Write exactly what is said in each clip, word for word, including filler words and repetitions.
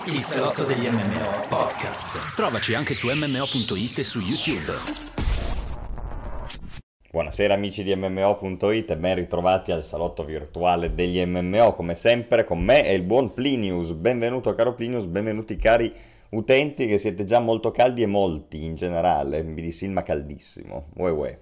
Il salotto degli M M O podcast. Trovaci anche su M M O punto it e su YouTube. Buonasera amici di M M O punto it e ben ritrovati al salotto virtuale degli M M O, come sempre con me è il buon Plinius. Benvenuto caro Plinius, benvenuti cari utenti che siete già molto caldi e molti in generale, mi di Silma caldissimo, uè uè.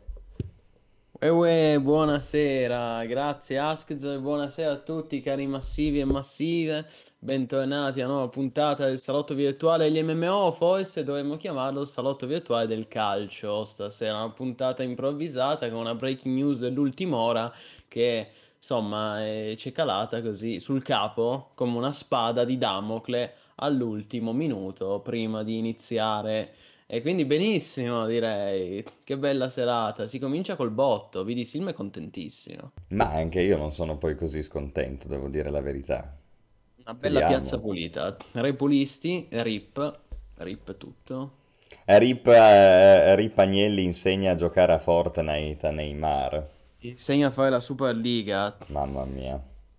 Uè uè, buonasera, grazie Askz e buonasera a tutti cari massivi e massive, bentornati a una nuova puntata del salotto virtuale degli M M O, forse dovremmo chiamarlo il salotto virtuale del calcio, stasera una puntata improvvisata con una breaking news dell'ultima ora che insomma eh, ci è calata così sul capo come una spada di Damocle all'ultimo minuto prima di iniziare. E quindi benissimo, direi. Che bella serata. Si comincia col botto. Vidi Silma è contentissimo. Ma anche io non sono poi così scontento, devo dire la verità. Una bella Vediamo. piazza pulita. Repulisti, rip. Rip tutto. Rip, eh, Rip Agnelli insegna a giocare a Fortnite a Neymar. Insegna a fare la Superliga. Mamma mia.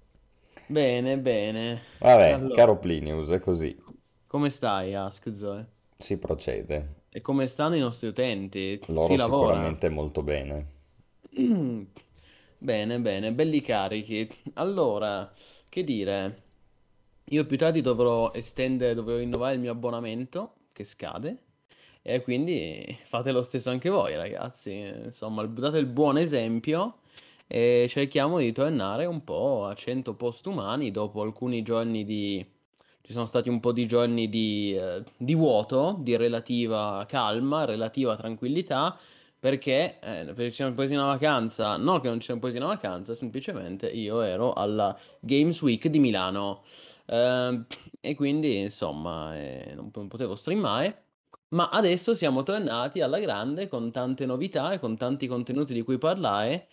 Bene, bene. Vabbè, Allora, caro Plinius, è così. come stai, Ask Zoe? Si procede. E come stanno i nostri utenti? Loro Si lavora? sicuramente molto bene. Mm, Bene, bene, belli carichi. Allora, che dire? Io più tardi dovrò estendere, dovrò rinnovare il mio abbonamento che scade e quindi fate lo stesso anche voi, ragazzi. Insomma, date il buon esempio e cerchiamo di tornare un po' a cento post umani dopo alcuni giorni di... Ci sono stati un po' di giorni di, eh, di vuoto, di relativa calma, relativa tranquillità, perché, eh, perché ci siamo presi una vacanza. No che non ci siamo presi una vacanza, semplicemente io ero alla Games Week di Milano. Ehm, e quindi, insomma, eh, non, non potevo streamare. Ma adesso siamo tornati alla grande con tante novità e con tanti contenuti di cui parlare.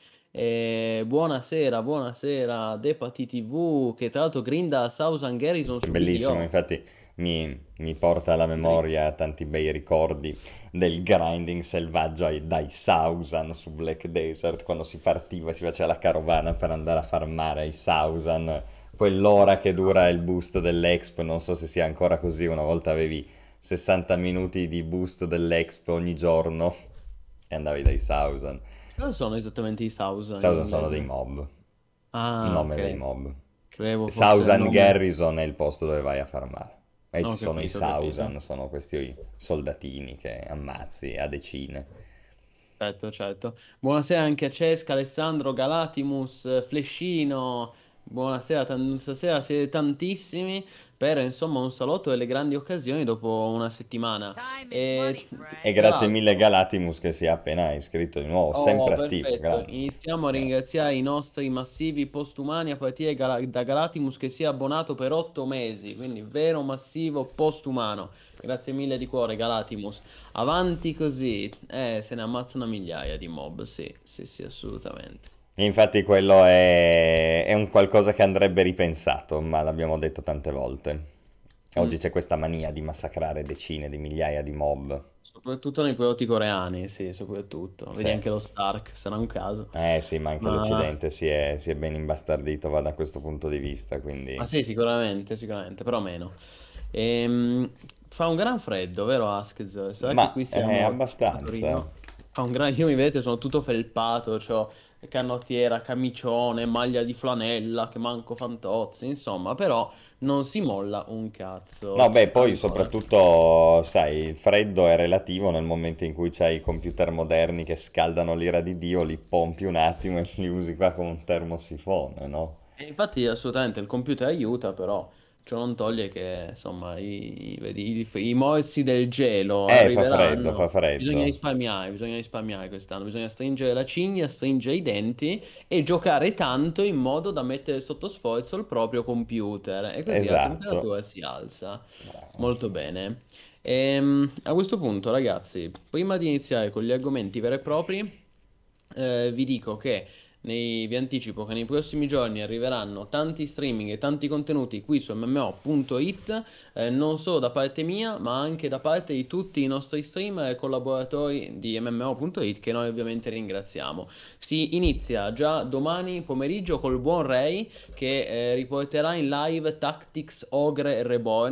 E buonasera, buonasera, Depati T V, che tra l'altro grinda Thousand Garrison su Bellissimo, B D O. infatti mi, mi porta alla memoria tanti bei ricordi del grinding selvaggio ai- dai Sausan su Black Desert, quando si partiva, si faceva la carovana per andare a farmare ai Sausan, quell'ora che dura il boost dell'Exp, non so se sia ancora così, una volta avevi sessanta minuti di boost dell'Exp ogni giorno e andavi dai Sausan. Cosa sono esattamente i Thousand in Sausan sono dei inglese? mob, il Ah, nome dei ok. mob. Credevo fosse il Sausan nome. Garrison è il posto dove vai a farmare. E ci Ho sono i capito, ho capito. Sausan, sono questi soldatini che ammazzi a decine. Certo, certo. Buonasera anche a Cesca, Alessandro, Galatimus, Flescino. Buonasera, tan- stasera siete tantissimi per insomma un salotto delle grandi occasioni dopo una settimana. E E tra grazie mille l'altro, Galatimus che si è appena iscritto di nuovo, oh, sempre attivo, perfetto. grande. Iniziamo a Grande. ringraziare i nostri massivi postumani a partire Gala- da Galatimus che si è abbonato per otto mesi, quindi vero massivo postumano. Grazie mille di cuore, Galatimus. Avanti così, eh, se ne ammazzano migliaia di mob, sì, sì, sì, assolutamente. E infatti quello è, è un qualcosa che andrebbe ripensato, ma l'abbiamo detto tante volte. Oggi Mm. c'è questa mania di massacrare decine di migliaia di mob. Soprattutto nei prodotti coreani, sì, soprattutto. Sì. Vedi anche lo Stark, sarà un caso. Eh sì, ma anche Ma, l'Occidente si è, si è ben imbastardito, va da questo punto di vista, ma quindi... sì, sicuramente, sicuramente, però meno. Ehm, fa un gran freddo, vero Askez? Sarà che qui Ma è siamo a abbastanza. Torino? Fa un gran... Io mi vedete, sono tutto felpato, c'ho canottiera, camicione, maglia di flanella, che manco fantozzi, insomma, però non si molla un No, cazzo. beh, poi Allora, soprattutto, sai, il freddo è relativo nel momento in cui c'hai i computer moderni che scaldano l'ira di Dio, li pompi un attimo e li usi qua come un termosifone, no? e infatti assolutamente il computer aiuta, però ciò non toglie che insomma i, vedi, i, i morsi del gelo Eh, fa freddo, fa arriveranno. Bisogna freddo. risparmiare, bisogna risparmiare quest'anno, bisogna stringere la cinghia, stringere i denti e giocare tanto in modo da mettere sotto sforzo il proprio computer e così la Esatto. temperatura si alza. Bravo. Molto bene. Ehm, a questo punto, ragazzi, prima di iniziare con gli argomenti veri e propri, eh, vi dico che nei- vi anticipo che nei prossimi giorni arriveranno tanti streaming e tanti contenuti qui su M M O punto it, eh, non solo da parte mia, ma anche da parte di tutti i nostri streamer e collaboratori di M M O punto it che noi ovviamente ringraziamo. Si inizia già domani pomeriggio col buon Ray che eh, riporterà in live Tactics Ogre Reborn.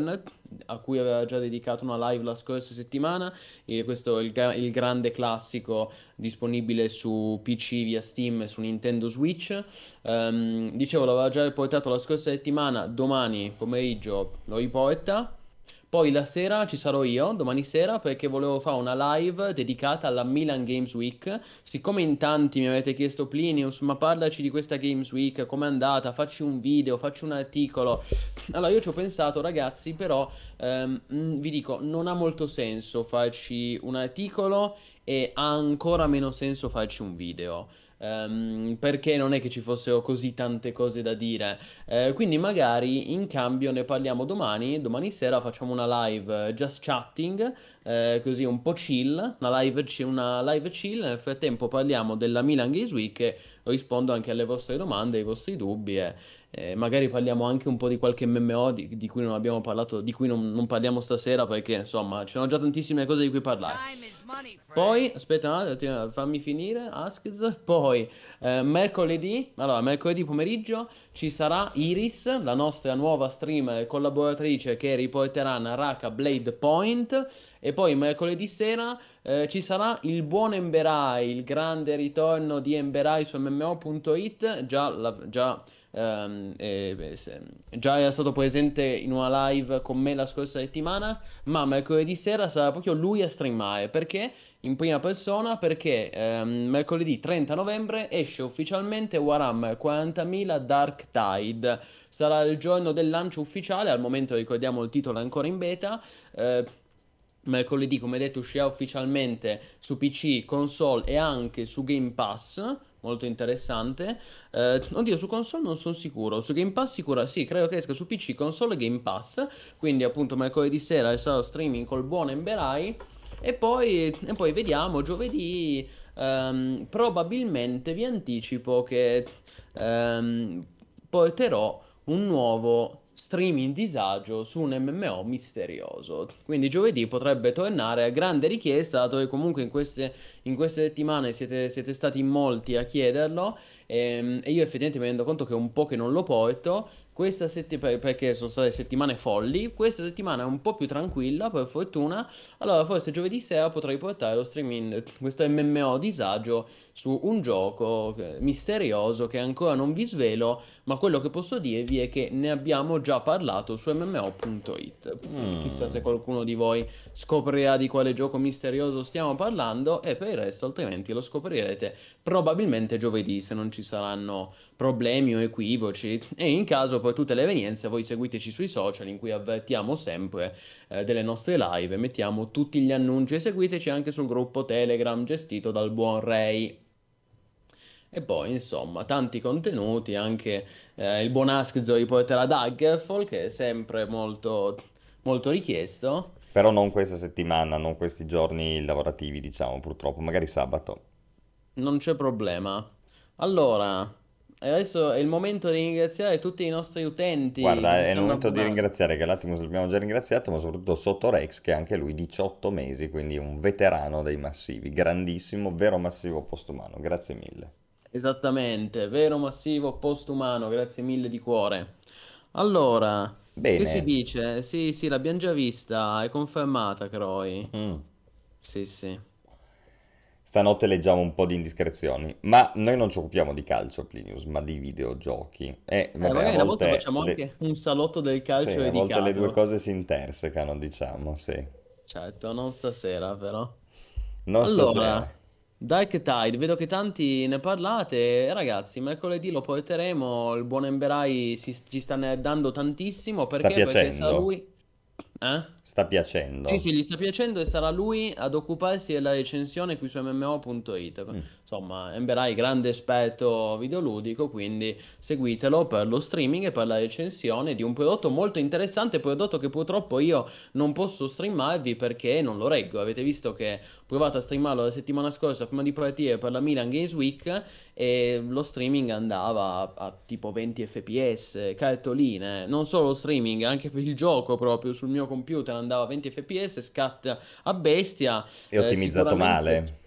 a cui aveva già dedicato una live la scorsa settimana. E questo è il, gra- il grande classico disponibile su P C via Steam e su Nintendo Switch. Ehm, dicevo, l'aveva già riportato la scorsa settimana, domani pomeriggio lo riporta. Poi la sera ci sarò io, domani sera, perché volevo fare una live dedicata alla Milan Games Week. Siccome in tanti mi avete chiesto Plinius, ma parlaci di questa Games Week, com'è andata, facci un video, facci un articolo. Allora io ci ho pensato, ragazzi, però ehm, mh, vi dico, non ha molto senso farci un articolo e ha ancora meno senso farci un video. Ehm, perché non è che ci fossero così tante cose da dire. Eh, quindi magari in cambio ne parliamo domani. Domani sera facciamo una live eh, just chatting, eh, così un po' chill, una live, ci- una live chill. Nel frattempo parliamo della Milan Games Week e rispondo anche alle vostre domande, ai vostri dubbi e eh, magari parliamo anche un po' di qualche M M O di, di cui non abbiamo parlato, di cui non, non parliamo stasera perché insomma ci sono già tantissime cose di cui parlare. Poi, aspetta un attimo, fammi finire, Askz. Poi, eh, mercoledì, allora, mercoledì pomeriggio ci sarà Iris, la nostra nuova streamer collaboratrice che riporterà Naraka Blade Point. E poi mercoledì sera eh, ci sarà il buon Emberai, il grande ritorno di Emberai su M M O punto it. Già, la- già, ehm, eh, beh, se- già era stato presente in una live con me la scorsa settimana, ma mercoledì sera sarà proprio lui a streamare. Perché? In prima persona perché ehm, mercoledì trenta novembre esce ufficialmente Warhammer quarantamila Dark Tide. Sarà il giorno del lancio ufficiale, al momento ricordiamo il titolo è ancora in beta. Eh, Mercoledì, come detto, uscirà ufficialmente su P C, console e anche su Game Pass. Molto interessante. Eh, oddio, su console non sono sicuro. Su Game Pass sicura, sì, credo che esca su P C, console e Game Pass. Quindi appunto mercoledì sera sarà streaming col buon Emberai. E poi, e poi vediamo, giovedì ehm, probabilmente vi anticipo che ehm, porterò un nuovo streaming disagio su un M M O misterioso. Quindi giovedì potrebbe tornare a grande richiesta, dato che comunque in queste, in queste settimane siete, siete stati in molti a chiederlo. ehm, E, io effettivamente mi rendo conto che è un po' che non lo porto. Questa settimana, perché sono state settimane folli, questa settimana è un po' più tranquilla, per fortuna. Allora, forse giovedì sera potrei portare lo streaming, questo M M O disagio, su un gioco eh, misterioso che ancora non vi svelo, ma quello che posso dirvi è che ne abbiamo già parlato su M M O punto it. Quindi chissà se Mm. qualcuno di voi scoprirà di quale gioco misterioso stiamo parlando, e per il resto altrimenti lo scoprirete probabilmente giovedì se non ci saranno problemi o equivoci. E in caso per tutte le evenienze voi seguiteci sui social in cui avvertiamo sempre eh, delle nostre live e mettiamo tutti gli annunci, e seguiteci anche sul gruppo Telegram gestito dal buon Ray. E poi, insomma, tanti contenuti, anche eh, il buon Askzo riporterà Daggerfall, che è sempre molto, molto richiesto. Però non questa settimana, non questi giorni lavorativi, diciamo, purtroppo, magari sabato. Non c'è problema. Allora, adesso è il momento di ringraziare tutti i nostri utenti che Guarda, si è il stanno momento di abbonando. ringraziare, che l'Attimus l'abbiamo già ringraziato, ma soprattutto Sottorex, che anche lui diciotto mesi, quindi un veterano dei massivi, grandissimo, vero massivo postumano, grazie mille. Esattamente, vero massivo postumano, grazie mille di cuore. Allora, che si Bene. dice? Sì, sì, l'abbiamo già vista, è confermata, Croy. Mm. Sì, sì. Stanotte leggiamo un po' di indiscrezioni, ma noi non ci occupiamo di calcio, Plinius, ma di videogiochi. E Eh, vabbè, a magari una volta volte facciamo le, anche un salotto del sì, calcio a volte le due dedicato. cose si intersecano, diciamo, sì. Certo, non stasera però. Non Allora, stasera. Dark Tide, vedo che tanti ne parlate. E ragazzi, mercoledì lo porteremo. Il buon Emberai si, ci sta ne dando tantissimo. Sta Perché? Perché sarà piacendo? lui. Eh? Sta Sì, piacendo? sì, gli sta piacendo e sarà lui ad occuparsi della recensione qui su M M O punto it. Mm. Insomma, Emberai, grande esperto videoludico, quindi seguitelo per lo streaming e per la recensione di un prodotto molto interessante, prodotto che purtroppo io non posso streamarvi perché non lo reggo. Avete visto che ho provato a streamarlo la settimana scorsa prima di partire per la Milan Games Week e lo streaming andava a, a tipo venti F P S, cartoline, non solo lo streaming, anche per il gioco proprio sul mio computer andava a venti F P S, scatta a bestia. È eh, ottimizzato sicuramente male.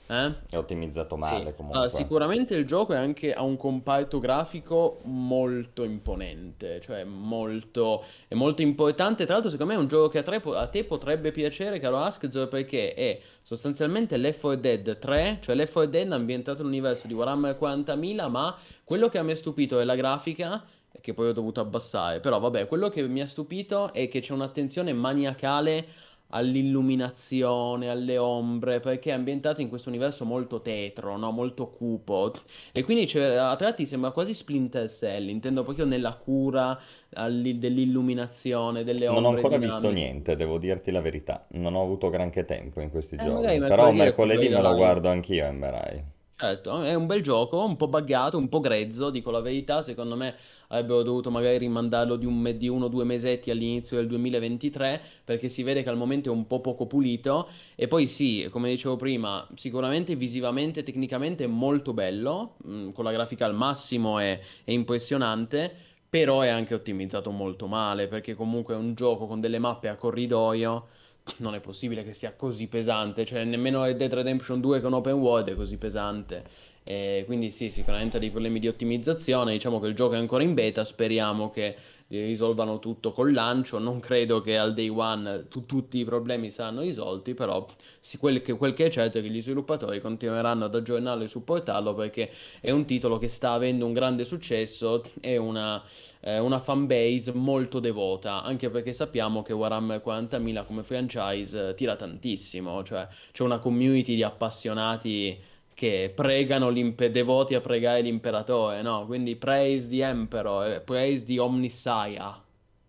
Eh? È ottimizzato Sì. male Allora, comunque. sicuramente il gioco è anche ha un comparto grafico molto imponente, cioè molto, è molto importante. Tra l'altro, secondo me è un gioco che a, tre po- a te potrebbe piacere, caro Askzo, perché è sostanzialmente Left four Dead tre, cioè Left four Dead ambientato nell'universo di Warhammer quarantamila, ma quello che a me ha stupito è la grafica, che poi ho dovuto abbassare. Però vabbè, quello che mi ha stupito è che c'è un'attenzione maniacale all'illuminazione, alle ombre, perché è ambientato in questo universo molto tetro, no? Molto cupo. E quindi c'è- a tratti sembra quasi Splinter Cell, intendo proprio nella cura alli- dell'illuminazione, delle Non ho ombre ancora visto dinamiche. niente, devo dirti la verità. Non ho avuto granché tempo in questi E magari giorni. Però mercoledì mercoledì recuperi me la lo live. guardo anch'io, Emberai. Certo, è un bel gioco, un po' buggato, un po' grezzo, dico la verità. Secondo me avrebbero dovuto magari rimandarlo di, un me- di uno o due mesetti all'inizio del duemilaventitré, perché si vede che al momento è un po' poco pulito. E poi sì, come dicevo prima, sicuramente visivamente, tecnicamente è molto bello, mh, con la grafica al massimo è, è impressionante, però è anche ottimizzato molto male, perché comunque è un gioco con delle mappe a corridoio. Non è possibile che sia così pesante, cioè nemmeno Red Dead Redemption due con open world è così pesante. E quindi sì, sicuramente ha dei problemi di ottimizzazione. Diciamo che il gioco è ancora in beta, speriamo che risolvano tutto col lancio. Non credo che al day one tu- tutti i problemi saranno risolti, però sì, quel che, quel che è certo è che gli sviluppatori continueranno ad aggiornarlo e supportarlo, perché è un titolo che sta avendo un grande successo e una eh, una fanbase molto devota, anche perché sappiamo che Warhammer quarantamila come franchise eh, tira tantissimo, cioè c'è una community di appassionati che pregano l'impe- devoti a pregare l'imperatore, no? Quindi praise the emperor, eh, praise the omnissiah.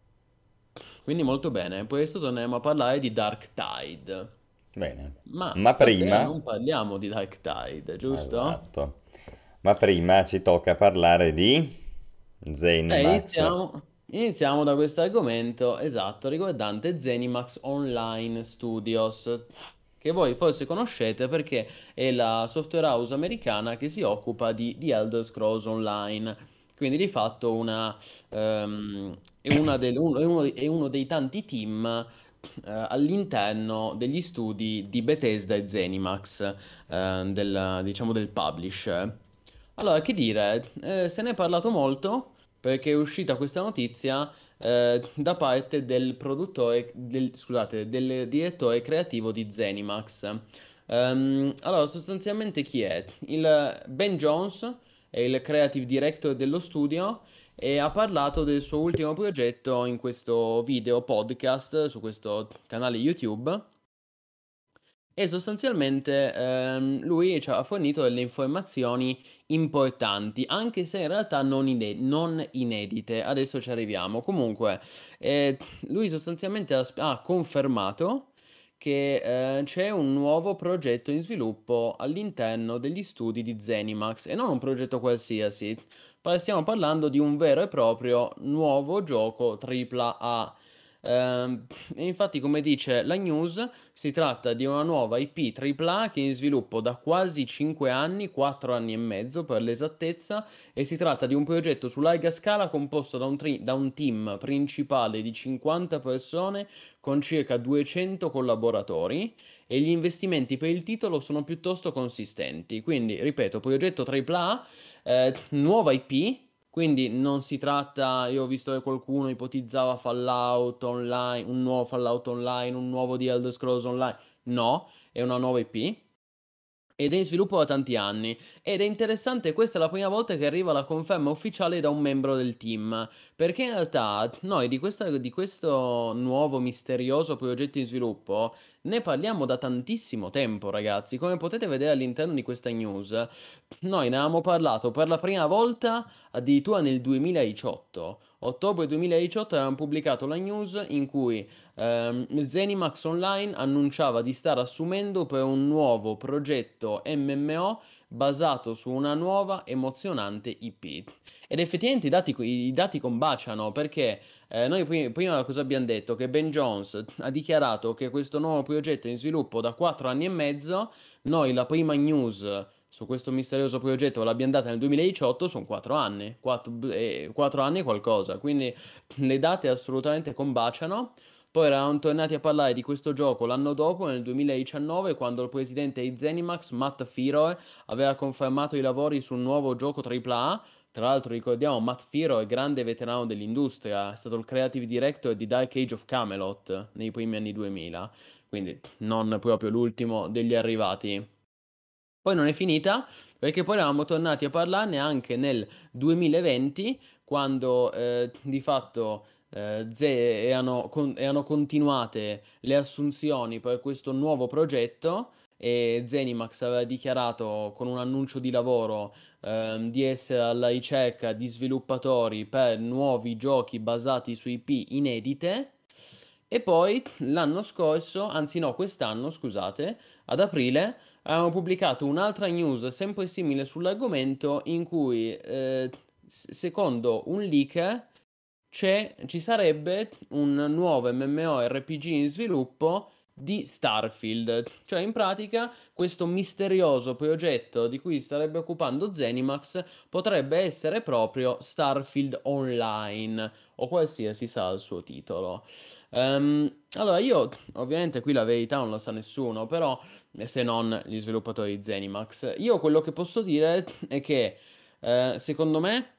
Quindi molto bene, poi adesso torneremo a parlare di Dark Tide. Bene. Ma Ma stasera prima... non parliamo di Dark Tide, giusto? Esatto. Ma prima ci tocca parlare di Eh, Zenimax. iniziamo, iniziamo da questo argomento, esatto, riguardante Zenimax Online Studios, che voi forse conoscete perché è la software house americana che si occupa di, di Elder Scrolls Online. Quindi di fatto una, ehm, è, una del- uno, è uno dei è uno dei tanti team eh, all'interno degli studi di Bethesda e Zenimax, eh, del, diciamo del publisher. Allora, che dire, eh, se ne è parlato molto perché è uscita questa notizia eh, da parte del produttore, del, scusate, del direttore creativo di Zenimax. Ehm, allora, sostanzialmente chi è? Il Ben Jones è il creative director dello studio e ha parlato del suo ultimo progetto in questo video podcast su questo canale YouTube. E sostanzialmente ehm, lui ci ha fornito delle informazioni importanti, anche se in realtà non, ine- non inedite. Adesso ci arriviamo. Comunque, eh, lui sostanzialmente ha, sp- ha confermato che eh, c'è un nuovo progetto in sviluppo all'interno degli studi di Zenimax e non un progetto qualsiasi. Pa- Stiamo parlando di un vero e proprio nuovo gioco tripla A. Ehm, e infatti, come dice la news, si tratta di una nuova I P tripla A che è in sviluppo da quasi cinque anni, quattro anni e mezzo per l'esattezza, e si tratta di un progetto su larga scala composto da un, tri- da un team principale di cinquanta persone con circa duecento collaboratori e gli investimenti per il titolo sono piuttosto consistenti. Quindi, ripeto, progetto tripla A, eh, nuova I P. Quindi non si tratta, io ho visto che qualcuno ipotizzava Fallout Online, un nuovo Fallout Online, un nuovo di Elder Scrolls Online. No, è una nuova I P. Ed è in sviluppo da tanti anni. Ed è interessante, questa è la prima volta che arriva la conferma ufficiale da un membro del team. Perché in realtà noi di, questa- di questo nuovo misterioso progetto in sviluppo ne parliamo da tantissimo tempo, ragazzi. Come potete vedere all'interno di questa news, noi ne avevamo parlato per la prima volta addirittura nel duemiladiciotto. Ottobre duemiladiciotto avevamo pubblicato la news in cui ehm, Zenimax Online annunciava di stare assumendo per un nuovo progetto M M O basato su una nuova emozionante I P. Ed effettivamente i dati, i dati combaciano perché eh, noi pri- prima cosa abbiamo detto? Che Ben Jones ha dichiarato che questo nuovo progetto è in sviluppo da quattro anni e mezzo. Noi la prima news su questo misterioso progetto l'abbiamo data nel duemiladiciotto, sono quattro anni, quattro, anni e qualcosa, quindi le date assolutamente combaciano. Poi eravamo tornati a parlare di questo gioco l'anno dopo, nel duemiladiciannove, quando il presidente di Zenimax, Matt Firoe, aveva confermato i lavori su un nuovo gioco tripla A. Tra l'altro ricordiamo, Matt Firoe è grande veterano dell'industria, è stato il creative director di Dark Age of Camelot nei primi anni duemila, quindi non proprio l'ultimo degli arrivati. Poi non è finita, perché poi eravamo tornati a parlarne anche nel duemilaventi, quando eh, di fatto eh, ze- erano, con- erano continuate le assunzioni per questo nuovo progetto e Zenimax aveva dichiarato con un annuncio di lavoro ehm, di essere alla ricerca di sviluppatori per nuovi giochi basati su I P inedite. E poi l'anno scorso, anzi no, quest'anno, scusate, ad aprile avevamo pubblicato un'altra news sempre simile sull'argomento in cui, eh, s- secondo un leaker, c'è, ci sarebbe un nuovo MMORPG in sviluppo di Starfield. Cioè, in pratica, questo misterioso progetto di cui si starebbe occupando Zenimax potrebbe essere proprio Starfield Online, o qualsiasi sarà il suo titolo. Ehm, allora, io ovviamente qui la verità non la sa nessuno, però eh, se non gli sviluppatori di Zenimax. Io quello che posso dire è che eh, secondo me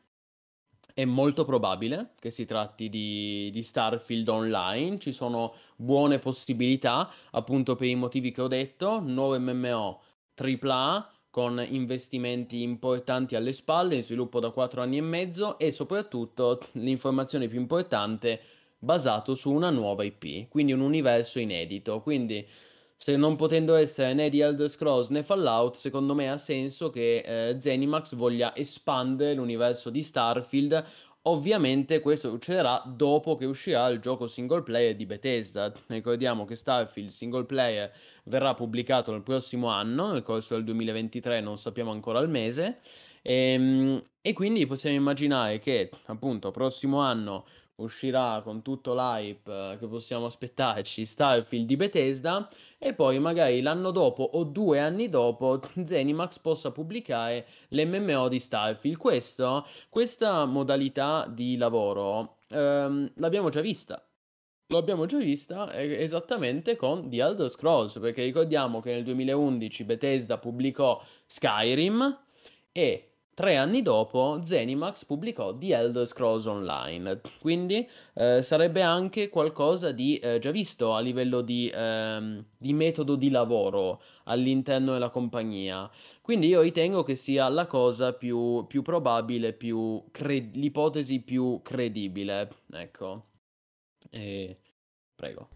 è molto probabile che si tratti di, di Starfield Online, ci sono buone possibilità, appunto per i motivi che ho detto, nuovo M M O tripla A con investimenti importanti alle spalle, in sviluppo da quattro anni e mezzo e soprattutto l'informazione più importante basato su una nuova I P, quindi un universo inedito. Quindi se non potendo essere né di Elder Scrolls né Fallout, secondo me ha senso che eh, Zenimax voglia espandere l'universo di Starfield. Ovviamente questo succederà dopo che uscirà il gioco single player di Bethesda. Ricordiamo che Starfield single player verrà pubblicato nel prossimo anno, nel corso del duemilaventitré, non sappiamo ancora il mese. Ehm, E, quindi possiamo immaginare che appunto prossimo anno uscirà con tutto l'hype eh, che possiamo aspettarci Starfield di Bethesda e poi magari l'anno dopo o due anni dopo Zenimax possa pubblicare l'M M O di Starfield. Questo, questa modalità di lavoro ehm, l'abbiamo già vista. L'abbiamo già vista eh, esattamente con The Elder Scrolls, perché ricordiamo che nel duemilaundici Bethesda pubblicò Skyrim e tre anni dopo Zenimax pubblicò The Elder Scrolls Online. Quindi eh, sarebbe anche qualcosa di eh, già visto a livello di, ehm, di metodo di lavoro all'interno della compagnia. Quindi io ritengo che sia la cosa più, più probabile, più cre- l'ipotesi più credibile. Ecco. E... Prego.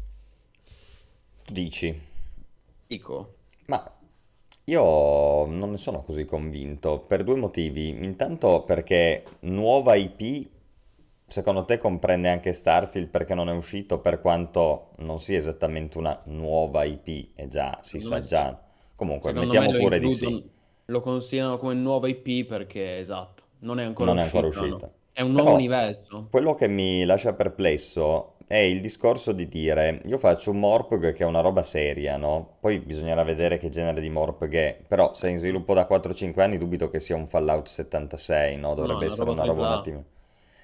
Tu dici? Dico. Ma io non ne sono così convinto per due motivi. Intanto perché nuova I P, secondo te comprende anche Starfield perché non è uscito, per quanto non sia esattamente una nuova I P, e già si Secondo sa me sì. già. Comunque, Secondo me mettiamo lo pure di sì. includono, lo considerano come nuova I P perché, esatto, non è ancora Non è ancora uscito, no. uscita. È un nuovo Però universo. quello che mi lascia perplesso è il discorso di dire io faccio un Morpg che è una roba seria, no? Poi bisognerà vedere che genere di Morpg è, però se è in Mm. sviluppo da quattro cinque anni dubito che sia un Fallout settantasei, no? No, è Dovrebbe una essere roba una roba un tripla A. attimo.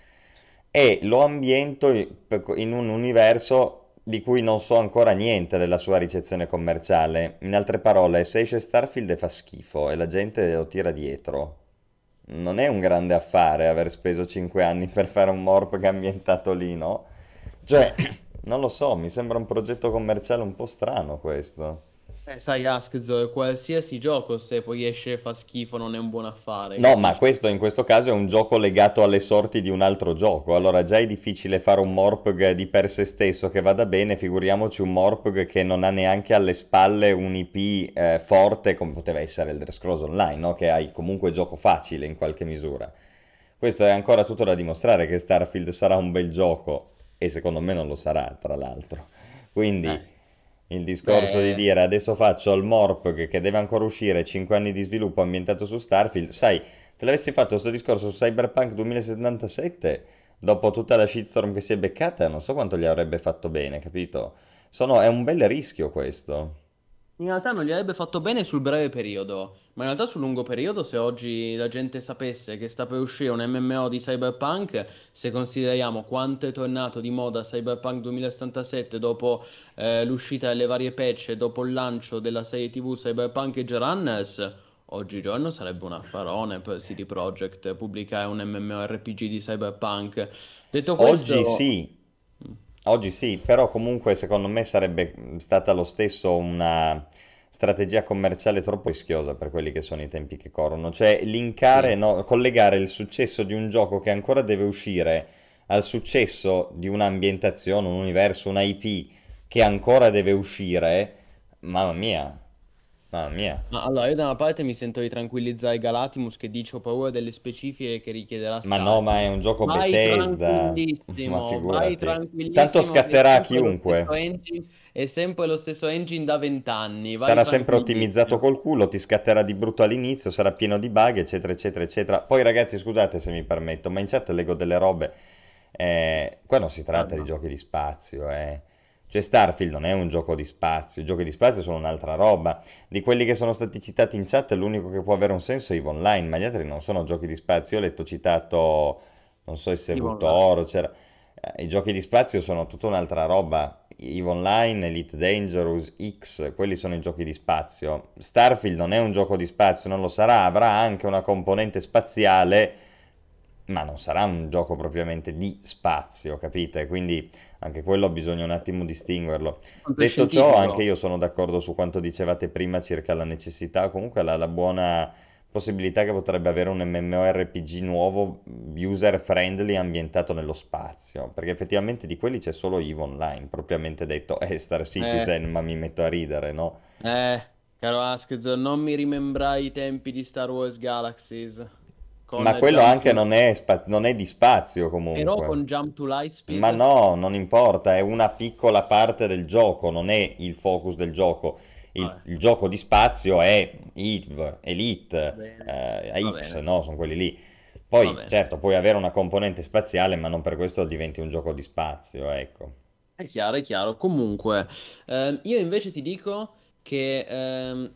E lo ambiento in un universo di cui non so ancora niente della sua ricezione commerciale. In altre parole, se esce Starfield e fa schifo e la gente lo tira dietro, non è un grande affare aver speso cinque anni per fare un Morpg ambientato lì, no? Cioè, Eh. non lo so, mi sembra un progetto commerciale un po' strano questo. Eh, sai, Askzo, qualsiasi gioco se poi esce e fa schifo non è un buon affare, No, ma capisci? questo in questo caso è un gioco legato alle sorti di un altro gioco. Allora già è difficile fare un Morpg di per sé stesso che vada bene, figuriamoci un Morpg che non ha neanche alle spalle un I P eh, forte come poteva essere Elder Scrolls Online, no? Che hai comunque gioco facile in qualche misura. Questo è ancora tutto da dimostrare che Starfield sarà un bel gioco e secondo me non lo sarà, tra l'altro. Eh, Quindi il discorso di beh, dire adesso faccio il Morpg che deve ancora uscire, cinque anni di sviluppo ambientato su Starfield, sai, te l'avessi fatto questo discorso su Cyberpunk duemilasettantasette, dopo tutta la shitstorm che si è beccata, non so quanto gli avrebbe fatto bene, capito? Sono, è un bel rischio questo. In realtà non gli avrebbe fatto bene sul breve periodo, ma in realtà sul lungo periodo, se oggi la gente sapesse che sta per uscire un M M O di Cyberpunk, se consideriamo quanto è tornato di moda Cyberpunk duemilasettantasette dopo eh, l'uscita delle varie patch e dopo il lancio della serie T V Cyberpunk Edge Runners, oggigiorno sarebbe un affarone per C D Projekt pubblicare un MMORPG di Cyberpunk. Detto Oggi questo... sì, oggi sì, però comunque secondo me sarebbe stata lo stesso una strategia commerciale troppo rischiosa per quelli che sono i tempi che corrono. Cioè, linkare, Sì. no, collegare il successo di un gioco che ancora deve uscire al successo di un'ambientazione, un universo, una I P che ancora deve uscire, mamma mia, mamma mia. Ma allora, io da una parte mi sento di tranquillizzare Galatimus che dice ho paura delle specifiche che richiederà Ma no, ma Starfield. è un gioco Vai Bethesda, ma tranquillissimo, vai figurati. Tanto tranquillissimo che è scatterà a sempre lo stesso chiunque. engine, è sempre lo stesso engine da vent'anni, vai Sarà sempre ottimizzato tranquillissimo. col culo, ti scatterà di brutto all'inizio, sarà pieno di bug, eccetera, eccetera, eccetera. Poi ragazzi, scusate se mi permetto, ma in chat leggo delle robe. Eh, qua non si Ah, tratta di no. giochi di spazio, eh. Cioè Starfield non è un gioco di spazio, i giochi di spazio sono un'altra roba. Di quelli che sono stati citati in chat, l'unico che può avere un senso è EVE Online, ma gli altri non sono giochi di spazio. Io ho letto citato, non so, Io S V online. Toro, c'era... eh, I giochi di spazio sono tutta un'altra roba. EVE Online, Elite Dangerous, X, quelli sono i giochi di spazio. Starfield non è un gioco di spazio, non lo sarà, avrà anche una componente spaziale, ma non sarà un gioco propriamente di spazio, capite? Quindi anche quello bisogna un attimo distinguerlo. Detto ciò, anche Fantascientifico. io sono d'accordo su quanto dicevate prima circa la necessità, comunque la, la buona possibilità che potrebbe avere un MMORPG nuovo, user friendly, ambientato nello spazio, perché effettivamente di quelli c'è solo EVE Online, propriamente detto, è Star Eh, Citizen, ma mi metto a ridere, no? eh, caro Askez, non mi rimembrai i tempi di Star Wars Galaxies con Ma quello Jump anche to... non è, spa- non è di spazio Però comunque. con Jump to Ma Lightspeed? no, non importa, è una piccola parte del gioco, non è il focus del gioco. Il, Vabbè, il gioco di spazio è EVE, Elite, va bene, va eh, X, bene, no? Sono quelli lì. va Poi, bene. certo, puoi avere una componente spaziale, ma non per questo diventi un gioco di spazio, ecco. È chiaro, è chiaro. Comunque, ehm, io invece ti dico che ehm,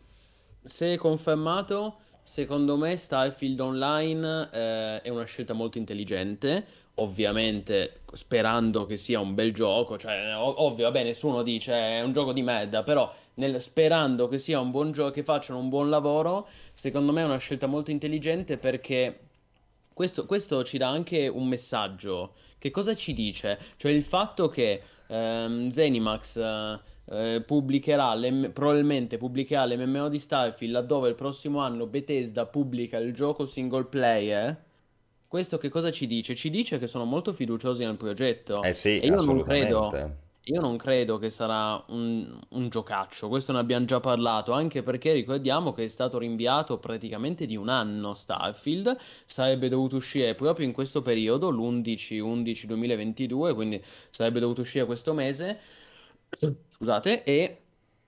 se confermato, secondo me Starfield Online eh, è una scelta molto intelligente. Ovviamente sperando che sia un bel gioco, cioè ov- ovvio, vabbè, nessuno dice è un gioco di merda, però nel- sperando che sia un buon gioco, che facciano un buon lavoro, secondo me è una scelta molto intelligente perché questo, questo ci dà anche un messaggio. Che cosa ci dice? Cioè il fatto che ehm, Zenimax eh, eh, pubblicherà, l'M- probabilmente pubblicherà l'M M O di Starfield laddove il prossimo anno Bethesda pubblica il gioco single player. Questo che cosa ci dice? Ci dice che sono molto fiduciosi nel progetto Eh sì, e io non credo, assolutamente. io non credo che sarà un, un giocaccio, questo ne abbiamo già parlato, anche perché ricordiamo che è stato rinviato praticamente di un anno Starfield, sarebbe dovuto uscire proprio in questo periodo, l'undici undici duemilaventidue, quindi sarebbe dovuto uscire questo mese, scusate, e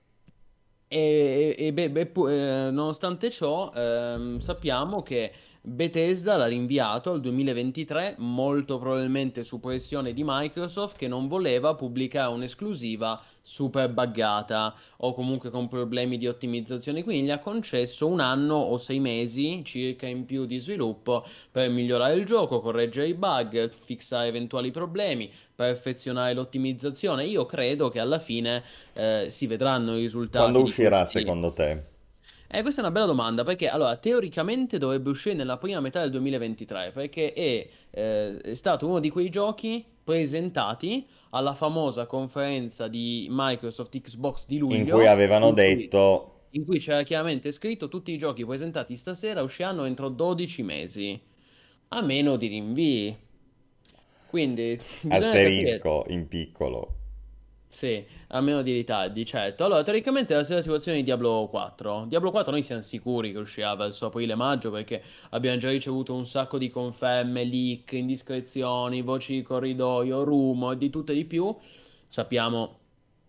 e, e beh, beh, pu- eh, nonostante ciò, ehm, sappiamo che Bethesda l'ha rinviato al duemilaventitré, molto probabilmente su pressione di Microsoft che non voleva pubblicare un'esclusiva super buggata o comunque con problemi di ottimizzazione. Quindi gli ha concesso un anno o sei mesi circa in più di sviluppo per migliorare il gioco, correggere i bug, fissare eventuali problemi, perfezionare l'ottimizzazione. Io credo che alla fine eh, si vedranno i Quando risultati di uscirà questi. secondo te? Eh, questa è una bella domanda perché allora teoricamente dovrebbe uscire nella prima metà del duemilaventitré perché è, eh, è stato uno di quei giochi presentati alla famosa conferenza di Microsoft Xbox di In cui luglio avevano in cui, detto, in cui c'era chiaramente scritto tutti i giochi presentati stasera usciranno entro dodici mesi, a meno di rinvii. Quindi bisogna capire. asterisco in piccolo. Sì, a meno di ritardi, certo. Allora, teoricamente è la stessa situazione di Diablo quattro. Diablo quattro noi siamo sicuri che uscirà verso aprile-maggio perché abbiamo già ricevuto un sacco di conferme, leak, indiscrezioni, voci di corridoio, rumor, di tutto e di più. Sappiamo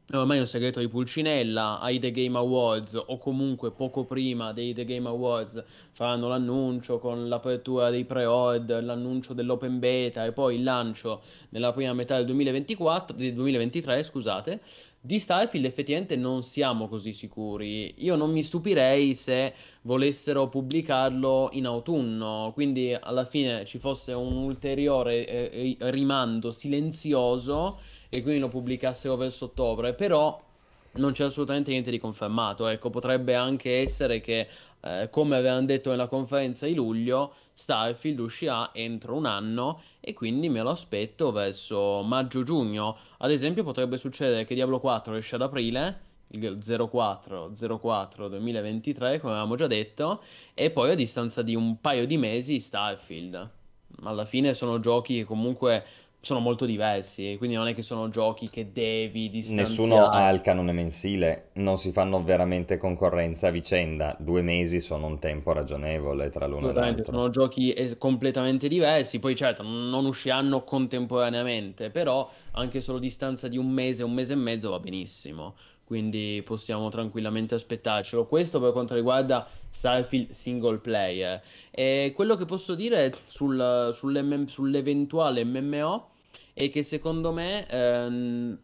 Ormai è un segreto di Pulcinella, ai The Game Awards o comunque poco prima dei The Game Awards faranno l'annuncio con l'apertura dei pre-order, l'annuncio dell'open beta e poi il lancio nella prima metà del duemilaventiquattro, del duemilaventitré, scusate. Di Starfield effettivamente non siamo così sicuri. Io non mi stupirei se volessero pubblicarlo in autunno, quindi alla fine ci fosse un ulteriore eh, ri- rimando silenzioso e quindi lo pubblicassero verso ottobre, però non c'è assolutamente niente di confermato. Ecco, potrebbe anche essere che, eh, come avevano detto nella conferenza di luglio, Starfield uscirà entro un anno e quindi me lo aspetto verso maggio-giugno. Ad esempio, potrebbe succedere che Diablo quattro esce ad aprile. Il zero quattro zero quattro duemilaventitré, come avevamo già detto, e poi a distanza di un paio di mesi Starfield. Alla fine sono giochi che comunque sono molto diversi, quindi non è che sono giochi che devi Nessuno ha distanziare. il canone mensile, non si fanno veramente concorrenza a vicenda. Due mesi sono un tempo ragionevole tra l'uno e Assolutamente, l'altro. sono giochi es- completamente diversi, poi certo non non usciranno contemporaneamente, però anche solo distanza di un mese, un mese e mezzo va benissimo, quindi possiamo tranquillamente aspettarcelo. Questo per quanto riguarda Starfield single player. E quello che posso dire sul, sull'M M sull'eventuale M M O è che secondo me ehm,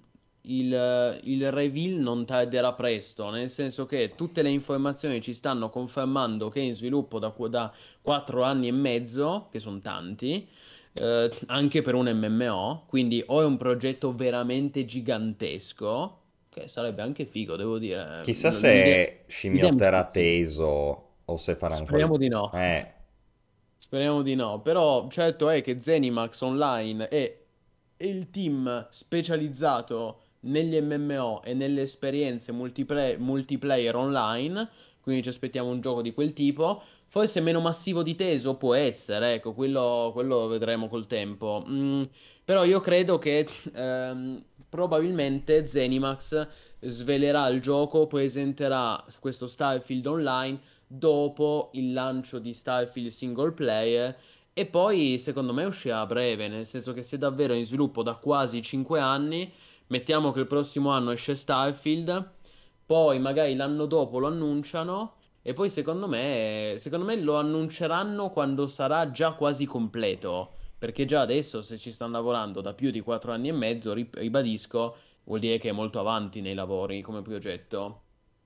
il, il reveal non tarderà presto, nel senso che tutte le informazioni ci stanno confermando che è in sviluppo da, da quattro anni e mezzo, che sono tanti, eh, anche per un M M O, quindi o è un progetto veramente gigantesco, che sarebbe anche figo, devo dire. Chissà L'idea se l'idea mi scimmiotterà stuzzica. Teso o se faranno qual... Speriamo di no. Eh, Speriamo di no, però certo è che Zenimax Online è è il team specializzato negli M M O e nelle esperienze multiple- multiplayer online, quindi ci aspettiamo un gioco di quel tipo. Forse meno massivo di Teso può essere, ecco, quello, quello lo vedremo col tempo. Mm, però io credo che ehm, probabilmente Zenimax svelerà il gioco, presenterà questo Starfield Online dopo il lancio di Starfield single player e poi secondo me uscirà a breve, nel senso che se davvero è in sviluppo da quasi cinque anni, mettiamo che il prossimo anno esce Starfield, poi magari l'anno dopo lo annunciano e poi secondo me, secondo me lo annunceranno quando sarà già quasi completo, perché già adesso se ci stanno lavorando da più di quattro anni e mezzo, rip- ribadisco, vuol dire che è molto avanti nei lavori come progetto.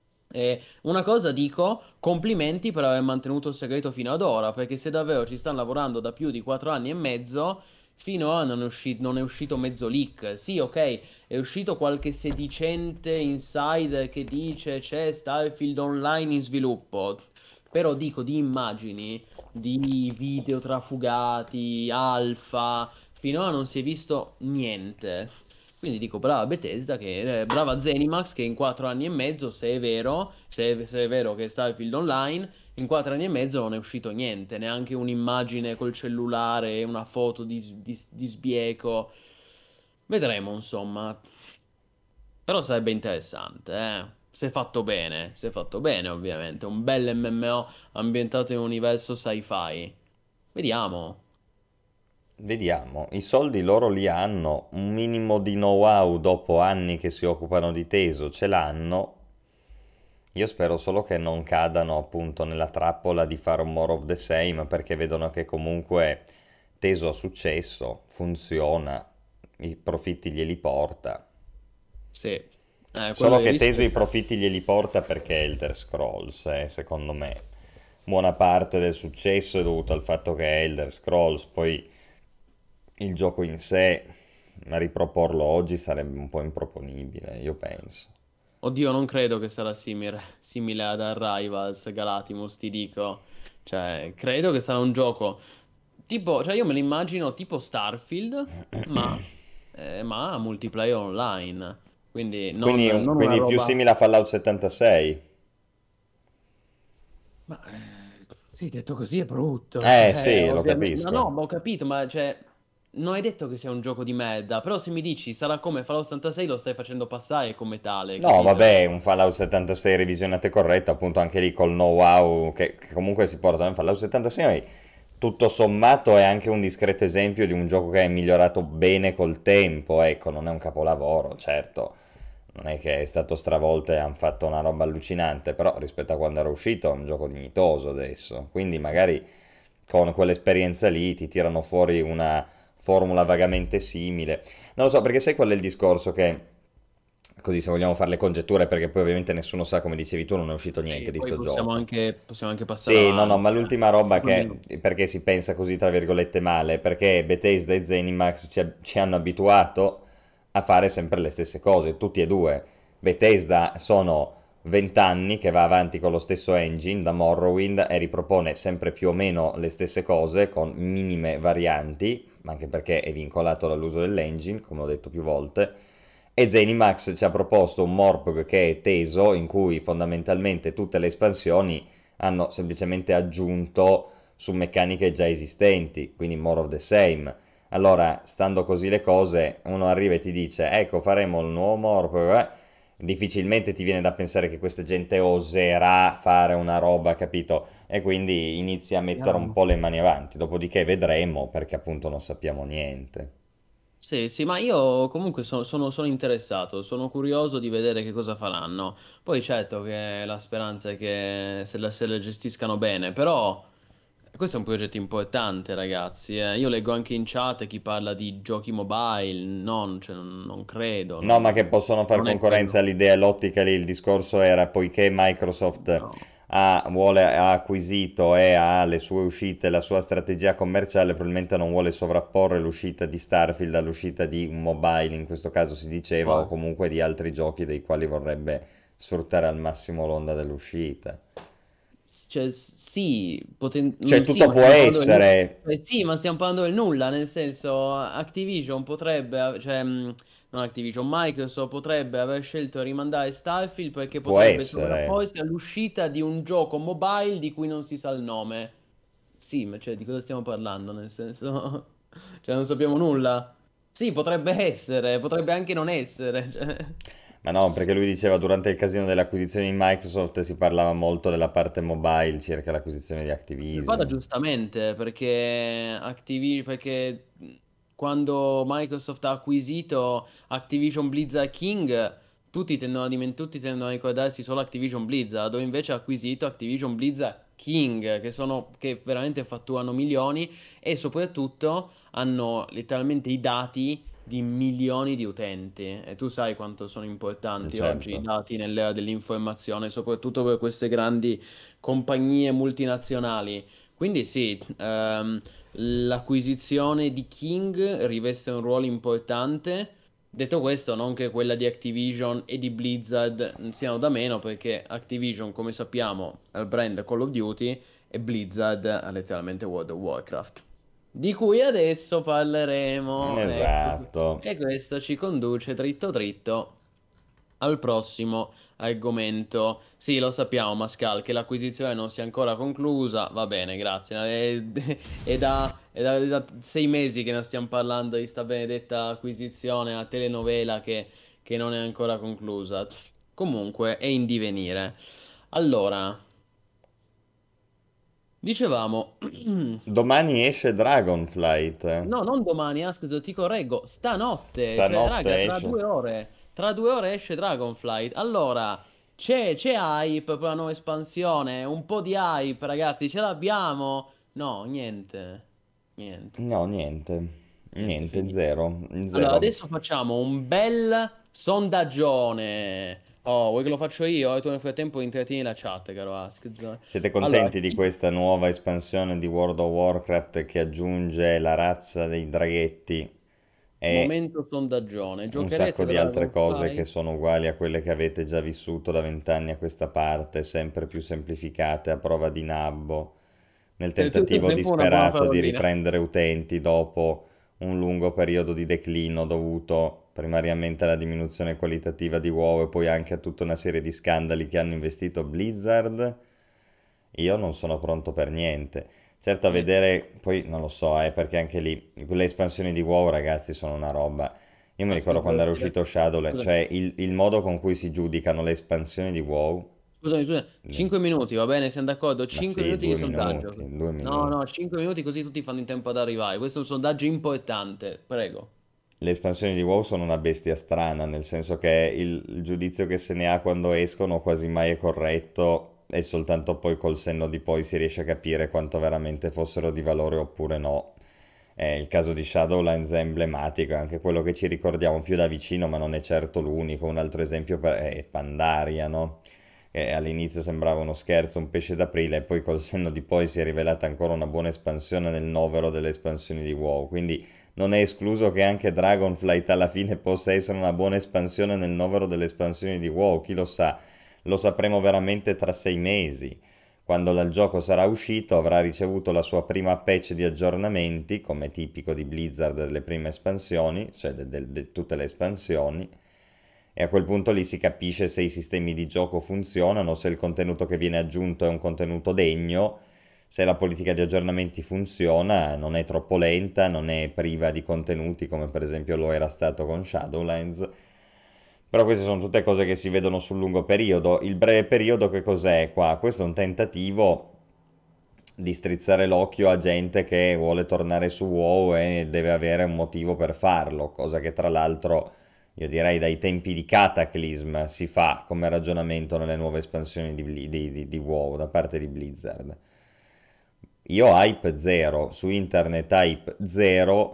E una cosa dico, complimenti per aver mantenuto il segreto fino ad ora, perché se davvero ci stanno lavorando da più di quattro anni e mezzo, finora non è usci- non è uscito mezzo leak. Sì, ok, è uscito qualche sedicente insider che dice c'è Starfield Online in sviluppo, però dico di immagini, di video trafugati, alfa, finora non si è visto niente. Quindi dico brava Bethesda, che, eh, brava Zenimax che in quattro anni e mezzo, se è vero, se è, se è vero che è Starfield Online, in quattro anni e mezzo non è uscito niente, neanche un'immagine col cellulare, una foto di, di, di sbieco. Vedremo, insomma. Però sarebbe interessante, eh. Se fatto bene, se fatto bene, ovviamente. Un bel M M O ambientato in un universo sci-fi. Vediamo. vediamo, i soldi loro li hanno, un minimo di know-how dopo anni che si occupano di Teso ce l'hanno. Io spero solo che non cadano appunto nella trappola di fare un more of the same, perché vedono che comunque Teso ha successo, funziona, i profitti glieli porta. Sì. Eh, quello Solo è il che rischio. Teso i profitti glieli porta perché è Elder Scrolls, eh, secondo me. Buona parte del successo è dovuto al fatto che è Elder Scrolls, poi il gioco in sé, riproporlo oggi sarebbe un po' improponibile, io penso. Oddio, non credo che sarà simile, simile ad Arrivals, Galatimus, ti dico. Cioè, credo che sarà un gioco tipo, cioè io me lo immagino tipo Starfield, ma, eh, ma multiplayer online. Quindi non, Quindi, un- non una quindi più roba. simile a Fallout settantasei. Ma eh, sì, detto così è brutto. Eh Cioè, sì, lo ovviamente. No, no, capisco. ma ho capito, ma cioè. Non è detto che sia un gioco di merda, però se mi dici sarà come Fallout settantasei lo stai facendo passare come tale, No, capito? vabbè, un Fallout settantasei revisionato e corretto, appunto anche lì col know-how che, che comunque si porta in Fallout settantasei, tutto sommato è anche un discreto esempio di un gioco che è migliorato bene col tempo, ecco, non è un capolavoro, certo, non è che è stato stravolto e hanno fatto una roba allucinante, però rispetto a quando era uscito è un gioco dignitoso adesso, quindi magari con quell'esperienza lì ti tirano fuori una formula vagamente simile. Non lo so, perché sai qual è il discorso che, così se vogliamo fare le congetture, perché poi ovviamente nessuno sa, come dicevi tu, non è uscito niente E di poi sto possiamo gioco. anche, possiamo anche passare Sì, no, no, avanti. ma l'ultima roba Cinque che, minuti. perché si pensa così, tra virgolette, male, perché Bethesda e Zenimax ci, ci hanno abituato a fare sempre le stesse cose, tutti e due. Bethesda sono venti anni che va avanti con lo stesso engine da Morrowind e ripropone sempre più o meno le stesse cose con minime varianti, anche perché è vincolato dall'uso dell'engine, come ho detto più volte. E Zenimax ci ha proposto un Morpg che è teso, in cui fondamentalmente tutte le espansioni hanno semplicemente aggiunto su meccaniche già esistenti, quindi more of the same. Allora, stando così le cose, uno arriva e ti dice, ecco, faremo il nuovo Morpg, eh? Difficilmente ti viene da pensare che questa gente oserà fare una roba, capito? E quindi inizia a mettere un Vediamo. po' le mani avanti, dopodiché vedremo, perché appunto non sappiamo niente. Sì, sì, ma io comunque sono, sono- sono interessato, sono curioso di vedere che cosa faranno. Poi certo che la speranza è che se la, se la gestiscano bene, però questo è un progetto importante, ragazzi. eh. Io leggo anche in chat chi parla di giochi mobile, non, cioè, non, non credo, No, ma che non, possono fare non è concorrenza quello. all'idea, l'ottica lì, il discorso era poiché Microsoft No. ha, vuole, ha acquisito e ha le sue uscite, la sua strategia commerciale, probabilmente non vuole sovrapporre l'uscita di Starfield all'uscita di un mobile, in questo caso si diceva, o Guarda. comunque di altri giochi dei quali vorrebbe sfruttare al massimo l'onda dell'uscita. Cioè, sì, poten- Cioè, mm, sì, tutto ma può stiamo parlando del nu- essere, eh, sì, ma stiamo parlando del nulla, nel senso, Activision potrebbe, ave- cioè, mm, non Activision, Microsoft potrebbe aver scelto di rimandare Starfield perché può potrebbe essere. sovrapporsi all'uscita di un gioco mobile di cui non si sa il nome. Sì, ma cioè, di cosa stiamo parlando, nel senso, cioè, non sappiamo nulla. Sì, potrebbe essere, potrebbe anche non essere, cioè. Ma no, perché lui diceva durante il casino delle acquisizioni di Microsoft si parlava molto della parte mobile circa l'acquisizione di Ne parla Activision. giustamente perché Activi- perché mh, quando Microsoft ha acquisito Activision Blizzard King, tutti tendono a, dimen- tutti tendono a ricordarsi solo Activision Blizzard, dove invece ha acquisito Activision Blizzard King, che sono, che veramente fatturano milioni e soprattutto hanno letteralmente i dati di milioni di utenti. E tu sai quanto sono importanti oggi i Certo. dati nell'era dell'informazione, soprattutto per queste grandi compagnie multinazionali. Quindi sì, ehm, l'acquisizione di King riveste un ruolo importante. Detto questo, non che quella di Activision e di Blizzard siano da meno, perché Activision, come sappiamo, è il brand Call of Duty e Blizzard è letteralmente World of Warcraft, di cui adesso parleremo. Ecco. Esatto. E questo ci conduce dritto dritto al prossimo argomento. Sì, lo sappiamo, Mascal, che l'acquisizione non sia ancora conclusa. Va bene, grazie. È, è da, è da- è da sei mesi che ne stiamo parlando di sta benedetta acquisizione a telenovela che, che non è ancora conclusa. Comunque, è in divenire. Allora, dicevamo... Domani esce Dragonflight. No, non domani, Askzo, ti correggo, stanotte, cioè, Stanotte raga, tra esce. due ore, tra due ore esce Dragonflight. Allora, c'è, c'è hype per la nuova espansione, un po' di hype, ragazzi, ce l'abbiamo? No, niente, niente, No, niente. niente, Niente, finito. zero. Allora, Zero. adesso facciamo un bel sondaggione. Oh, vuoi che lo faccio io? E tu nel frattempo intrattieni la chat, caro Askzo. Siete Allora, contenti di chi... questa nuova espansione di World of Warcraft che aggiunge la razza dei draghetti e Momento sondaggione. un sacco Giocherete di altre cose che Dragonflight? sono uguali a quelle che avete già vissuto da vent'anni a questa parte, sempre più semplificate a prova di nabbo, nel Cioè, tutto il tentativo tempo una buona disperato di parolina. riprendere utenti dopo un lungo periodo di declino dovuto primariamente alla diminuzione qualitativa di WoW e poi anche a tutta una serie di scandali che hanno investito Blizzard. Io non sono pronto per niente. Certo, a Ecco, vedere, poi non lo so, eh, perché anche lì le espansioni di WoW, ragazzi, sono una roba. Io mi ha ricordo scritto... quando era uscito Shadowlands, Scusami, cioè il, il modo con cui si giudicano le espansioni di WoW. scusami, scusami. mm, cinque minuti, va bene, siamo d'accordo? Ma cinque sì, minuti di due minuti, sondaggio. due No, minuti. no, cinque minuti così tutti fanno in tempo ad arrivare. Questo è un sondaggio importante, prego. le espansioni di WoW sono una bestia strana, nel senso che il, il giudizio che se ne ha quando escono quasi mai è corretto e soltanto poi col senno di poi si riesce a capire quanto veramente fossero di valore oppure no. Eh, il caso di Shadowlands è emblematico, è anche quello che ci ricordiamo più da vicino, ma non è certo l'unico. Un altro esempio per- è Pandaria, no? Che all'inizio sembrava uno scherzo, un pesce d'aprile, e poi col senno di poi si è rivelata ancora una buona espansione nel novero delle espansioni di WoW. Quindi non è escluso che anche Dragonflight alla fine possa essere una buona espansione nel novero delle espansioni di WoW, chi lo sa, lo sapremo veramente tra sei mesi. Quando il gioco sarà uscito avrà ricevuto la sua prima patch di aggiornamenti, come tipico di Blizzard delle prime espansioni, cioè di tutte le espansioni, e a quel punto lì si capisce se i sistemi di gioco funzionano, se il contenuto che viene aggiunto è un contenuto degno, se la politica di aggiornamenti funziona, non è troppo lenta, non è priva di contenuti come per esempio lo era stato con Shadowlands. Però queste sono tutte cose che si vedono sul lungo periodo. Il breve periodo che cos'è qua? Questo è un tentativo di strizzare l'occhio a gente che vuole tornare su WoW e deve avere un motivo per farlo, cosa che tra l'altro io direi dai tempi di Cataclysm si fa come ragionamento nelle nuove espansioni di, Bli- di- di- di WoW da parte di Blizzard. Io hype zero, su internet hype zero,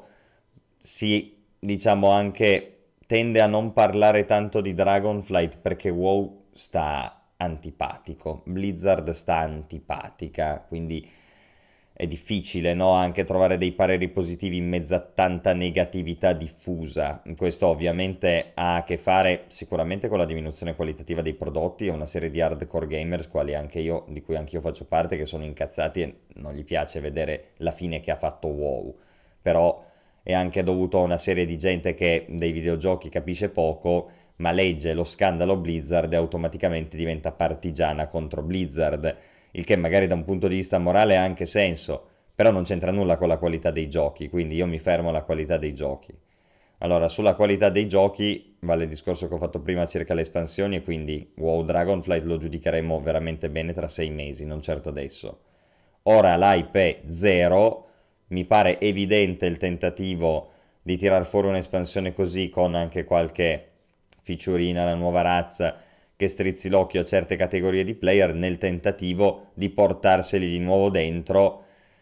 si diciamo anche tende a non parlare tanto di Dragonflight perché WoW sta antipatico, Blizzard sta antipatica, quindi è difficile, no? Anche trovare dei pareri positivi in mezzo a tanta negatività diffusa. Questo ovviamente ha a che fare sicuramente con la diminuzione qualitativa dei prodotti e una serie di hardcore gamers, quali anche io, di cui anche io faccio parte, che sono incazzati e non gli piace vedere la fine che ha fatto WoW. Però è anche dovuto a una serie di gente che dei videogiochi capisce poco, ma legge lo scandalo Blizzard e automaticamente diventa partigiana contro Blizzard, il che magari da un punto di vista morale ha anche senso, però non c'entra nulla con la qualità dei giochi, quindi io mi fermo alla qualità dei giochi. Allora, sulla qualità dei giochi vale il discorso che ho fatto prima circa le espansioni, e quindi WoW Dragonflight lo giudicheremo veramente bene tra sei mesi, non certo adesso. Ora l'hype è zero, mi pare evidente il tentativo di tirar fuori un'espansione così con anche qualche featurina, la nuova razza, che strizzi l'occhio a certe categorie di player nel tentativo di portarseli di nuovo dentro,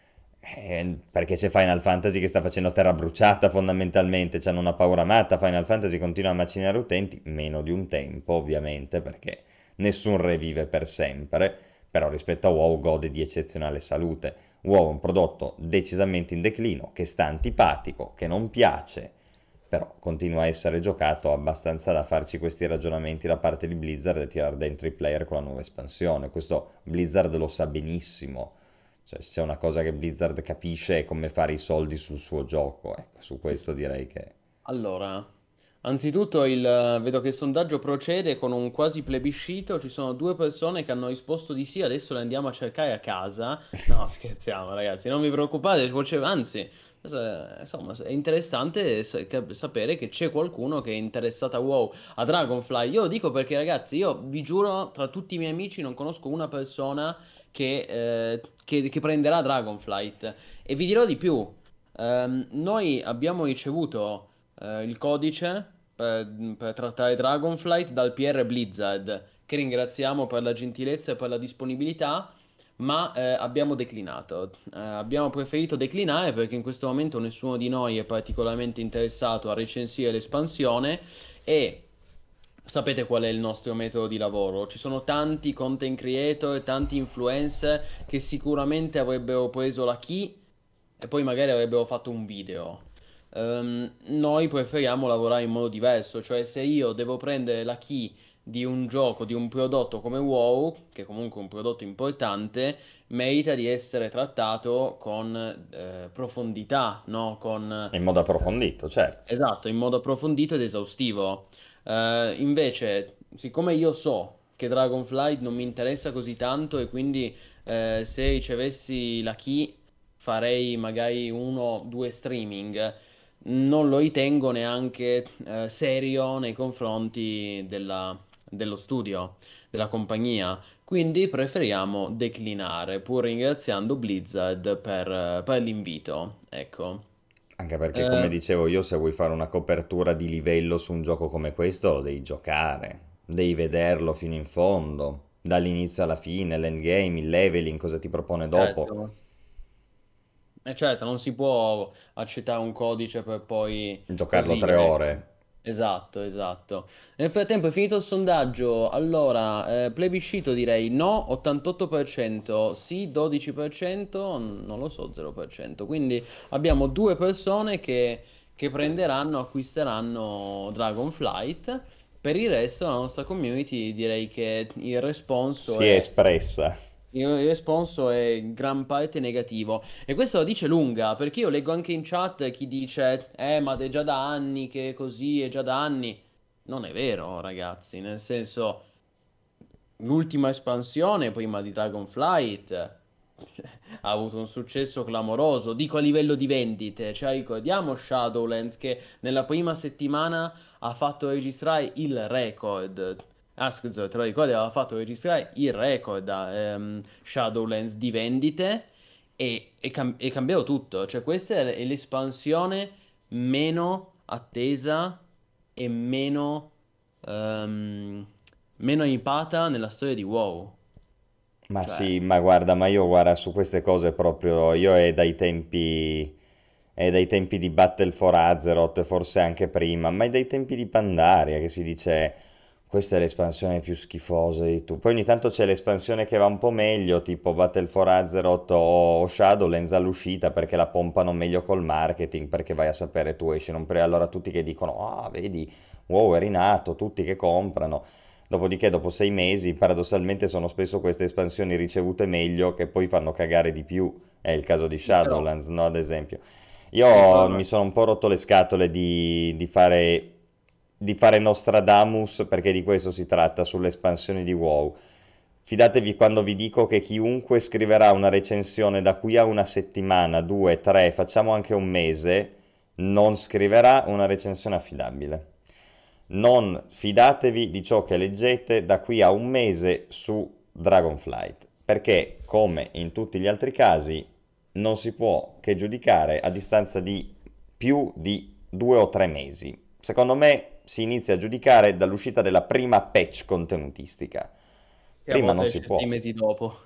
eh, perché c'è Final Fantasy che sta facendo terra bruciata fondamentalmente, c'hanno una paura matta, Final Fantasy continua a macinare utenti, meno di un tempo ovviamente, perché nessun revive per sempre, però rispetto a WoW gode di eccezionale salute. WoW è un prodotto decisamente in declino, che sta antipatico, che non piace, però continua a essere giocato abbastanza da farci questi ragionamenti da parte di Blizzard e tirare dentro i player con la nuova espansione. Questo Blizzard lo sa benissimo, cioè se c'è una cosa che Blizzard capisce è come fare i soldi sul suo gioco, ecco, su questo direi che... Allora, anzitutto il, vedo che il sondaggio procede con un quasi plebiscito, ci sono due persone che hanno risposto di sì, adesso le andiamo a cercare a casa. No, scherziamo ragazzi, non vi preoccupate, voce- anzi, eh, insomma, è interessante sa- cap- sapere che c'è qualcuno che è interessato a WoW, a Dragonfly. Io lo dico perché ragazzi, io vi giuro, tra tutti i miei amici non conosco una persona che, eh, che che prenderà Dragonflight. E vi dirò di più, ehm, noi abbiamo ricevuto eh, il codice per, per trattare Dragonflight dal P R Blizzard, che ringraziamo per la gentilezza e per la disponibilità, ma eh, abbiamo declinato. Eh, abbiamo preferito declinare perché in questo momento nessuno di noi è particolarmente interessato a recensire l'espansione e sapete qual è il nostro metodo di lavoro? Ci sono tanti content creator, tanti influencer che sicuramente avrebbero preso la key e poi magari avrebbero fatto un video. Ehm, noi preferiamo lavorare in modo diverso, cioè se io devo prendere la key di un gioco, di un prodotto come WoW, che è comunque un prodotto importante, merita di essere trattato con eh, profondità, no? Con, In modo eh, approfondito, certo. esatto, in modo approfondito ed esaustivo. Eh, invece, siccome io so che Dragonflight non mi interessa così tanto e quindi eh, se ricevessi la key farei magari uno o due streaming, non lo ritengo neanche eh, serio nei confronti della- dello studio, della compagnia. Quindi preferiamo declinare, pur ringraziando Blizzard per, per l'invito. Ecco. Anche perché, come Eh, dicevo io, se vuoi fare una copertura di livello su un gioco come questo, lo devi giocare, devi vederlo fino in fondo, dall'inizio alla fine, l'endgame, il leveling, cosa ti propone dopo. certo. Eh, certo, non si può accettare un codice per poi Giocarlo così, tre ecco. ore. Esatto, esatto. Nel frattempo è finito il sondaggio. Allora, eh, plebiscito direi no, ottantotto per cento, sì, dodici per cento, non lo so, zero per cento. Quindi abbiamo due persone che, che prenderanno, acquisteranno Dragonflight. Per il resto, la nostra community direi che il responso Si è è espressa. il il responso è in gran parte negativo e questo lo dice lunga perché io leggo anche in chat chi dice eh ma è già da anni che è così, è già da anni. Non è vero ragazzi, nel senso l'ultima espansione prima di Dragonflight ha avuto un successo clamoroso, dico a livello di vendite, cioè ricordiamo Shadowlands che nella prima settimana ha fatto registrare il record. Ah, scusa, te lo ricordi? Aveva fatto registrare il record a ehm, Shadowlands di vendite e, e, cam- e cambiò tutto. Cioè, questa è è l'espansione meno attesa e meno, ehm, meno hypata nella storia di WoW. Ma Cioè, sì, ma guarda, ma io guarda su queste cose proprio, io è dai tempi, è dai tempi di Battle for Azeroth, forse anche prima, ma è dai tempi di Pandaria che si dice questa è l'espansione più schifosa di tu. Poi ogni tanto c'è l'espansione che va un po' meglio, tipo Battle for Azeroth o Shadowlands all'uscita perché la pompano meglio col marketing, perché vai a sapere tu esci, non pre- allora tutti che dicono, ah, vedi, wow, è rinato, tutti che comprano. Dopodiché, dopo sei mesi, paradossalmente sono spesso queste espansioni ricevute meglio che poi fanno cagare di più. È il caso di però, Shadowlands, no? Ad esempio. sì, Io però mi sono un po' rotto le scatole di, di fare, di fare Nostradamus, perché di questo si tratta sulle espansioni di WoW. Fidatevi quando vi dico che chiunque scriverà una recensione da qui a una settimana, due, tre, facciamo anche un mese, non scriverà una recensione affidabile. Non fidatevi di ciò che leggete da qui a un mese su Dragonflight, perché come in tutti gli altri casi non si può che giudicare a distanza di più di due o tre mesi. Secondo me si inizia a giudicare dall'uscita della prima patch contenutistica. che a Prima non volte si esce sei può. mesi dopo.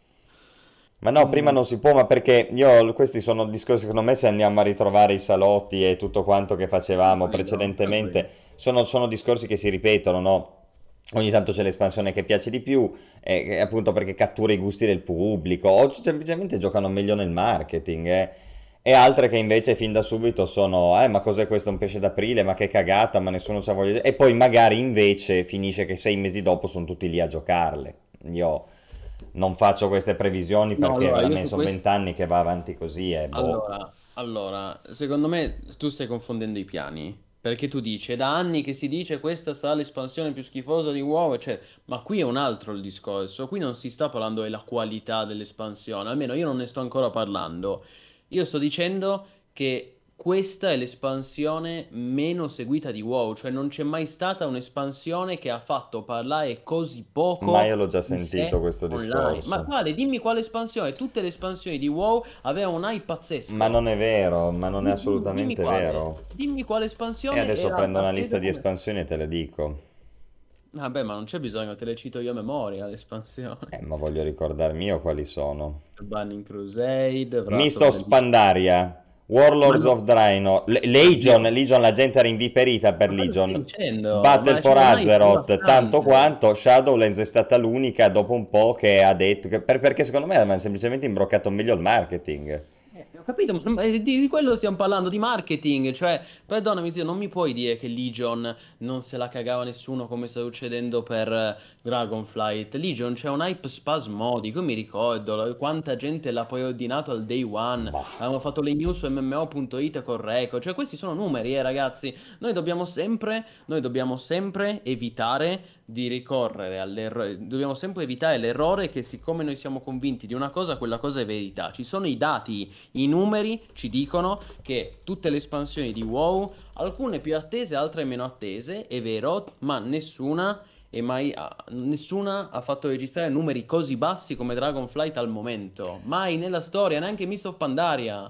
Ma no, prima Mm, non si può, ma perché io, questi sono discorsi, secondo me, se andiamo a ritrovare i salotti e tutto quanto che facevamo quello, quello. precedentemente, sono, sono discorsi che si ripetono, no? Ogni tanto c'è l'espansione che piace di più, e, e appunto perché cattura i gusti del pubblico, o semplicemente giocano meglio nel marketing, eh. E altre che invece fin da subito sono, eh, ma cos'è questo, un pesce d'aprile, ma che cagata, ma nessuno sa voglia di... E poi magari invece finisce che sei mesi dopo sono tutti lì a giocarle. Io non faccio queste previsioni No, perché allora io veramente su sono questo. vent'anni che va avanti così e boh. Allora, allora, secondo me tu stai confondendo i piani. Perché tu dici, è da anni che si dice questa sarà l'espansione più schifosa di WoW, cioè, ma qui è un altro il discorso. Qui non si sta parlando della qualità dell'espansione, almeno io non ne sto ancora parlando. Io sto dicendo che questa è l'espansione meno seguita di WoW, cioè non c'è mai stata un'espansione che ha fatto parlare così Ma io poco l'ho già di sentito sé questo online. Ma discorso. quale? Dimmi quale espansione. Tutte le espansioni di WoW avevano un hype Ma pazzesco. non è vero, ma non è Di- Dimmi, dimmi assolutamente quale. vero. Dimmi quale E espansione adesso era prendo una lista attesa di come. espansioni e te le dico. Vabbè, ma non c'è bisogno, te le cito io a memoria, le espansioni. Eh, ma voglio ricordarmi io quali sono. Burning Crusade, Wrath Mist of of the Lich. Pandaria, Ma Warlords no, of Draenor, Le- oddio, Legion, Legion, la gente era inviperita per ma cosa stai Legion. dicendo? Battle Ma c'è for un hype Azeroth, tanto devastante. quanto Shadowlands è stata l'unica dopo un po' che ha detto che per- perché secondo me hanno semplicemente imbroccato meglio il marketing. Eh, ho capito, ma ma di, di quello stiamo parlando, di marketing, cioè, perdonami zio, non mi puoi dire che Legion non se la cagava nessuno come sta succedendo per eh, Dragonflight. Legion c'è un hype spasmodico, io mi ricordo la- quanta gente l'ha poi ordinato al day one, Bah. avevamo fatto le news su M M O punto it con Reco, cioè questi sono numeri, eh ragazzi, noi dobbiamo sempre, noi dobbiamo sempre evitare di ricorrere all'errore, dobbiamo sempre evitare l'errore che siccome noi siamo convinti di una cosa, quella cosa è verità, ci sono i dati. I numeri ci dicono che tutte le espansioni di WoW, alcune più attese, altre meno attese, è vero, ma nessuna è mai, ha- nessuna ha fatto registrare numeri così bassi come Dragonflight al momento. Mai nella storia, neanche Mist of Pandaria.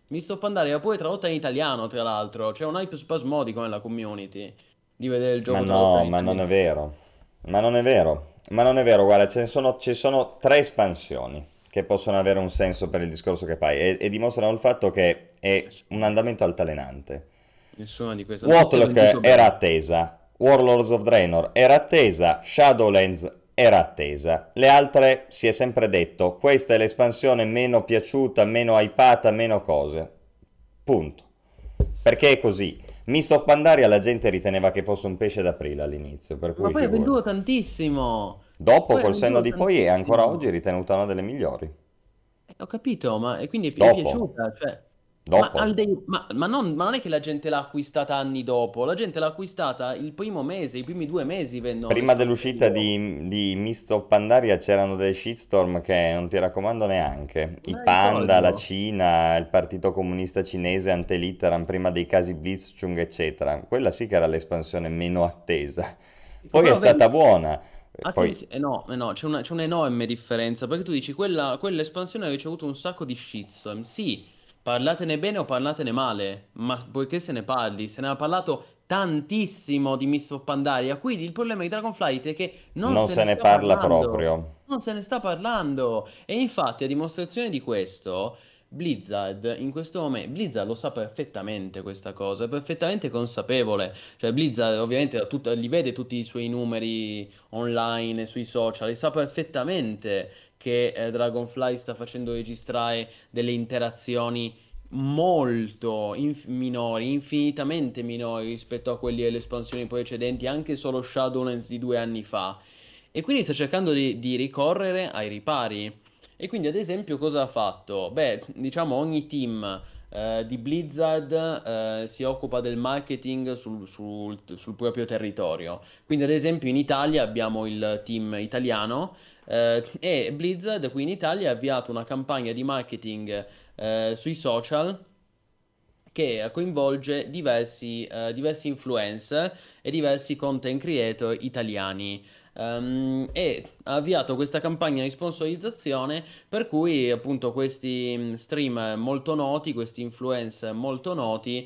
Mists of Pandaria poi tradotta in italiano, tra l'altro. C'è un hype spasmodico nella community di vedere il Ma gioco tradotto no, in ma non è italiano. vero. Ma non è vero. Ma non è vero, guarda, ce ne sono, ci sono tre espansioni che possono avere un senso per il discorso che fai e, e dimostrano il fatto che è un andamento altalenante. Nessuna di queste. Tutte Warlock vendute era bene. attesa, Warlords of Draenor era attesa, Shadowlands era attesa. Le altre si è sempre detto, questa è l'espansione meno piaciuta, meno hypata, meno cose. Punto. Perché è così. Mist of Pandaria la gente riteneva che fosse un pesce d'aprile all'inizio, per Ma cui poi ha figura. venduto tantissimo. Dopo, Poi ha col senno venduto di poi, è ancora oggi tantissimo. ritenuta una delle migliori. Eh, Ho capito, ma e quindi è, pi- è Dopo, piaciuta, cioè, ma, dopo. al dei- ma- ma non, ma non è che la gente l'ha acquistata anni dopo, la gente l'ha acquistata il primo mese, i primi due mesi vendono Prima l'espansione di dell'uscita WoW. di, di Mist of Pandaria c'erano dei shitstorm che non ti raccomando neanche. Me I la panda, la ricordo. Cina, il Partito Comunista Cinese ante litteram prima dei casi Blitzchung, eccetera. Quella sì che era l'espansione meno attesa. Ecco, Poi è però vedi, stata buona. Poi attenzione, eh no, eh no, c'è una- c'è un'enorme differenza, perché tu dici, quella, quell'espansione ha ricevuto un sacco di shitstorm, sì, parlatene bene o parlatene male, ma poiché se ne parli, se ne ha parlato tantissimo di Mist of Pandaria, quindi il problema di Dragonflight è che non non se se ne ne sta parla parlando, proprio. non se ne sta parlando, e infatti a dimostrazione di questo, Blizzard in questo momento, Blizzard lo sa perfettamente questa cosa, è perfettamente consapevole, cioè Blizzard ovviamente ha tut- li vede tutti i suoi numeri online, sui social, e sa perfettamente che eh, Dragonfly sta facendo registrare delle interazioni molto inf- minori, infinitamente minori rispetto a quelli delle espansioni precedenti, anche solo Shadowlands di due anni fa. E quindi sta cercando di, di ricorrere ai ripari. E quindi, ad esempio, cosa ha fatto? Beh, diciamo, ogni team eh, di Blizzard eh, si occupa del marketing sul, sul- sul proprio territorio. Quindi, ad esempio, in Italia abbiamo il team italiano eh, e Blizzard qui in Italia ha avviato una campagna di marketing eh, sui social che coinvolge diversi, eh, diversi influencer e diversi content creator italiani. Ehm, e ha avviato questa campagna di sponsorizzazione per cui appunto questi mh, streamer molto noti, questi influencer molto noti,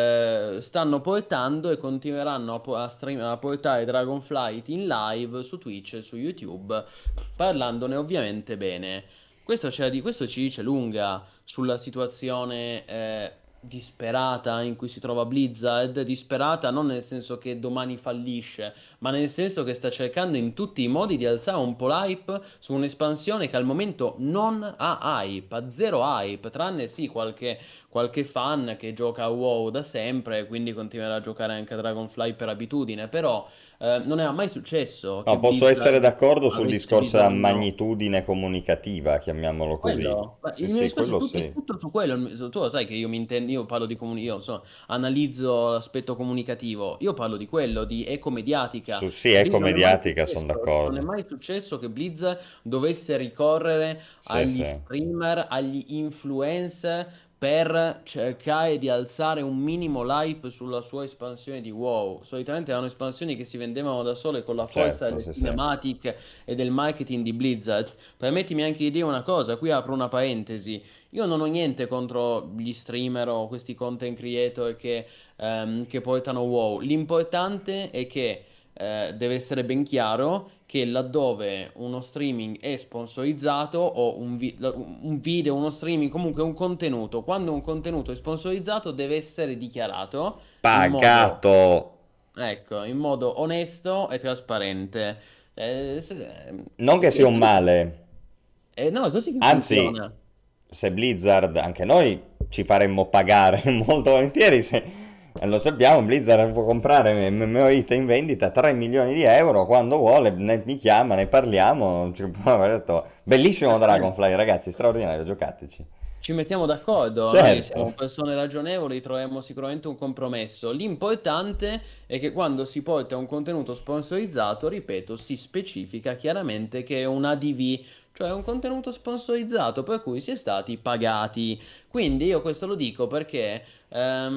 eh, stanno portando e continueranno a, po- a stream- a portare Dragonflight in live su Twitch e su YouTube, parlandone ovviamente bene. Questo, c'è di, questo ci dice lunga sulla situazione eh, disperata in cui si trova Blizzard, disperata non nel senso che domani fallisce, ma nel senso che sta cercando in tutti i modi di alzare un po' l'hype su un'espansione che al momento non ha hype, ha zero hype, tranne sì qualche, qualche fan che gioca a WoW da sempre e quindi continuerà a giocare anche a Dragonfly per abitudine, però eh, non è mai successo che No, posso essere Blizzard d'accordo sul avesse discorso della bisogno. magnitudine comunicativa, chiamiamolo così. Quello, ma Sì, il mio sì, discorso è quello tutto, è sì. tutto su quello. il- Tu lo sai che io mi intendo, io parlo di comunicazione, io insomma, analizzo l'aspetto comunicativo. Io parlo di quello, di eco mediatica. Su, sì, Quindi non è mai ecomediatica, sono successo, non è d'accordo. mai successo che Blizzard dovesse ricorrere Sì, agli sì. streamer, agli influencer per cercare di alzare un minimo l'hype sulla sua espansione di WoW. Solitamente erano espansioni che si vendevano da sole con la forza Certo, delle sì, sì. cinematiche e del marketing di Blizzard. Permettimi anche di dire una cosa, qui apro una parentesi. Io non ho niente contro gli streamer o questi content creator che, ehm, che portano WoW. L'importante è che eh, deve essere ben chiaro che laddove uno streaming è sponsorizzato o un, vi- un video, uno streaming, comunque un contenuto, quando un contenuto è sponsorizzato deve essere dichiarato in modo, Pagato! ecco, in modo onesto e trasparente. Eh, se- Non che e- sia e un così- male, eh, no, è così che anzi, funziona. se Blizzard, anche noi ci faremmo pagare molto volentieri, se lo sappiamo, Blizzard può comprare M M O I T in vendita tre milioni di euro quando vuole, ne, mi chiama, ne parliamo, ci può aver detto, bellissimo Certamente. Dragonfly, ragazzi, straordinario, giocateci. Ci mettiamo d'accordo, noi Certo. siamo persone ragionevoli, troviamo sicuramente un compromesso. L'importante è che quando si porta un contenuto sponsorizzato, ripeto, si specifica chiaramente che è un A D V, cioè un contenuto sponsorizzato per cui si è stati pagati. Quindi io questo lo dico perché ehm,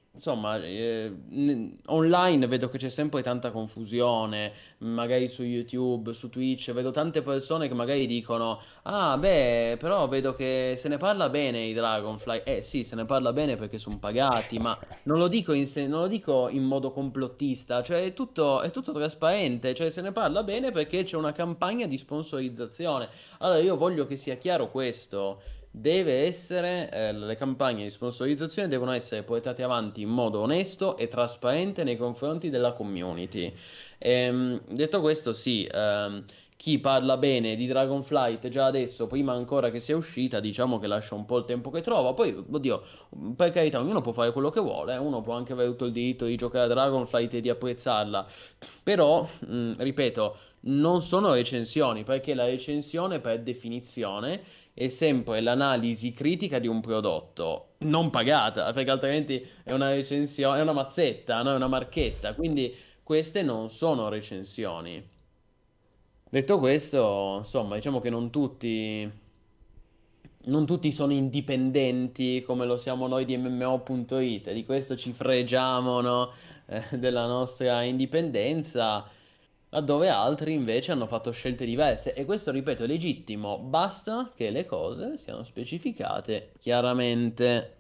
insomma, eh, n- online vedo che c'è sempre tanta confusione, magari su YouTube, su Twitch, vedo tante persone che magari dicono, ah, beh, però vedo che se ne parla bene i Dragonfly. Eh sì, se ne parla bene perché sono pagati, ma non lo dico in, se- non lo dico in modo complottista, cioè è tutto, è tutto trasparente, cioè se ne parla bene perché c'è una campagna di sponsorizzazione. Allora io voglio che sia chiaro questo. Deve essere, eh, le campagne di sponsorizzazione devono essere portate avanti in modo onesto e trasparente nei confronti della community. Ehm, detto questo, sì, ehm, chi parla bene di Dragonflight già adesso, prima ancora che sia uscita, diciamo che lascia un po' il tempo che trova. Poi, oddio, per carità, ognuno può fare quello che vuole, eh, uno può anche avere tutto il diritto di giocare a Dragonflight e di apprezzarla. Però, mh, ripeto, non sono recensioni, perché la recensione per definizione è sempre l'analisi critica di un prodotto, non pagata, perché altrimenti è una recensione, è una mazzetta, no? È una marchetta, quindi queste non sono recensioni. Detto questo, insomma, diciamo che non tutti, non tutti sono indipendenti come lo siamo noi di M M O punto it, di questo ci fregiamo, no? Eh, della nostra indipendenza, laddove altri invece hanno fatto scelte diverse. E questo, ripeto, è legittimo, basta che le cose siano specificate chiaramente.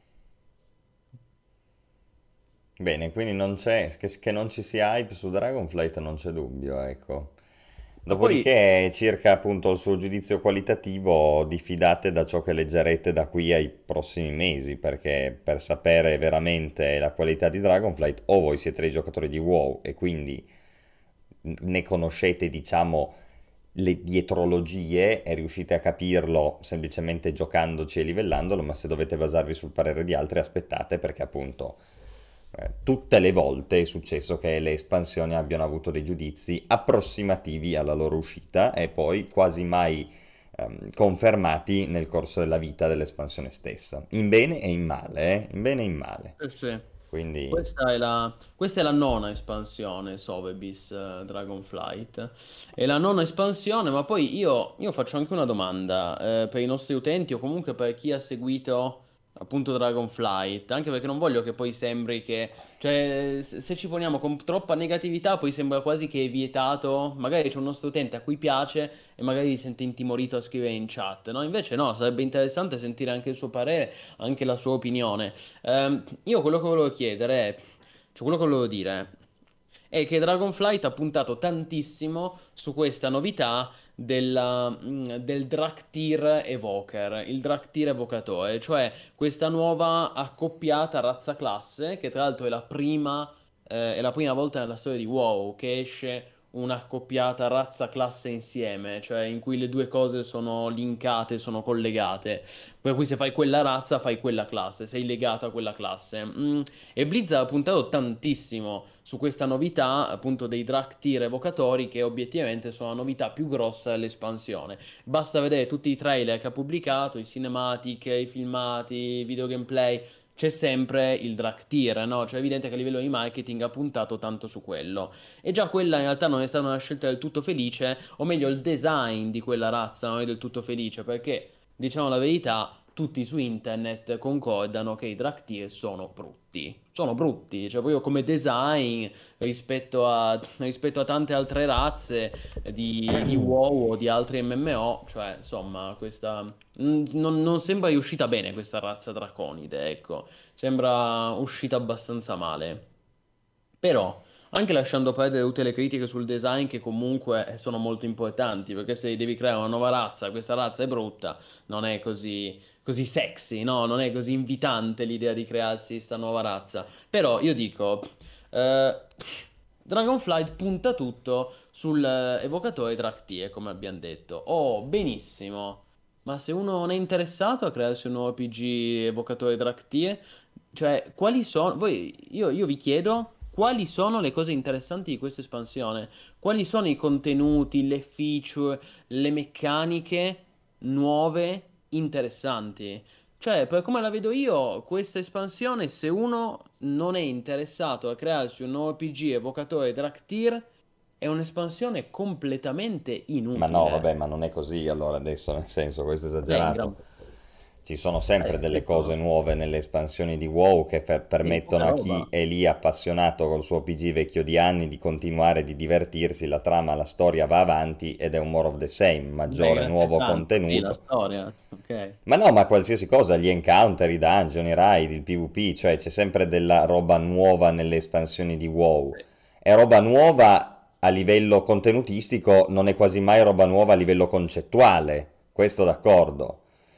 Bene, quindi non c'è, che, che non ci sia hype su Dragonflight non c'è dubbio, ecco. Ma poi, Dopodiché, circa appunto il suo giudizio qualitativo, diffidate da ciò che leggerete da qui ai prossimi mesi, perché per sapere veramente la qualità di Dragonflight, o voi siete dei giocatori di WoW e quindi ne conoscete, diciamo, le dietrologie e riuscite a capirlo semplicemente giocandoci e livellandolo, ma se dovete basarvi sul parere di altri, aspettate perché appunto eh, tutte le volte è successo che le espansioni abbiano avuto dei giudizi approssimativi alla loro uscita e poi quasi mai ehm, confermati nel corso della vita dell'espansione stessa, in bene e in male, eh? In bene e in male. eh sì, Quindi questa è la, questa è la nona espansione Sobebiss eh, Dragonflight. È la nona espansione, ma poi io, io faccio anche una domanda eh, per i nostri utenti o comunque per chi ha seguito appunto Dragonflight, anche perché non voglio che poi sembri che, cioè, se se ci poniamo con troppa negatività, poi sembra quasi che è vietato. Magari c'è un nostro utente a cui piace e magari si sente intimorito a scrivere in chat, no? Invece no, sarebbe interessante sentire anche il suo parere, anche la sua opinione. Ehm, io quello che volevo chiedere è, cioè quello che volevo dire è che Dragonflight ha puntato tantissimo su questa novità della- mh, del Draktyr Evoker, il Draktyr Evocatore, cioè questa nuova accoppiata razza classe, che tra l'altro è la prima, eh, è la prima volta nella storia di WoW che esce un'accoppiata razza classe insieme, cioè in cui le due cose sono linkate, sono collegate. Per cui se fai quella razza, fai quella classe, sei legato a quella classe. Mm, e Blizzard ha puntato tantissimo su questa novità, appunto, dei Draktyr evocatori, che obiettivamente sono la novità più grossa dell'espansione. Basta vedere tutti i trailer che ha pubblicato, i cinematic, i filmati, i video gameplay. C'è sempre il Draktyr, no? Cioè è evidente che a livello di marketing ha puntato tanto su quello. E già quella in realtà non è stata una scelta del tutto felice, o meglio, il design di quella razza non è del tutto felice, perché, diciamo la verità, tutti su internet concordano che i Draktyr sono brutti. Sono brutti, cioè proprio come design rispetto a, rispetto a tante altre razze di, di WoW o di altri M M O, cioè insomma questa mm, non, non sembra riuscita bene questa razza draconide, ecco, sembra uscita abbastanza male. Però, anche lasciando perdere tutte le critiche sul design che comunque eh, sono molto importanti, perché se devi creare una nuova razza, questa razza è brutta, non è così, così sexy, no? Non è così invitante l'idea di crearsi questa nuova razza. Però io dico, eh, Dragonflight punta tutto sul eh, evocatore Draktyr, come abbiamo detto. Oh, benissimo. Ma se uno non è interessato a crearsi un nuovo R P G evocatore Draktyr, cioè, quali sono... Voi, io, io vi chiedo quali sono le cose interessanti di questa espansione? Quali sono i contenuti, le feature, le meccaniche nuove, interessanti? Cioè, per come la vedo io, questa espansione, se uno non è interessato a crearsi un nuovo R P G evocatore Draktyr, è un'espansione completamente ma no, vabbè, inutile. ma non è così allora adesso, nel senso, questo è Vabbè, in esagerato. gran parte. Ci sono sempre Eh, delle cose questo... nuove nelle espansioni di WoW che fer- Sì, permettono poca a chi roba. è lì appassionato col suo P G vecchio di anni di continuare, di divertirsi, la trama, la storia va avanti ed è un more of the same, Beh, maggiore, grazie nuovo tanto. Sì, la contenuto. storia. Ok. Ma no, ma qualsiasi cosa, gli encounter, i dungeon, i raid, il PvP, cioè c'è sempre della roba nuova nelle espansioni di WoW. Sì. È roba nuova a livello contenutistico, non è quasi mai roba nuova a livello concettuale, questo d'accordo.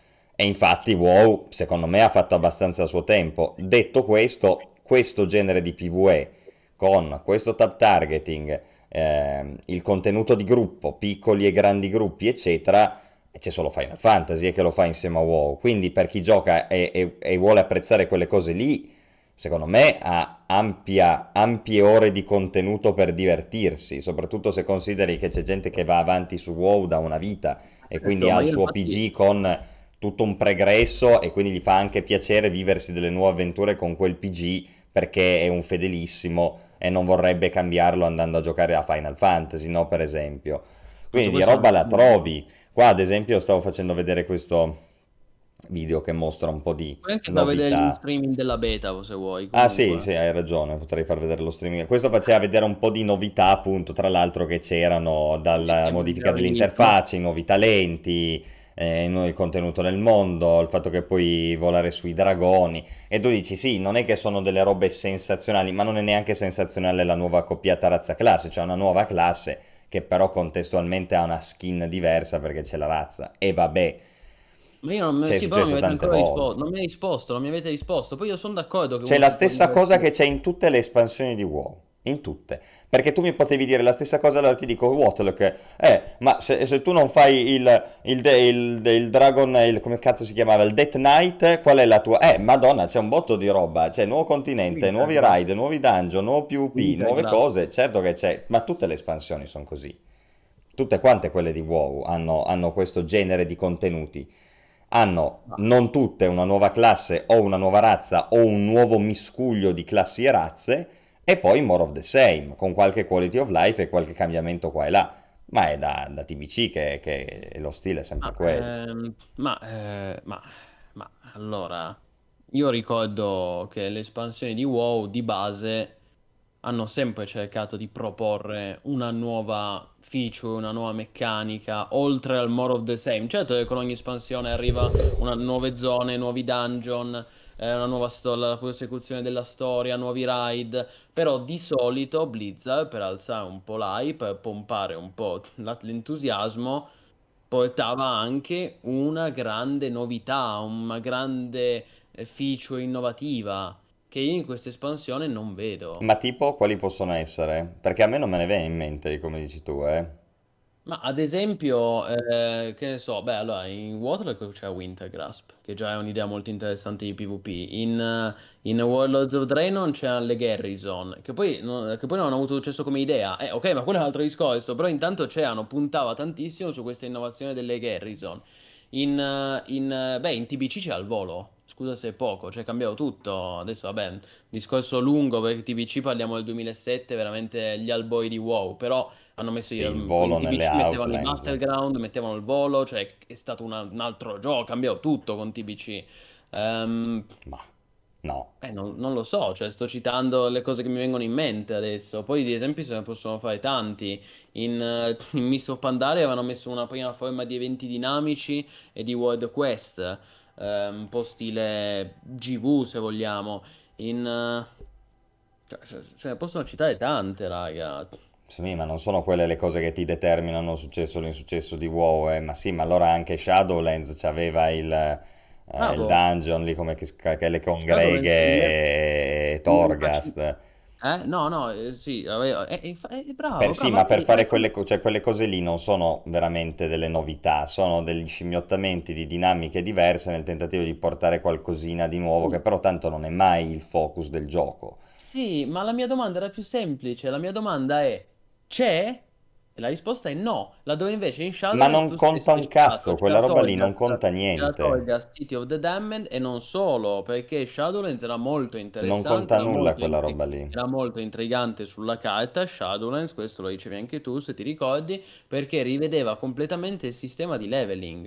E infatti WoW, secondo me, ha fatto abbastanza il suo tempo. Detto questo, questo genere di PvE, con questo tab targeting, ehm, il contenuto di gruppo, piccoli e grandi gruppi, eccetera, c'è solo Final Fantasy che lo fa insieme a WoW. Quindi per chi gioca e, e- e vuole apprezzare quelle cose lì, secondo me ha ampia- ampie ore di contenuto per divertirsi, soprattutto se consideri che c'è gente che va avanti su WoW da una vita e quindi Certo, ha ma il io suo infatti... P G con tutto un pregresso e quindi gli fa anche piacere viversi delle nuove avventure con quel P G perché è un fedelissimo e non vorrebbe cambiarlo andando a giocare a Final Fantasy, no? Per esempio. No, su Quindi di questo non roba c'è la dubbio. trovi. Qua ad esempio stavo facendo vedere questo video che mostra un po' di Puoi anche far vedere gli novità. streaming della beta, se vuoi, Ah sì, comunque. sì, hai ragione, potrei far vedere lo streaming. Questo faceva vedere un po' di novità, appunto, tra l'altro che c'erano Che, dalla che modifica magari... No, dell'interfaccia, i nuovi talenti, eh, il nuovo contenuto nel mondo, il fatto che puoi volare sui dragoni. E tu dici sì, non è che sono delle robe sensazionali, ma non è neanche sensazionale la nuova accoppiata razza-classe, cioè una nuova classe che però contestualmente ha una skin diversa perché c'è la razza. E vabbè, ma io non... me- c'è Sì, però non mi successo avete tante ancora risposto. volte. Non mi hai risposto, non mi avete risposto. Poi io sono d'accordo che C'è uno la si può stessa cosa divertire. che c'è in tutte le espansioni di WoW, in tutte. Perché tu mi potevi dire la stessa cosa, allora ti dico, Watlock, eh, ma se, se tu non fai il, il, de- il, il Dragon, il, come cazzo si chiamava, il Death Knight, qual è la tua... Eh, madonna, c'è un botto di roba, c'è nuovo continente, nuovi Wintergrad. raid, nuovi dungeon, nuovo PvP, nuove Wintergrad. cose, certo che c'è, ma tutte le espansioni sono così. Tutte quante quelle di WoW hanno, hanno questo genere di contenuti. Hanno Ah, non tutte una nuova classe o una nuova razza o un nuovo miscuglio di classi e razze, e poi more of the same, con qualche quality of life e qualche cambiamento qua e là. Ma è da, da T B C che, che lo stile è sempre ma, quello. ehm, ma, eh, ma, ma allora, io ricordo che le espansioni di WoW di base hanno sempre cercato di proporre una nuova feature, una nuova meccanica, oltre al more of the same. Certo che con ogni espansione arriva una, nuove zone, nuovi dungeon, eh, una nuova storia, la prosecuzione della storia, nuovi raid, però di solito Blizzard, per alzare un po' l'hype, per pompare un po' la- l'entusiasmo, portava anche una grande novità, una grande eh, feature innovativa che io in questa espansione non vedo. Ma tipo, quali possono essere? Perché a me non me ne viene in mente, come dici tu, eh. Ma ad esempio, eh, che ne so, beh, allora in Waterloo c'è Wintergrasp, che già è un'idea molto interessante di PvP. In, eh, in Warlords of Draenor c'è le Garrison, che poi, non, che poi non hanno avuto successo come idea. Eh, ok, ma quello è un altro discorso, però intanto c'erano, puntava tantissimo su questa innovazione delle Garrison. In, eh, in, eh, beh, in T B C c'è al volo. Scusa se è poco, cioè è cambiato tutto. Adesso, vabbè, discorso lungo perché T B C parliamo del duemilasette, veramente gli albori di WoW, però hanno messo Sì, il in volo in nelle T B C mettevano i Outlands. battleground, mettevano il volo, cioè è stato una- un altro gioco, ha cambiato tutto con T B C. Ehm, Ma no. eh, non, non lo so, cioè sto citando le cose che mi vengono in mente adesso. Poi di esempi se ne possono fare tanti. In, eh, in Mist of Pandaria avevano messo una prima forma di eventi dinamici e di World Quest, eh, un po' stile G V se vogliamo. In, eh, cioè, se se ne possono citare tante, raga. Sì, ma non sono quelle le cose che ti determinano il successo o l'insuccesso di WoW, eh. Ma sì, ma allora anche Shadowlands c'aveva il, eh, il Bravo. dungeon lì come che, sca- che le Shadowlands è il me- congreghe e il meno facile. Torghast. Eh? No, no, eh, sì, aveva- eh, eh, fa- eh, Per, bravo, sì, bravo, ma ma per vedi, ma fare è quelle, come... co- cioè, quelle cose lì non sono veramente delle novità, sono degli scimmiottamenti di dinamiche diverse nel tentativo di portare qualcosina di nuovo, che Sì, però tanto non è mai il focus del gioco. sì, ma la mia domanda era più semplice. La mia domanda è: c'è? E la risposta è no. Laddove invece in Ma Shadowlands non tu conta stesso hai un citato cazzo, c'è quella la roba lì non Torghast, conta c'è la niente. Torghast City of the Damned e non solo, perché Shadowlands era molto Non interessante, conta era nulla molto, quella intri- roba lì. era molto intrigante sulla carta. Shadowlands, questo lo dicevi anche tu, se ti ricordi, perché rivedeva completamente il sistema di leveling.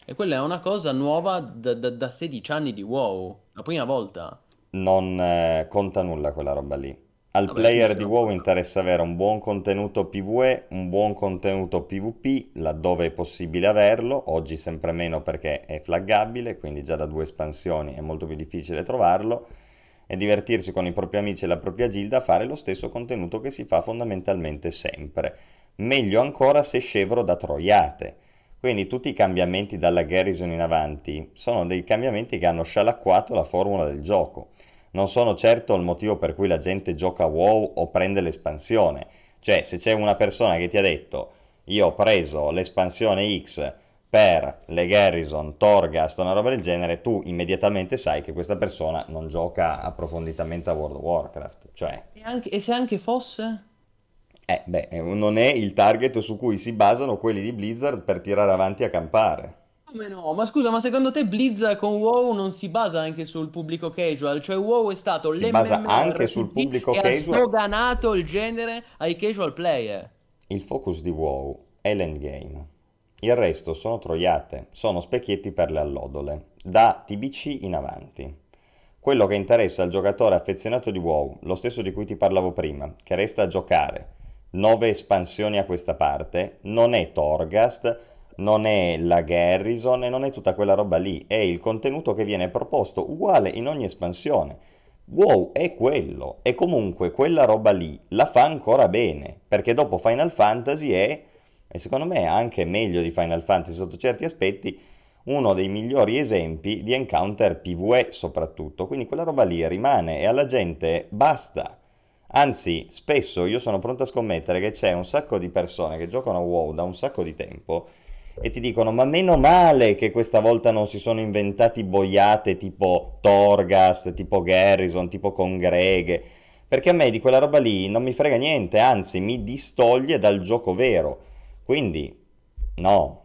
E quella è una cosa nuova da, da- da sedici anni di WoW, la prima volta. Non eh, conta nulla quella roba lì. Al Vabbè, tu player sei di una WoW cosa. interessa avere un buon contenuto PvE, un buon contenuto PvP, laddove è possibile averlo, oggi sempre meno perché è flaggabile, quindi già da due espansioni è molto più difficile trovarlo, e divertirsi con i propri amici e la propria gilda a fare lo stesso contenuto che si fa fondamentalmente sempre. Meglio ancora se scevro da troiate. Quindi tutti i cambiamenti dalla Garrison in avanti sono dei cambiamenti che hanno scialacquato la formula del gioco. Non sono certo il motivo per cui la gente gioca a WoW o prende l'espansione. Cioè, se c'è una persona che ti ha detto io ho preso l'espansione X per le Garrison, Torghast, una roba del genere, tu immediatamente sai che questa persona non gioca approfonditamente a World of Warcraft. Cioè, E, anche- e se anche fosse? eh, beh, non è il target su cui si basano quelli di Blizzard per tirare avanti a campare. Come no? Ma scusa, ma secondo te Blizz con WoW non si basa anche sul pubblico casual? Cioè WoW è stato Si basa anche sul l'MMORPG pubblico e ha casual. sdoganato il genere ai casual player. Il focus di WoW è l'endgame. Il resto sono troiate, sono specchietti per le allodole, da T B C in avanti. Quello che interessa al giocatore affezionato di WoW, lo stesso di cui ti parlavo prima, che resta a giocare nove espansioni a questa parte, non è Torghast, non è la Garrison e non è tutta quella roba lì, è il contenuto che viene proposto uguale in ogni espansione. WoW è quello, e comunque quella roba lì la fa ancora bene, perché dopo Final Fantasy è, e secondo me anche meglio di Final Fantasy sotto certi aspetti, uno dei migliori esempi di encounter PvE soprattutto, quindi quella roba lì rimane e alla gente basta. Anzi, spesso io sono pronto a scommettere che c'è un sacco di persone che giocano a WoW da un sacco di tempo e ti dicono ma meno male che questa volta non si sono inventati boiate tipo Torghast, tipo Garrison, tipo Congreghe, perché a me di quella roba lì non mi frega niente, anzi mi distoglie dal gioco vero. Quindi no,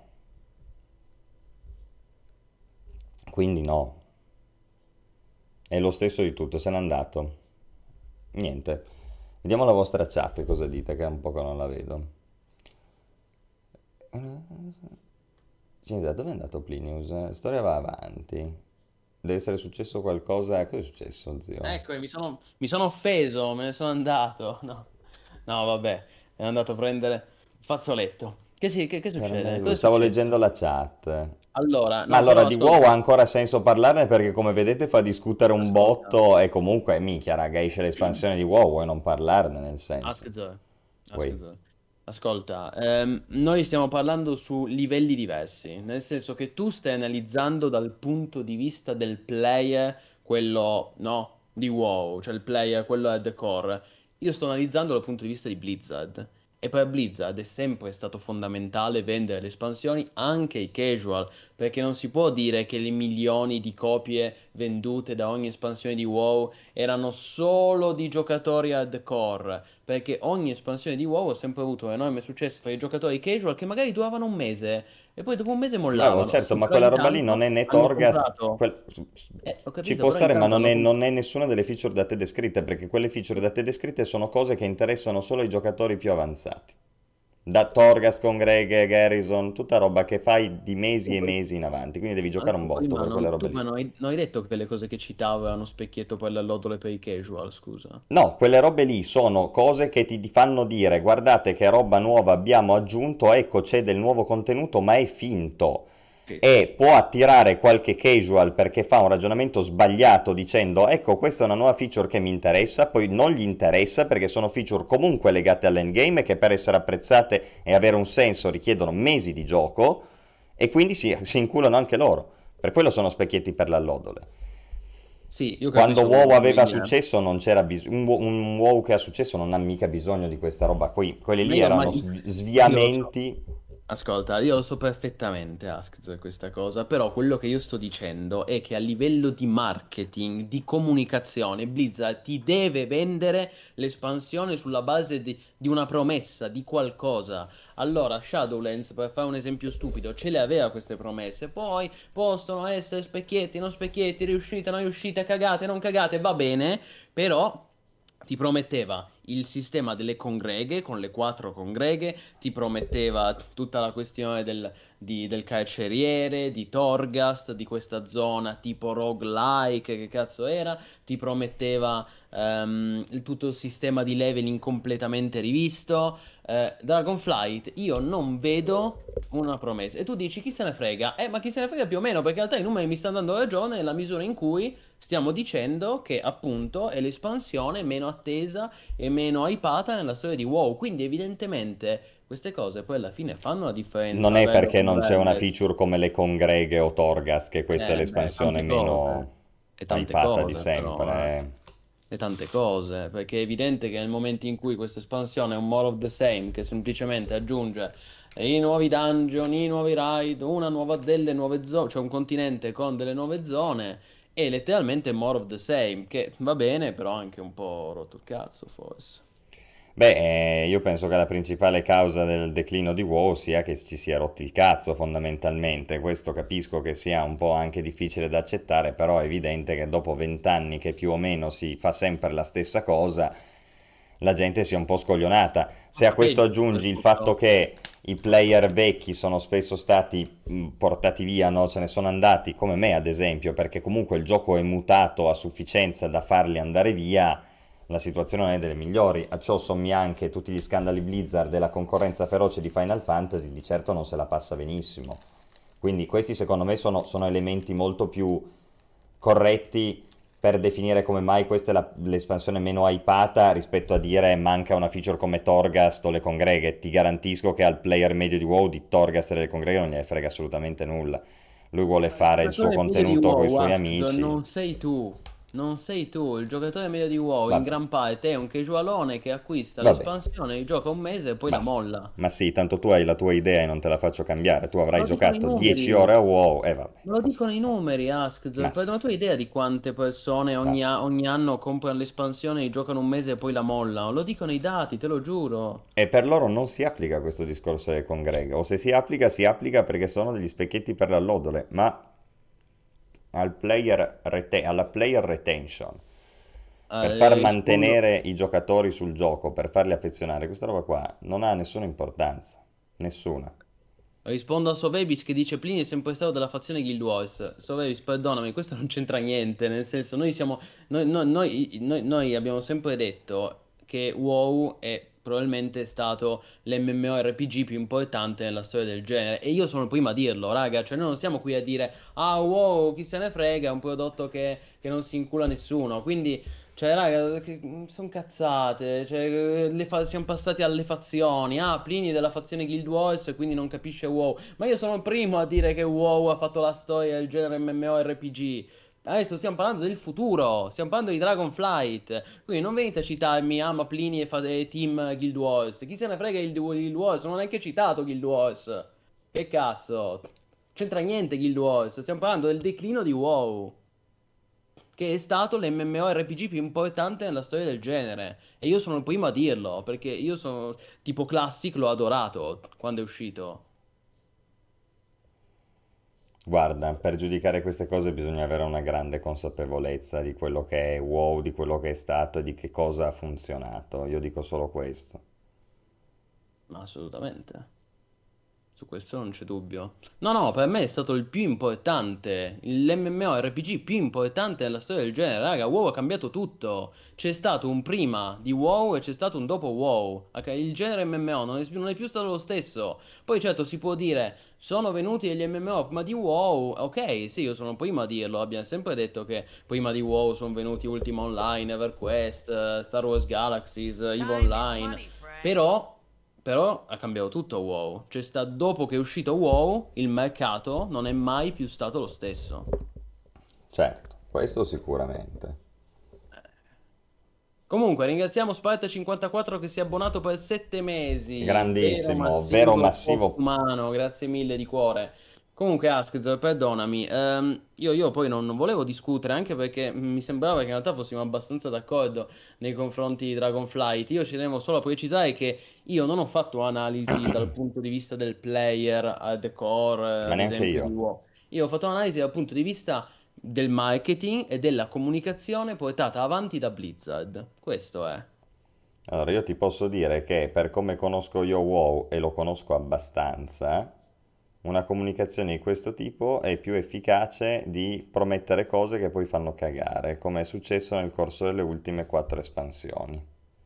quindi no. È lo stesso di tutto, se n'è andato. Niente. Vediamo la vostra chat cosa dite, che è un po' che non la vedo. Cinzia, dove è andato Plinius? La storia va avanti. Deve essere successo qualcosa. Cosa è successo, zio? Ecco, mi sono, mi sono offeso, me ne sono andato. No, no, vabbè, è andato a prendere il fazzoletto. Che, sì, che, che succede? Cosa Caramello, è stavo leggendo successo? la chat. Allora, Ma no, allora però di WoW ha ascolta, ancora senso parlarne perché come vedete fa discutere un ascolta. botto e comunque, minchia raga, esce l'espansione di WoW e non parlarne nel senso. Ask Zoe, Ask Poi, Zoe. Ascolta, ehm, noi stiamo parlando su livelli diversi, nel senso che tu stai analizzando dal punto di vista del player, quello, no, di WoW, cioè il player, quello at the core. Io sto analizzando dal punto di vista di Blizzard. E per Blizzard è sempre stato fondamentale vendere le espansioni anche ai casual, perché non si può dire che le milioni di copie vendute da ogni espansione di WoW erano solo di giocatori hardcore, perché ogni espansione di WoW ha sempre avuto un enorme successo tra i giocatori casual che magari duravano un mese e poi dopo un mese bravo, mollavano. certo, Sì, ma però quella roba lì non intanto è né hanno Torghast, comprato. quel- Eh, ho ci capito, può però stare, ma intanto non hanno è, comprato. non è nessuna delle feature da te descritte, perché quelle feature da te descritte sono cose che interessano solo ai giocatori più avanzati. Da Torghast con Greg e Garrison, tutta roba che fai di mesi e mesi in avanti, quindi devi giocare un botto Ma per quelle non, robe tu lì. ma non hai, non hai detto che le cose che citavo erano specchietto per l'allodole per i casual, scusa. No, quelle robe lì sono cose che ti fanno dire guardate che roba nuova abbiamo aggiunto, ecco c'è del nuovo contenuto, ma è finto. Sì. E può attirare qualche casual perché fa un ragionamento sbagliato dicendo ecco questa è una nuova feature che mi interessa, poi non gli interessa perché sono feature comunque legate all'endgame e che per essere apprezzate e avere un senso richiedono mesi di gioco e quindi si, si inculano anche loro. Per quello sono specchietti per l'allodole. Sì, io Quando capisco quello WoW che vuoi aveva dire. successo non c'era bisogno, un, wo- un WoW che ha successo non ha mica bisogno di questa roba qui, quelli Ma lì io, ma erano io svi- lo so. sviamenti. Ascolta, io lo so perfettamente, Askz, questa cosa, però quello che io sto dicendo è che a livello di marketing, di comunicazione, Blizzard ti deve vendere l'espansione sulla base di, di una promessa, di qualcosa. Allora, Shadowlands, per fare un esempio stupido, ce le aveva queste promesse, poi possono essere specchietti, non specchietti, riuscite, non riuscite, cagate, non cagate, va bene, però ti prometteva il sistema delle congreghe, con le quattro congreghe, ti prometteva tutta la questione del, di- del carceriere, di Torghast, di questa zona tipo roguelike, che cazzo era, ti prometteva ehm, il- tutto il sistema di leveling completamente rivisto. Eh, Dragonflight, io non vedo una promessa. E tu dici chi se ne frega? Eh, ma chi se ne frega più o meno, perché in realtà i numeri mi stanno dando ragione nella misura in cui stiamo dicendo che appunto è l'espansione meno attesa e meno hypata nella storia di WoW. Quindi evidentemente queste cose poi alla fine fanno la Non differenza. è Red perché on non c'è una Velvet. feature come le congreghe o Torghast che questa è Eh, beh, l'espansione tante cose. meno E tante hypata di cose però, eh. sempre. eh. E tante cose, perché è evidente che nel momento in cui questa espansione è un more of the same, che semplicemente aggiunge i nuovi dungeon, i nuovi raid, una nuova delle nuove zone, cioè un continente con delle nuove zone, è letteralmente more of the same, che va bene, però anche un po' rotto il cazzo, forse. Beh, eh, io penso che la principale causa del declino di WoW sia che ci sia rotti il cazzo fondamentalmente. Questo capisco che sia un po' anche difficile da accettare, però è evidente che dopo vent'anni che più o meno si fa sempre la stessa cosa, la gente sia un po' scoglionata. Se a Ma questo peggio, aggiungi il fatto soprattutto. che i player vecchi sono spesso stati mh, portati via, no? Se ne sono andati, come me ad esempio, perché comunque il gioco è mutato a sufficienza da farli andare via, la situazione non è delle migliori. A ciò sommi anche tutti gli scandali Blizzard e la concorrenza feroce di Final Fantasy, di certo non se la passa benissimo. Quindi questi secondo me sono, sono elementi molto più corretti per definire come mai questa è la- l'espansione meno hypata rispetto a dire manca una feature come Torghast o le congreghe. Ti garantisco che al player medio di WoW di Torghast e delle congreghe non gliene frega assolutamente nulla. Lui vuole Ma il fare il suo giocatore medio di contenuto con i WoW, suoi Askzo, amici. non sei tu. Non sei tu. Il giocatore medio di WoW in Vabbè, gran parte è un casualone che acquista vabbè. l'espansione, gioca un mese e poi la Basta. molla. Ma sì, tanto tu hai la tua idea e non te la faccio cambiare. Tu Me avrai lo dicono i giocato dieci ore numeri. a WoW e vabbè, Me lo cosa dicono i vuoi? numeri, Askzo. Ma sì, Ma tu hai idea di quante persone ogni, vabbè. a- ogni anno comprano l'espansione, giocano un mese e poi la mollano? Lo dicono i dati, te lo giuro. E per loro non si applica questo discorso delle congreghe, o se si applica, si applica perché sono degli specchietti per l'allodole, ma al player rete- alla player retention, per Eh, far rispondo. mantenere i giocatori sul gioco, per farli affezionare, questa roba qua non ha nessuna importanza, nessuna. Rispondo a Sovevis che dice Plini è sempre stato della fazione Guild Wars. Sovevis, perdonami, questo non c'entra niente, nel senso noi siamo, noi, noi- noi- noi- noi abbiamo sempre detto che WoW è probabilmente stato l'MMORPG più importante nella storia del genere e io sono il primo a dirlo, raga, cioè noi non siamo qui a dire ah WoW, chi se ne frega, è un prodotto che, che non si incula nessuno, quindi cioè, raga, sono cazzate. Cioè, le fa- siamo passati alle fazioni. Ah, Plini è della fazione Guild Wars e quindi non capisce WoW. Ma io sono il primo a dire che WoW ha fatto la storia del genere MMORPG. Adesso stiamo parlando del futuro. Stiamo parlando di Dragonflight. Quindi non venite a citarmi, ah, ma Plini è, fa- è team Guild Wars. Chi se ne frega il Guild Wars? Non ho neanche citato Guild Wars. Che cazzo? C'entra niente Guild Wars. Stiamo parlando del declino di WoW che è stato l'MMORPG più importante nella storia del genere. E io sono il primo a dirlo, perché io sono tipo Classic, l'ho adorato quando è uscito. Guarda, per giudicare queste cose bisogna avere una grande consapevolezza di quello che è WoW, di quello che è stato e di che cosa ha funzionato. Io dico solo questo. Ma assolutamente. Su questo non c'è dubbio. No, no, per me è stato il più importante, l'MMORPG più importante della storia del genere. Raga, WoW ha cambiato tutto. C'è stato un prima di WoW e c'è stato un dopo WoW. Ok, il genere M M O non è, non è più stato lo stesso. Poi certo si può dire, sono venuti degli M M O prima di WoW. Ok, sì, io sono prima a dirlo. Abbiamo sempre detto che prima di WoW sono venuti Ultima Online, EverQuest, eh, Star Wars Galaxies, eh, EVE Online. Però... Però ha cambiato tutto WoW. Cioè, sta, dopo che è uscito WoW, il mercato non è mai più stato lo stesso. Certo, questo sicuramente. Comunque, ringraziamo Sparta cinquantaquattro che si è abbonato per sette mesi. Vero Grandissimo, vero massivo massivo. umano, grazie mille di cuore. Comunque, Askzer, perdonami, ehm, io, io poi non, non volevo discutere, anche perché mi sembrava che in realtà fossimo abbastanza d'accordo nei confronti di Dragonflight. Io ci tenevo solo a precisare che io non ho fatto analisi dal punto di vista del player al core, Ma ad neanche esempio, di io. WoW. Io ho fatto un'analisi dal punto di vista del marketing e della comunicazione portata avanti da Blizzard. Questo è. Allora, io ti posso dire che per come conosco io WoW e lo conosco abbastanza, una comunicazione di questo tipo è più efficace di promettere cose che poi fanno cagare, come è successo nel corso delle ultime quattro espansioni.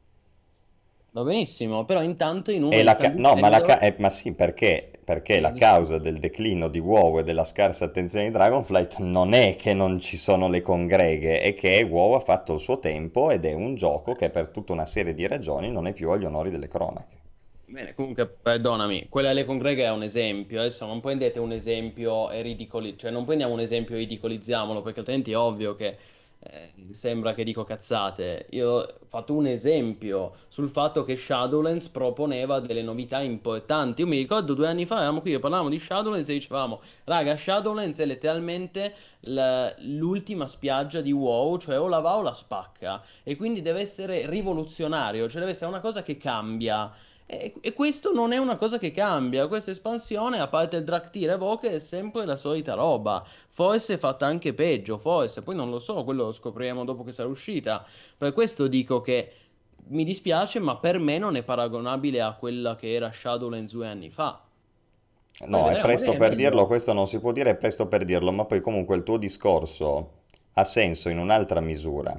Va benissimo, però intanto i E numeri la stanno ca- no, ma, la ca- dicendo... eh, ma sì, perché? Perché Sì, la dici tu. causa del declino di WoW e della scarsa attenzione di Dragonflight non è che non ci sono le congreghe, è che WoW ha fatto il suo tempo ed è un gioco che per tutta una serie di ragioni non è più agli onori delle cronache. Bene, comunque, perdonami, quella delle congreghe è un esempio, adesso non prendete un esempio e ridicoli... cioè non prendiamo un esempio e ridicolizziamolo, perché altrimenti è ovvio che eh, sembra che dico cazzate. Io ho fatto un esempio sul fatto che Shadowlands proponeva delle novità importanti. Io mi ricordo due anni fa, eravamo qui e parlavamo di Shadowlands e dicevamo, raga, Shadowlands è letteralmente l- l'ultima spiaggia di WoW, cioè o la va o la spacca, e quindi deve essere rivoluzionario, cioè deve essere una cosa che cambia. E, e questo non è una cosa che cambia. Questa espansione, a parte il Draktyr Evoke, è sempre la solita roba. Forse è fatta anche peggio, forse, poi non lo so, quello lo scopriremo dopo che sarà uscita. Per questo dico che mi dispiace, ma per me non è paragonabile a quella che era Shadowlands due anni fa. Poi No, è vedremo, presto magari è per dirlo, meglio. questo non si può dire, è presto per dirlo, ma poi comunque il tuo discorso ha senso in un'altra misura.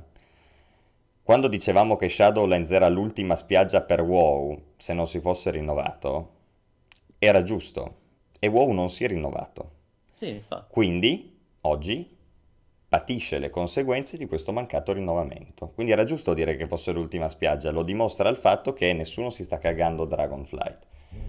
Quando dicevamo che Shadowlands era l'ultima spiaggia per WoW, se non si fosse rinnovato, era giusto. E WoW non si è rinnovato. Sì, infatti. Quindi, oggi, patisce le conseguenze di questo mancato rinnovamento. Quindi era giusto dire che fosse l'ultima spiaggia, lo dimostra il fatto che nessuno si sta cagando Dragonflight.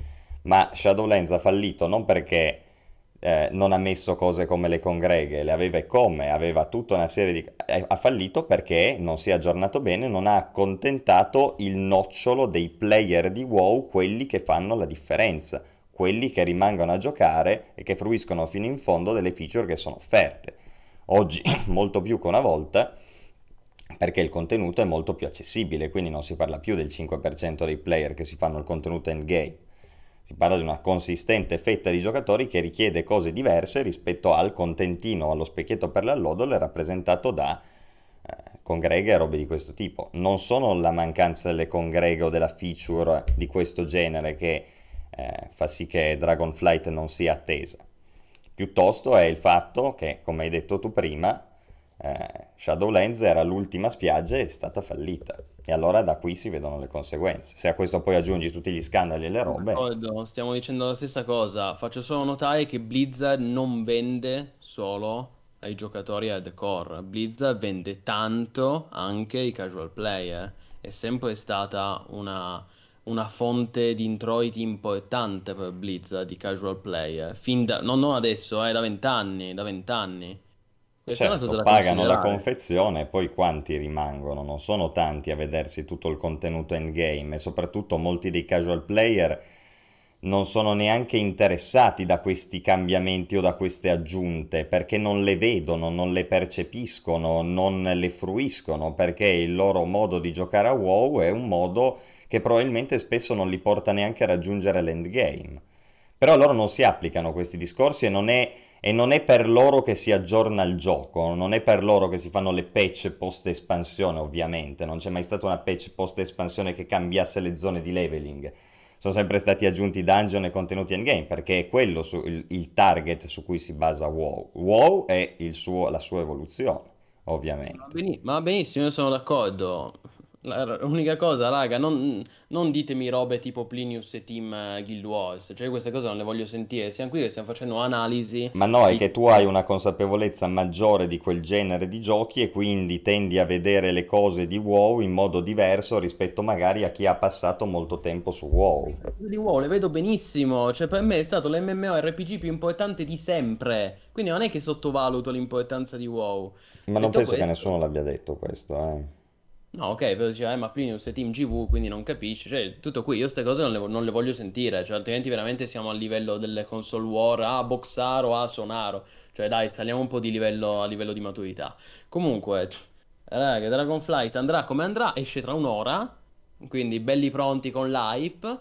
Ma Shadowlands ha fallito non perché eh, non ha messo cose come le congreghe, le aveva e come, aveva tutta una serie di... eh, ha fallito perché non si è aggiornato bene, non ha accontentato il nocciolo dei player di WoW, quelli che fanno la differenza, quelli che rimangono a giocare e che fruiscono fino in fondo delle feature che sono offerte. Oggi, molto più che una volta, perché il contenuto è molto più accessibile, quindi non si parla più del cinque per cento dei player che si fanno il contenuto endgame. Si parla di una consistente fetta di giocatori che richiede cose diverse rispetto al contentino, allo specchietto per l'allodole rappresentato da eh, congreghe e robe di questo tipo. Non sono la mancanza delle congreghe o della feature di questo genere che eh, fa sì che Dragonflight non sia attesa. Piuttosto è il fatto che, come hai detto tu prima, eh, Shadowlands era l'ultima spiaggia e è stata fallita. E allora da qui si vedono le conseguenze. Se a questo poi aggiungi tutti gli scandali e le Sono robe, d'accordo, stiamo dicendo la stessa cosa. Faccio solo notare che Blizzard non vende solo ai giocatori hardcore. Blizzard vende tanto anche ai casual player. È sempre stata una, una fonte di introiti importante per Blizzard, di casual player. Fin da, non, non adesso, eh, da vent'anni, da vent'anni. Questa è una cosa certo, da pagano la considerare. confezione e poi quanti rimangono? Non sono tanti a vedersi tutto il contenuto endgame e soprattutto molti dei casual player non sono neanche interessati da questi cambiamenti o da queste aggiunte perché non le vedono, non le percepiscono, non le fruiscono perché il loro modo di giocare a WoW è un modo che probabilmente spesso non li porta neanche a raggiungere l'endgame. Però loro non si applicano questi discorsi e non è, e non è per loro che si aggiorna il gioco, non è per loro che si fanno le patch post espansione, ovviamente, non c'è mai stata una patch post espansione che cambiasse le zone di leveling. Sono sempre stati aggiunti dungeon e contenuti endgame perché è quello su, il, il target su cui si basa WoW. WoW è il suo, la sua evoluzione, Va ovviamente. beni- ma benissimo, io sono d'accordo. La- L'unica cosa, raga, non, non ditemi robe tipo Plinius e Team eh, Guild Wars, cioè queste cose non le voglio sentire. Siamo qui che stiamo facendo analisi Ma no, è di... che tu hai una consapevolezza maggiore di quel genere di giochi e quindi tendi a vedere le cose di WoW in modo diverso rispetto magari a chi ha passato molto tempo su WoW. di WoW, le vedo benissimo, cioè per me è stato l'MMORPG più importante di sempre, quindi non è che sottovaluto l'importanza di WoW. Ma non Detto penso che questo... nessuno l'abbia detto questo, eh. No, ok, però diceva, eh, ma Plinius è Team G V, quindi non capisci. Cioè, tutto qui, io queste cose non le, vo- non le voglio sentire, cioè, altrimenti veramente siamo a livello delle console war, a Boxaro, a Sonaro. Cioè, dai, saliamo un po' di livello a livello di maturità. Comunque, raga, Dragonflight andrà come andrà, esce tra un'ora, quindi belli pronti con l'hype.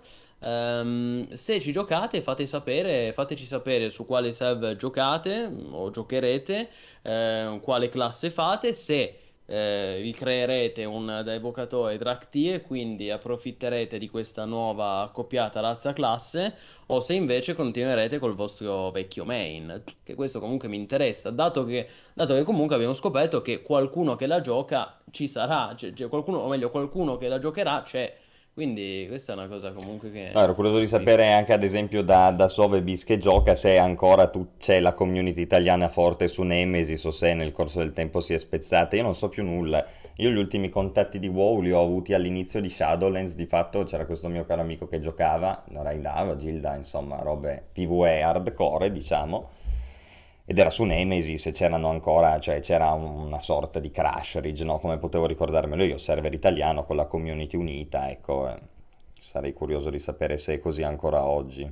Ehm, se ci giocate, fate sapere, fateci sapere su quale server giocate o giocherete, eh, quale classe fate, se eh, vi creerete un da evocatore Drakti e quindi approfitterete di questa nuova accoppiata razza-classe, o se invece continuerete col vostro vecchio main, che questo comunque mi interessa, dato che, dato che comunque abbiamo scoperto che qualcuno che la gioca ci sarà, cioè, cioè qualcuno, o meglio, qualcuno che la giocherà c'è, quindi questa è una cosa comunque No, che ero curioso di mi... sapere anche ad esempio da, da Sotheby's che gioca se ancora tu- c'è la community italiana forte su Nemesis o se nel corso del tempo si è spezzata. Io non so più nulla. Io gli ultimi contatti di WoW li ho avuti all'inizio di Shadowlands, di fatto c'era questo mio caro amico che giocava, raidava, Gilda, insomma, robe PvE hardcore, diciamo. Ed era su Nemesis e c'erano ancora, cioè c'era un- una sorta di crash ridge, no? Come potevo ricordarmelo io, server italiano con la community unita, ecco. eh. Sarei curioso di sapere se è così ancora oggi,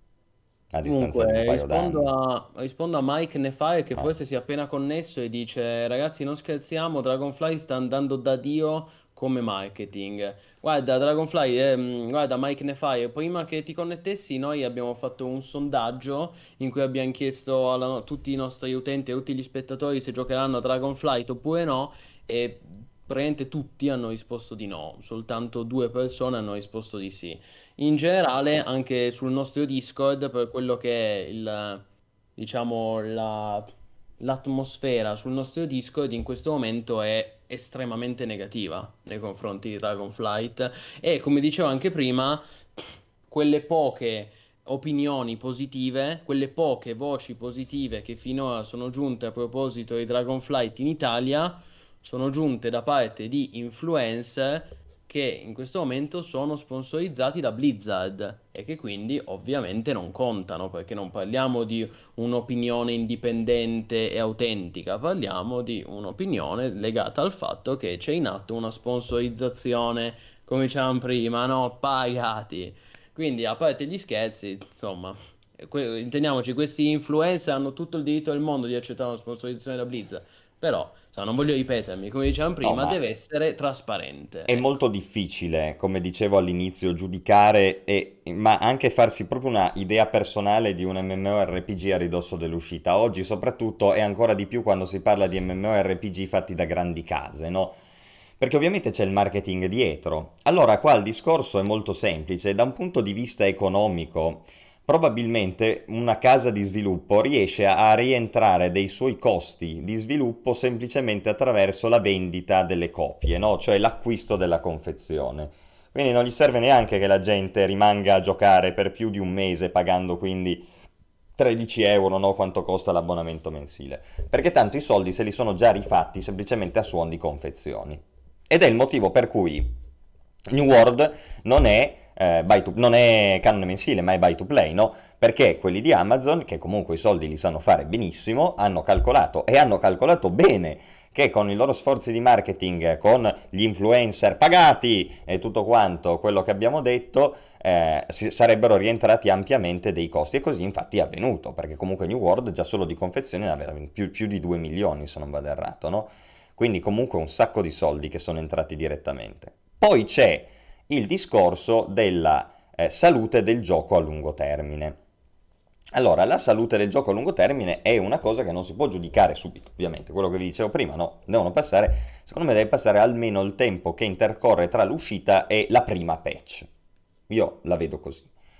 a distanza di un Comunque, paio rispondo d'anni. a, rispondo a Mike Nefire che Eh. forse si è appena connesso e dice: Ragazzi, non scherziamo, Dragonfly sta andando da Dio come marketing. Guarda, Dragonfly, ehm, guarda, Mike Nefire, prima che ti connettessi, noi abbiamo fatto un sondaggio in cui abbiamo chiesto a tutti i nostri utenti e tutti gli spettatori se giocheranno a Dragonflight oppure no, e praticamente tutti hanno risposto di no, soltanto due persone hanno risposto di sì. In generale, anche sul nostro Discord, per quello che è il, diciamo, la- l'atmosfera sul nostro Discord in questo momento è estremamente negativa nei confronti di Dragonflight. E come dicevo anche prima, quelle poche opinioni positive, quelle poche voci positive che finora sono giunte a proposito di Dragonflight in Italia, sono giunte da parte di influencer che in questo momento sono sponsorizzati da Blizzard e che quindi ovviamente non contano, perché non parliamo di un'opinione indipendente e autentica, parliamo di un'opinione legata al fatto che c'è in atto una sponsorizzazione, come dicevamo prima, no? Pagati. Quindi, a parte gli scherzi, insomma, que- intendiamoci, questi influencer hanno tutto il diritto del mondo di accettare una sponsorizzazione da Blizzard, però, insomma, non voglio ripetermi, come dicevamo No, prima, ma deve essere trasparente, è ecco. molto difficile, come dicevo all'inizio, giudicare, e- ma anche farsi proprio una idea personale di un MMORPG a ridosso dell'uscita. Oggi soprattutto e ancora di più quando si parla di MMORPG fatti da grandi case, no? Perché ovviamente c'è il marketing dietro. Allora qua il discorso è molto semplice. Da un punto di vista economico, probabilmente una casa di sviluppo riesce a rientrare dei suoi costi di sviluppo semplicemente attraverso la vendita delle copie, no? Cioè l'acquisto della confezione. Quindi non gli serve neanche che la gente rimanga a giocare per più di un mese pagando quindi tredici euro, no? Quanto costa l'abbonamento mensile. Perché tanto i soldi se li sono già rifatti semplicemente a suon di confezioni. Ed è il motivo per cui New World non è, eh, buy to- non è canone mensile, ma è buy to play, no? Perché quelli di Amazon, che comunque i soldi li sanno fare benissimo, hanno calcolato e hanno calcolato bene che con i loro sforzi di marketing, con gli influencer pagati e tutto quanto quello che abbiamo detto, eh, si sarebbero rientrati ampiamente dei costi. E così infatti è avvenuto, perché comunque New World già solo di confezioni ne aveva più, più di due milioni, se non vado errato, no? Quindi comunque un sacco di soldi che sono entrati direttamente. Poi c'è il discorso della eh, salute del gioco a lungo termine. Allora, la salute del gioco a lungo termine è una cosa che non si può giudicare subito, ovviamente, quello che vi dicevo prima, no? Devono passare, secondo me deve passare almeno il tempo che intercorre tra l'uscita e la prima patch. Io la vedo così.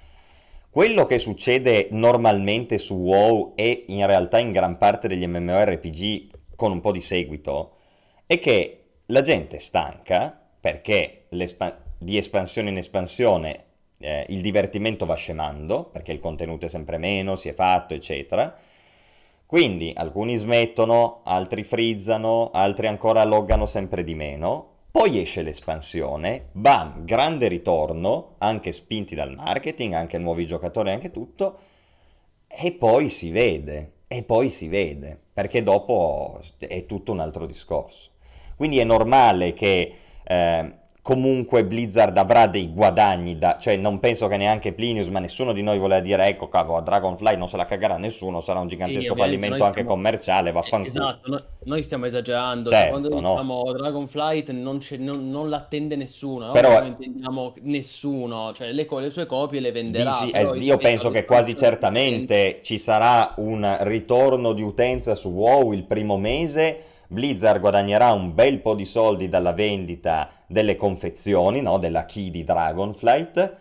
Quello che succede normalmente su WoW e in realtà in gran parte degli MMORPG con un po' di seguito è che la gente è stanca perché di espansione in espansione eh, il divertimento va scemando, perché il contenuto è sempre meno, si è fatto, eccetera. Quindi alcuni smettono, altri frizzano, altri ancora loggano sempre di meno. Poi esce l'espansione, bam, grande ritorno, anche spinti dal marketing, anche nuovi giocatori, anche tutto, e poi si vede, e poi si vede, perché dopo è tutto un altro discorso. Quindi è normale che eh, comunque Blizzard avrà dei guadagni, da, cioè non penso che neanche Plinius, ma nessuno di noi voleva dire ecco cavolo, Dragonfly non se la cagherà nessuno, sarà un Sì, gigantesco ovviamente noi fallimento anche stiamo... commerciale, eh, vaffanculo. Esatto, no- noi stiamo esagerando, cioè quando Certo, no? diciamo Dragonflight non, c'è- non- non l'attende nessuno, è ovvio Però che non intendiamo nessuno, cioè le, co- le sue copie le venderà, Dici, però eh, io rispetto penso che quasi all'espansione precedente, certamente ci sarà un ritorno di utenza su WoW il primo mese, Blizzard guadagnerà un bel po' di soldi dalla vendita delle confezioni, no? Della key di Dragonflight,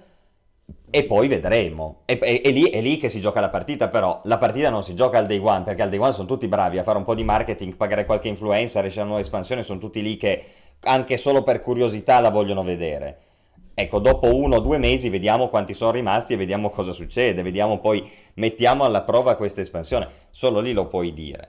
e Sì. poi vedremo. E, e- e lì, è lì che si gioca la partita, però la partita non si gioca al day one, perché al day one sono tutti bravi a fare un po' di marketing, pagare qualche influencer, esce una nuova espansione, sono tutti lì che anche solo per curiosità la vogliono vedere. Ecco, dopo uno o due mesi vediamo quanti sono rimasti e vediamo cosa succede, vediamo poi, mettiamo alla prova questa espansione, solo lì lo puoi dire,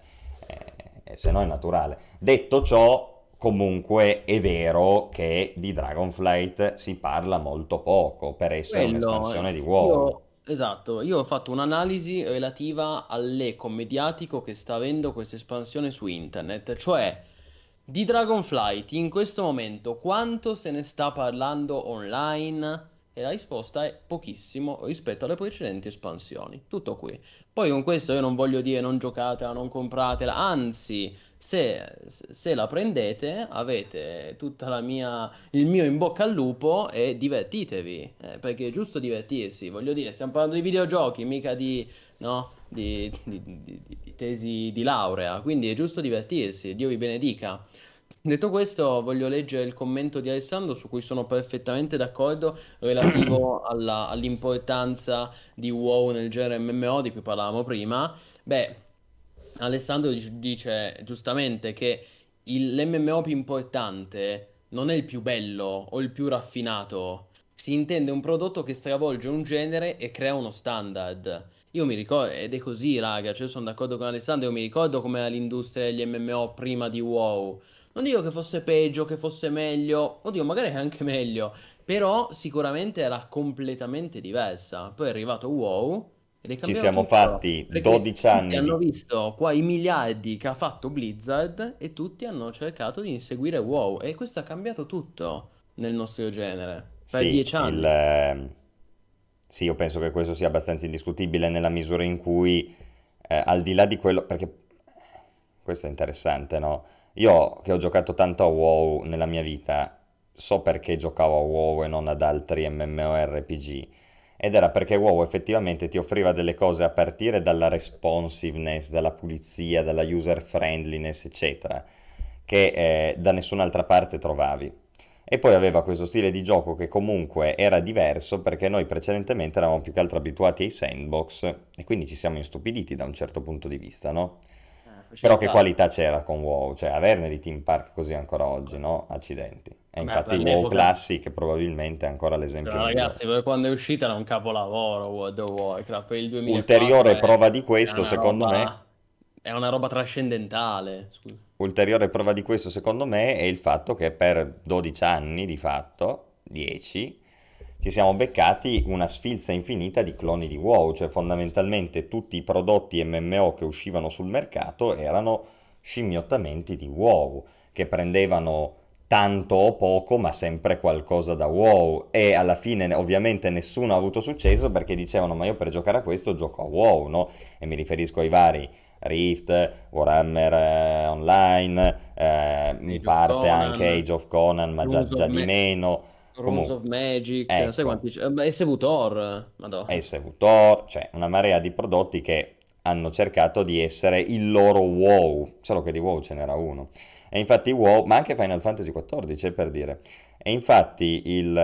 eh, se no è naturale. Detto ciò, comunque è vero che di Dragonflight si parla molto poco per essere Quello, eh. un'espansione di WoW. Io, esatto, io ho fatto un'analisi relativa all'eco mediatico che sta avendo questa espansione su internet, cioè di Dragonflight in questo momento quanto se ne sta parlando online? E la risposta è pochissimo rispetto alle precedenti espansioni. Tutto qui. Poi con questo io non voglio dire non giocatela, non compratela, anzi, se, se la prendete avete tutta la mia il mio in bocca al lupo e divertitevi, eh, perché è giusto divertirsi, voglio dire, stiamo parlando di videogiochi, mica di, no, di, di- di- di- di tesi di laurea, quindi è giusto divertirsi, Dio vi benedica. Detto questo, voglio leggere il commento di Alessandro su cui sono perfettamente d'accordo relativo alla- all'importanza di WoW nel genere M M O di cui parlavamo prima. Beh, Alessandro dic- dice giustamente che il- l'M M O più importante non è il più bello o il più raffinato, si intende un prodotto che stravolge un genere e crea uno standard. Io mi ricordo, ed è così, raga, cioè io sono d'accordo con Alessandro, io mi ricordo com'era l'industria degli M M O prima di WoW. Non dico che fosse peggio, che fosse meglio, oddio, magari è anche meglio, però sicuramente era completamente diversa. Poi è arrivato WoW ed è Ci cambiato siamo tutto. fatti Perché dodici tutti anni hanno di... visto qua i miliardi che ha fatto Blizzard e tutti hanno cercato di inseguire WoW. E questo ha cambiato tutto nel nostro genere. Per Sì, dieci il, anni. ehm, sì, io penso che questo sia abbastanza indiscutibile nella misura in cui, eh, al di là di quello, perché questo è interessante, no? Io che ho giocato tanto a WoW nella mia vita, so perché giocavo a WoW e non ad altri MMORPG. Ed era perché WoW effettivamente ti offriva delle cose a partire dalla responsiveness, dalla pulizia, dalla user friendliness, eccetera, che eh, da nessun'altra parte trovavi. E poi aveva questo stile di gioco che comunque era diverso perché noi precedentemente eravamo più che altro abituati ai sandbox e quindi ci siamo istupiditi da un certo punto di vista, no? Eh, Però che facilità. qualità c'era con WoW, cioè averne di team park così ancora oggi, no? Accidenti. E Vabbè, infatti per WoW l'epoca. Classic probabilmente è ancora l'esempio Però, migliore. ragazzi, per quando è uscita era un capolavoro World of Warcraft. Per il duemilaquattro Ulteriore è, prova di è questo, una secondo me, roba. È una roba trascendentale. Scusa. ulteriore prova di questo, secondo me, è il fatto che per dodici anni, di fatto, dieci, ci siamo beccati una sfilza infinita di cloni di WoW, cioè fondamentalmente tutti i prodotti M M O che uscivano sul mercato erano scimmiottamenti di WoW, che prendevano tanto o poco, ma sempre qualcosa da WoW. E alla fine, ovviamente, nessuno ha avuto successo perché dicevano: ma io per giocare a questo gioco a WoW, no? E mi riferisco ai vari Rift, Warhammer eh, Online, eh, in Age of parte anche Conan, Age of Conan, ma già, Runes of, già di Ma- meno. Runes of Comunque, Magic, sai ecco, quanti c'è? Eh, beh, S V Tor, madò. S V Tor, cioè una marea di prodotti che hanno cercato di essere il loro WoW, solo che di WoW ce n'era uno. E infatti WoW, ma anche Final Fantasy quattordici, è per dire. E infatti il,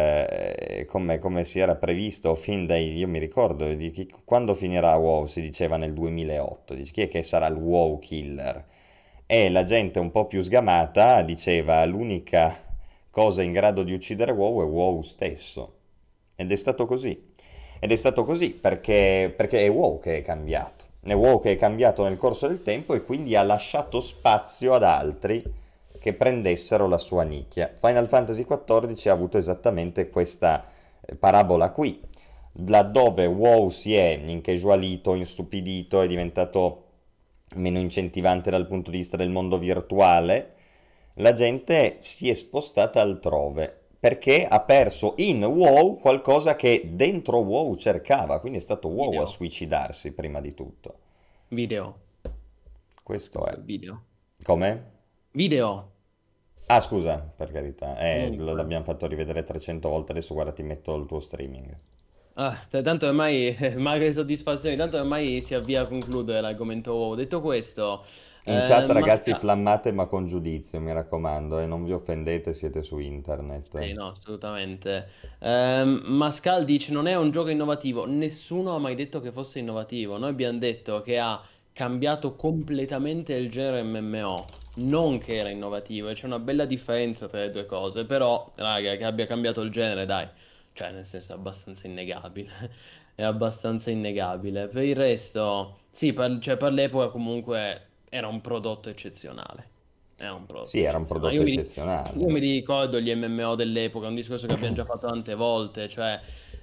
eh, come, come si era previsto fin dai, io mi ricordo, di chi- quando finirà WoW si diceva nel duemilaotto, dici, chi è che sarà il WoW killer? E la gente un po' più sgamata diceva l'unica cosa in grado di uccidere WoW è WoW stesso. Ed è stato così. Ed è stato così perché, perché è WoW che è cambiato. È WoW che è cambiato nel corso del tempo e quindi ha lasciato spazio ad altri che prendessero la sua nicchia. Final Fantasy quattordici ha avuto esattamente questa eh, parabola qui, laddove WoW si è incasualito, instupidito, è diventato meno incentivante dal punto di vista del mondo virtuale, la gente si è spostata altrove perché ha perso in WoW qualcosa che dentro WoW cercava, quindi è stato WoW a Video. suicidarsi prima di tutto. Video. Questo Questo è. è video. Come? Video. Ah, scusa, per carità, eh, l- Comunque. l'abbiamo fatto rivedere trecento volte, adesso guarda ti metto il tuo streaming. Ah, t- tanto ormai, ma che soddisfazione, tanto ormai si avvia a concludere l'argomento WoW. Detto questo, In chat eh, ragazzi Masca... flammate ma con giudizio, mi raccomando, e non vi offendete, siete su internet. Sì, no, assolutamente. Ehm, Mascal dice non è un gioco innovativo. Nessuno ha mai detto che fosse innovativo. Noi abbiamo detto che ha cambiato completamente il genere M M O, non che era innovativo. E c'è una bella differenza tra le due cose. Però, raga, che abbia cambiato il genere, dai. Cioè, nel senso, è abbastanza innegabile. È abbastanza innegabile. Per il resto, sì, per, cioè, per l'epoca comunque era un prodotto eccezionale. Era un prodotto Sì, era un eccezionale. prodotto Io mi, io eccezionale. mi ricordo gli M M O dell'epoca, un discorso che abbiamo già fatto tante volte, cioè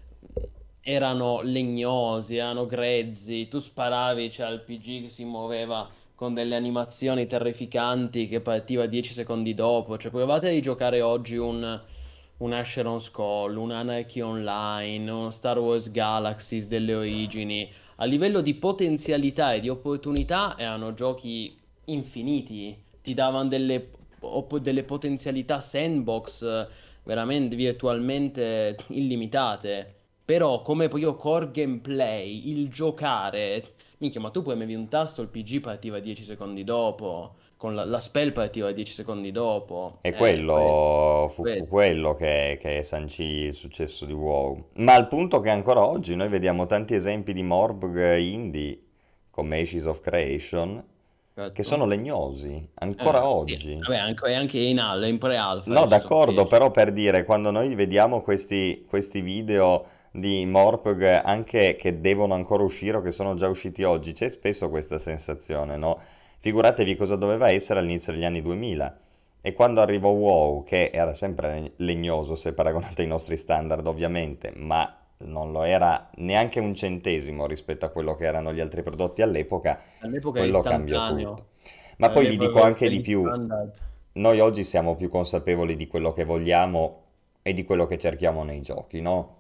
erano legnosi, erano grezzi, tu sparavi, c'era il P G che si muoveva con delle animazioni terrificanti che partiva dieci secondi dopo, cioè provate a giocare oggi un, un Asheron Skull, un Anarchy Online, uno Star Wars Galaxies delle origini, a livello di potenzialità e di opportunità erano giochi infiniti, ti davano delle, op- delle potenzialità sandbox eh, veramente virtualmente illimitate. Però come proprio core gameplay, il giocare, minchia, ma tu premevi un tasto, il P G partiva dieci secondi dopo, con la, la spell partiva dieci secondi dopo. E Eh, questo, quello fu, fu questo. quello che, che sancì il successo di WoW. Ma al punto che ancora oggi noi vediamo tanti esempi di Morpg indie, come Ashes of Creation, che sono Certo. legnosi, Eh, ancora sì, oggi. vabbè, anche, anche in al, in pre-alpha, No, Aces of d'accordo, Creation. però per dire, quando noi vediamo questi, questi video di Morpg anche che devono ancora uscire o che sono già usciti oggi, c'è spesso questa sensazione, no? Figuratevi cosa doveva essere all'inizio degli anni duemila. E quando arrivò WoW, che era sempre legnoso se paragonato ai nostri standard ovviamente, ma non lo era neanche un centesimo rispetto a quello che erano gli altri prodotti all'epoca, All'epoca è quello cambiò tutto. istantaneo. Ma poi vi dico All'epoca anche per di gli più, standard. noi oggi siamo più consapevoli di quello che vogliamo e di quello che cerchiamo nei giochi, no?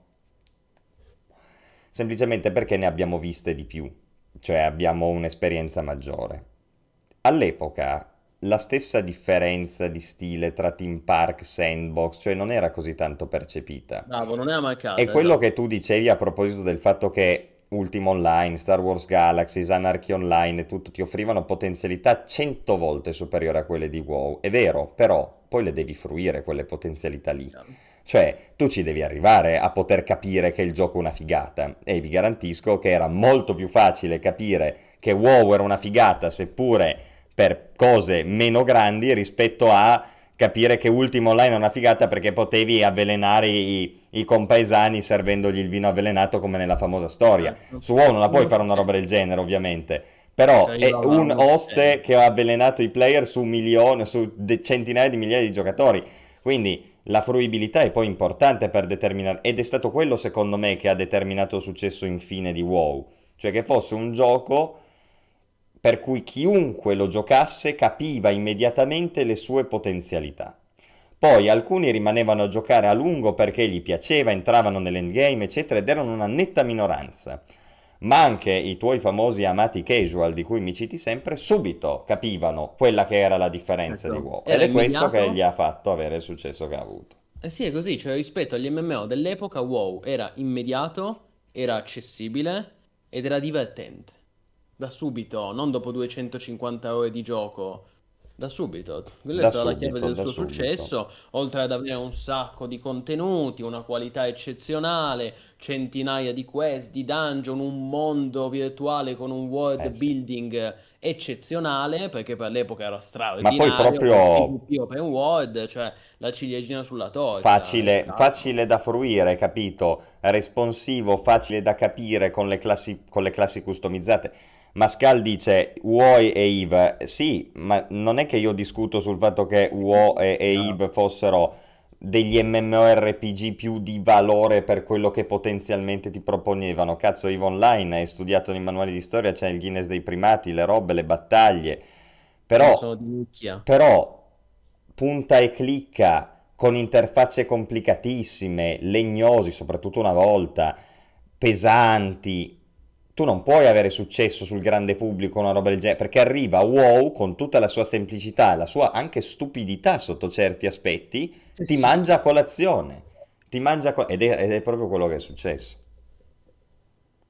Semplicemente perché ne abbiamo viste di più, cioè abbiamo un'esperienza maggiore. All'epoca la stessa differenza di stile tra Theme Park, Sandbox, cioè non era così tanto percepita. Bravo, non è una E marcata, quello che esatto. tu dicevi a proposito del fatto che Ultima Online, Star Wars Galaxies, Anarchy Online e tutto ti offrivano potenzialità cento volte superiori a quelle di WoW, è vero, però poi le devi fruire quelle potenzialità lì. Chiaro. Cioè, tu ci devi arrivare a poter capire che il gioco è una figata. E vi garantisco che era molto più facile capire che WoW era una figata, seppure per cose meno grandi, rispetto a capire che Ultima Online è una figata perché potevi avvelenare i, i compaesani servendogli il vino avvelenato come nella famosa storia. Certo. Su WoW non la puoi Uno fare una roba che del genere, ovviamente. ci Però è arrivava un uno per host cento. che ha avvelenato i player su milioni, su de- centinaia di migliaia di giocatori. Quindi la fruibilità è poi importante per determinare, ed è stato quello secondo me che ha determinato il successo infine di WoW, cioè che fosse un gioco per cui chiunque lo giocasse capiva immediatamente le sue potenzialità. Poi alcuni rimanevano a giocare a lungo perché gli piaceva, entravano nell'endgame, eccetera, ed erano una netta minoranza. Ma anche i tuoi famosi amati casual, di cui mi citi sempre, subito capivano quella che era la differenza di Certo. WoW. Ed Era è questo che gli immediato. ha fatto avere il successo che ha avuto. Eh sì, è così, cioè rispetto agli M M O dell'epoca, WoW era immediato, era accessibile ed era divertente. Da subito, non dopo duecentocinquanta ore di gioco, da subito. Quella è Da stata la chiave subito, del da suo subito. successo, oltre ad avere un sacco di contenuti, una qualità eccezionale, centinaia di quest, di dungeon, un mondo virtuale con un world Eh sì. building eccezionale, perché per l'epoca era Ma poi straordinario, col proprio PvP open world, cioè la ciliegina sulla torta, è facile, stato. facile da fruire, capito? Responsivo, facile da capire con le classi, con le classi customizzate. Mascal dice WoW e Eve, sì, ma non è che io discuto sul fatto che WoW e, e No, Eve fossero degli MMORPG più di valore per quello che potenzialmente ti proponevano. Cazzo, Eve Online, hai studiato nei manuali di storia, c'è il Guinness dei primati, le robe, le battaglie. no, sono Però, di nicchia. però, punta e clicca con interfacce complicatissime, legnosi, soprattutto una volta, pesanti. Tu non puoi avere successo sul grande pubblico una roba del genere, perché arriva WoW con tutta la sua semplicità e la sua anche stupidità sotto certi aspetti, Sì, ti sì. mangia a colazione. Ti mangia a col- ed, è, ed è proprio quello che è successo.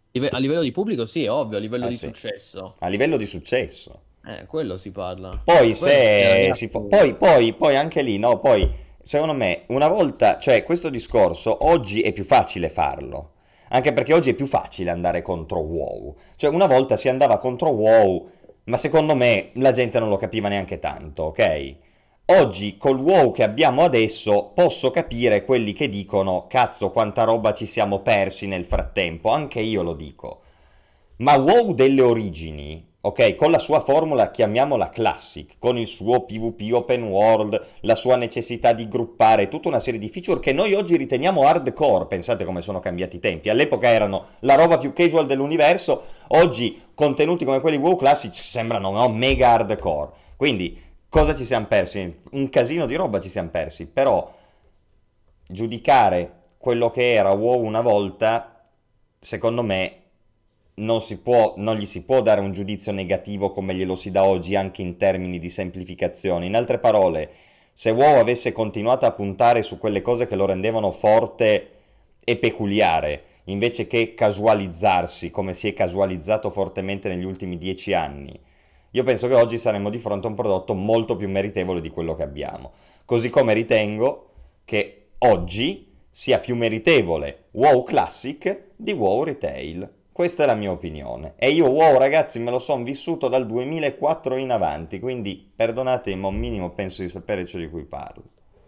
Live- A livello di pubblico sì, è ovvio, a livello Eh di sì, successo. a livello di successo. Eh, quello si parla. Poi Quello perché se si fa, ragazzi... poi, poi, poi anche lì, no, poi secondo me una volta, cioè questo discorso oggi è più facile farlo, anche perché oggi è più facile andare contro WoW, cioè una volta si andava contro WoW, ma secondo me la gente non lo capiva neanche tanto, ok? Oggi col WoW che abbiamo adesso posso capire quelli che dicono cazzo quanta roba ci siamo persi nel frattempo, anche io lo dico. Ma WoW delle origini, ok, con la sua formula chiamiamola classic, con il suo PvP open world, la sua necessità di gruppare, tutta una serie di feature che noi oggi riteniamo hardcore, pensate come sono cambiati i tempi, all'epoca erano la roba più casual dell'universo, oggi contenuti come quelli WoW classic sembrano no, mega hardcore, quindi cosa ci siamo persi? Un casino di roba ci siamo persi, però giudicare quello che era WoW una volta, secondo me non si può, non gli si può dare un giudizio negativo come glielo si dà oggi anche in termini di semplificazione. In altre parole, se WoW avesse continuato a puntare su quelle cose che lo rendevano forte e peculiare, invece che casualizzarsi come si è casualizzato fortemente negli ultimi dieci anni, io penso che oggi saremmo di fronte a un prodotto molto più meritevole di quello che abbiamo. Così come ritengo che oggi sia più meritevole WoW Classic di WoW Retail. Questa è la mia opinione. E io WoW ragazzi me lo sono vissuto dal duemilaquattro in avanti, quindi perdonatemi, ma un minimo penso di sapere ciò di cui parlo.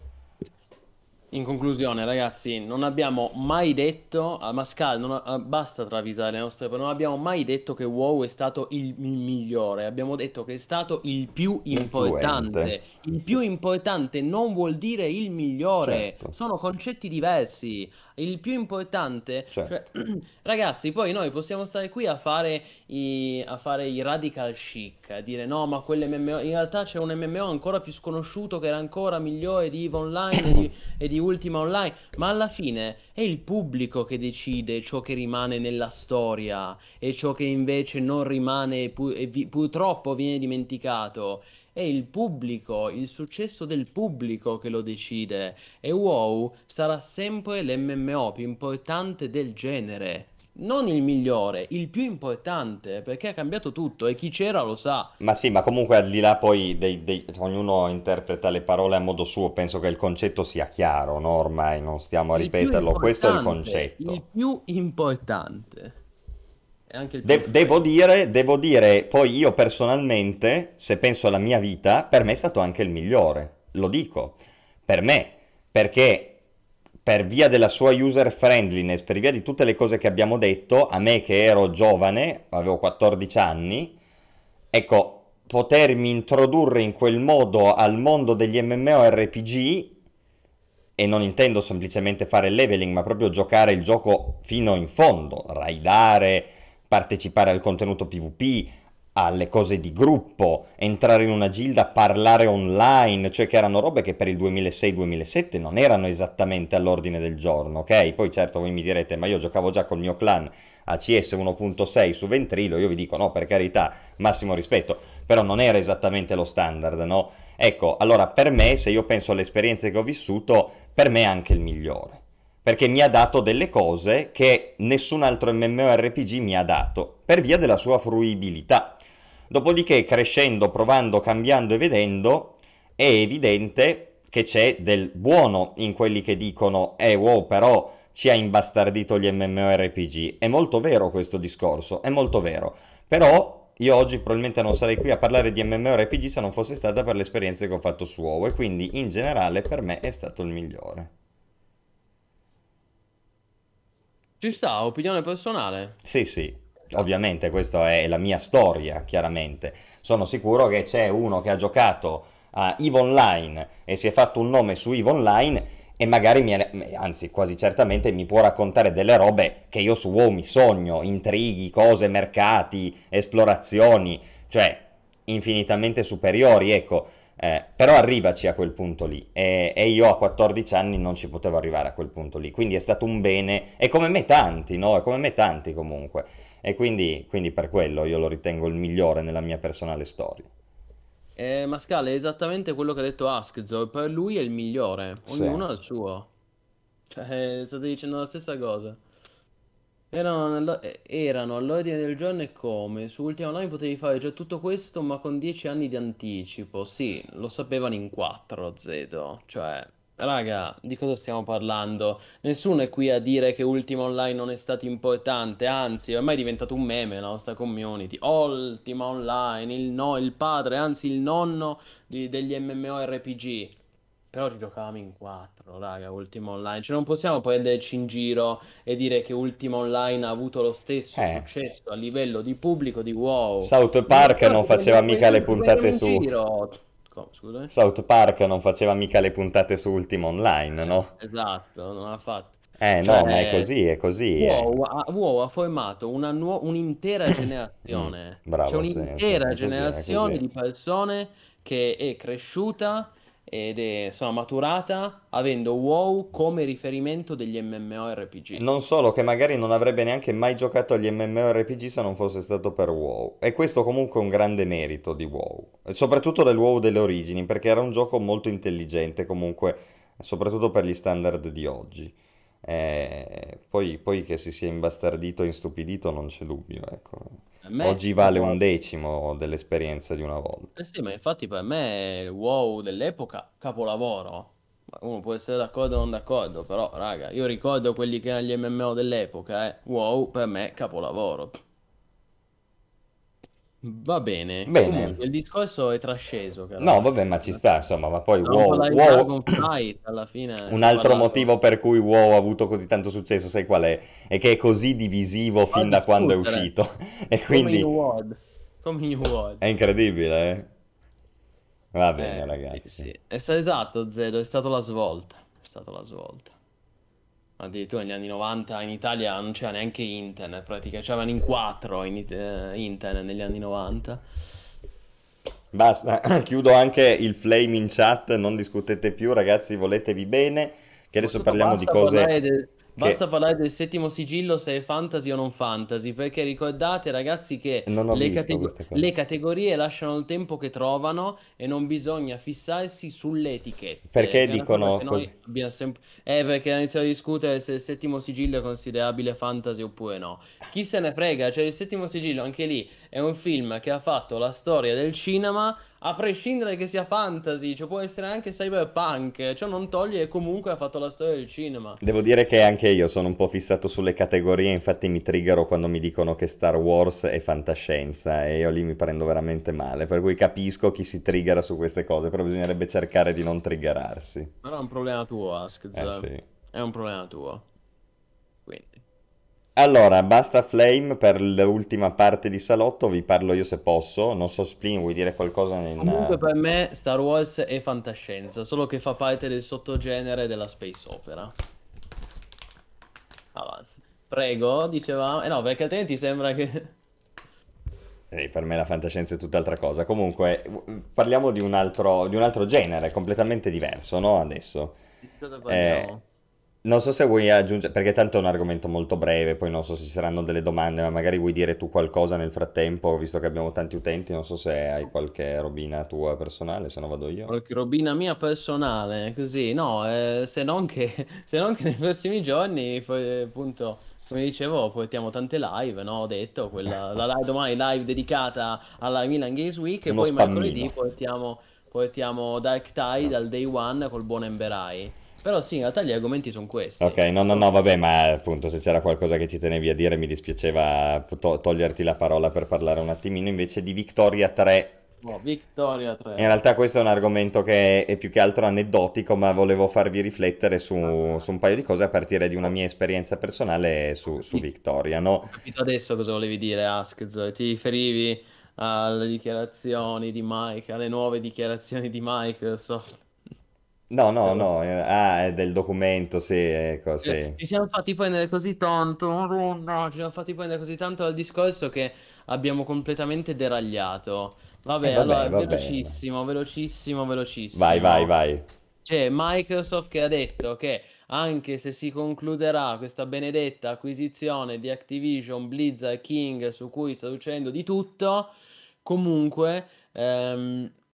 In conclusione, ragazzi, non abbiamo mai detto a Mascal, non ha- basta travisare le nostre parole, non abbiamo mai detto che WoW è stato il, il migliore, abbiamo detto che è stato il più Influente. importante. Il più importante non vuol dire il migliore, Certo, sono concetti diversi. Il più importante, cioè, certo. ragazzi, poi noi possiamo stare qui a fare i, a fare i radical chic, a dire no, ma quell'M M O, in realtà c'è un M M O ancora più sconosciuto che era ancora migliore di EVE Online e di e di Ultima Online, ma alla fine è il pubblico che decide ciò che rimane nella storia e ciò che invece non rimane e, pu- e vi- purtroppo viene dimenticato. È il pubblico, il successo del pubblico che lo decide e WoW sarà sempre l'M M O più importante del genere. Non il migliore, il più importante, perché ha cambiato tutto e chi c'era lo sa. Ma sì, ma comunque al di là poi dei, dei- cioè, ognuno interpreta le parole a modo suo, penso che il concetto sia chiaro, no? Ormai non stiamo a Il più ripeterlo, questo è il importante, il concetto. più importante. È anche il più De- devo freddo. dire, devo dire, poi io personalmente, se penso alla mia vita, per me è stato anche il migliore, lo dico, per me, perché per via della sua user friendliness, per via di tutte le cose che abbiamo detto, a me che ero giovane, avevo quattordici anni, ecco, potermi introdurre in quel modo al mondo degli MMORPG, e non intendo semplicemente fare il leveling, ma proprio giocare il gioco fino in fondo, raidare, partecipare al contenuto PvP, alle cose di gruppo, entrare in una gilda, parlare online, cioè che erano robe che per il duemilasei-duemilasette non erano esattamente all'ordine del giorno, ok? Poi certo voi mi direte, ma io giocavo già col mio clan a C S uno punto sei su Ventrilo, io vi dico no, per carità, massimo rispetto, però non era esattamente lo standard, no? Ecco, allora per me, se io penso alle esperienze che ho vissuto, per me è anche il migliore. Perché mi ha dato delle cose che nessun altro MMORPG mi ha dato, per via della sua fruibilità. Dopodiché, crescendo, provando, cambiando e vedendo, è evidente che c'è del buono in quelli che dicono eh wow, però ci ha imbastardito gli MMORPG. È molto vero questo discorso, è molto vero. Però io oggi probabilmente non sarei qui a parlare di MMORPG se non fosse stata per le esperienze che ho fatto su WoW e quindi in generale per me è stato il migliore. Ci sta, opinione personale. Sì, sì, ovviamente questa è la mia storia, chiaramente. Sono sicuro che c'è uno che ha giocato a EVE Online e si è fatto un nome su EVE Online e magari, mi è- anzi quasi certamente mi può raccontare delle robe che io su WoW mi sogno, intrighi, cose, mercati, esplorazioni, cioè infinitamente superiori, ecco. Eh, però arrivaci a quel punto lì e, e io a quattordici anni non ci potevo arrivare a quel punto lì, quindi è stato un bene, e come me tanti, no? E come me tanti comunque, e quindi, quindi per quello io lo ritengo il migliore nella mia personale storia. Eh, Mascale è esattamente quello che ha detto Askzo, per lui è il migliore, Sì. ognuno ha il suo. Cioè, state dicendo la stessa cosa. Erano, nello- eh, erano all'ordine del giorno e come? Su Ultima Online potevi fare già tutto questo, ma con dieci anni di anticipo. Sì, lo sapevano in quattro, Zedo. Cioè, raga, di cosa stiamo parlando? Nessuno è qui a dire che Ultima Online non è stato importante, anzi, ormai è diventato un meme la nostra community. Ultima Online, il, no, il padre, anzi il nonno di- degli MMORPG. Però ci giocavamo in quattro, raga, Ultima Online. Cioè, non possiamo prenderci in giro e dire che Ultima Online ha avuto lo stesso Eh, successo a livello di pubblico di WoW. South No, Park però non ci faceva prendiamo, mica le prendiamo- ci prendiamo puntate in su... giro. Co- scusa? South Park non faceva mica le puntate su Ultima Online, Eh, no? esatto, non ha fatto. Eh no, ma è Cioè, così, è così. eh. WoW ha, WoW ha formato una nuo- un'intera Mm, generazione. C'è bravo, sì, sì, un'intera è così, è generazione così. di persone che è cresciuta ed è, insomma, maturata avendo WoW come riferimento degli MMORPG. Non solo, che magari non avrebbe neanche mai giocato agli MMORPG se non fosse stato per WoW. E questo comunque è un grande merito di WoW. E soprattutto del WoW delle origini, perché era un gioco molto intelligente comunque, soprattutto per gli standard di oggi. Eh, poi, poi che si sia imbastardito e instupidito non c'è dubbio, ecco. A me, Oggi vale un guarda, decimo dell'esperienza di una volta. eh sì, ma infatti per me il WoW dell'epoca, capolavoro. Ma uno può essere d'accordo o non d'accordo, però, raga, io ricordo quelli che erano gli M M O dell'epoca, eh. WoW per me capolavoro. Va bene. Bene. Comunque, il discorso è trasceso, caro No, vabbè, ma Ask. ci sta, insomma, ma poi Per non WoW, parlare di WoW... Dragonflight, alla fine Un si è altro parlato. motivo per cui WoW ha avuto così tanto successo, sai qual è? È che è così divisivo A fin da quando è discutere, uscito. E come in New quindi World. Come in New World. è incredibile, eh? Va bene, Eh, sì, ragazzi. sì. È stato esatto, Zero, è stata la svolta. È stata la svolta. Addirittura negli anni novanta in Italia non c'era neanche internet, praticamente c'erano in quattro in, it- eh, internet negli anni novanta. Basta, chiudo anche il flame in chat, non discutete più, ragazzi, voletevi bene, che adesso Soprattutto parliamo di basta parlare, cose de- basta che parlare del settimo sigillo se è fantasy o non fantasy, perché ricordate ragazzi che non ho le, visto catego- queste cose. le categorie lasciano il tempo che trovano e non bisogna fissarsi sulle etichette, Perché che è una cosa dicono che noi così? abbiamo sempre... Eh, perché iniziamo a discutere se il settimo sigillo è considerabile fantasy oppure no. Chi se ne frega, cioè il settimo sigillo anche lì è un film che ha fatto la storia del cinema a prescindere che sia fantasy, cioè può essere anche cyberpunk, ciò non toglie che comunque ha fatto la storia del cinema. Devo dire che anche io sono un po' fissato sulle categorie, infatti mi triggero quando mi dicono che Star Wars è fantascienza e io lì mi prendo veramente male, per cui capisco chi si triggera su queste cose, però bisognerebbe cercare di non triggerarsi. Però è un problema tuo, Eh Askz. sì. È un problema tuo. Quindi. Allora, basta Flame per l'ultima parte di Salotto, vi parlo io se posso, non so Splin, vuoi dire qualcosa Comunque in... per me Star Wars è fantascienza, solo che fa parte del sottogenere della space opera. Avanti. Prego, dicevamo. Eh no, perché altrimenti sembra che... eh, per me la fantascienza è tutt'altra cosa. Comunque, w- parliamo di un altro, di un altro genere, completamente diverso, no? Adesso. Di cosa Eh, parliamo? non so se vuoi aggiungere, perché tanto è un argomento molto breve, poi non so se ci saranno delle domande, ma magari vuoi dire tu qualcosa nel frattempo, visto che abbiamo tanti utenti, non so se hai qualche robina tua personale, se no vado io. Qualche robina mia personale, così, no, eh, se non che, se non che nei prossimi giorni, poi, appunto, come dicevo, portiamo tante live, no? Ho detto, quella, la live domani live dedicata alla Milan Games Week e Uno poi mercoledì spammino. portiamo, portiamo Dark Tide al day one col buon Emberai. Però sì, in realtà gli argomenti sono Ok, questi. no, no, Solo no, che- vabbè, ma appunto se c'era qualcosa che ci tenevi a dire mi dispiaceva to- toglierti la parola per parlare un attimino invece di Victoria tre. Oh, Victoria In tre. realtà questo è un argomento che è più che altro aneddotico, ma volevo farvi riflettere su, su un paio di cose a partire di una Ho mia esperienza personale ho su, su capito. Victoria, Ho no? capito adesso cosa volevi dire, Askz. Ti riferivi alle dichiarazioni di Mike, alle nuove dichiarazioni di Microsoft. No, no, Secondo- no, eh, ah, è del documento, sì, ecco, Eh, sì. Ci siamo fatti prendere così tanto, Madonna, ci siamo fatti prendere così tanto dal discorso che abbiamo completamente deragliato. E Vabbè, vabbè, allora, va bene. velocissimo, velocissimo, Vai, vai, velocissimo. vai. C'è Microsoft che ha detto che anche se si concluderà questa benedetta acquisizione di Activision, Blizzard, King, su cui sta succedendo di tutto, comunque ehm,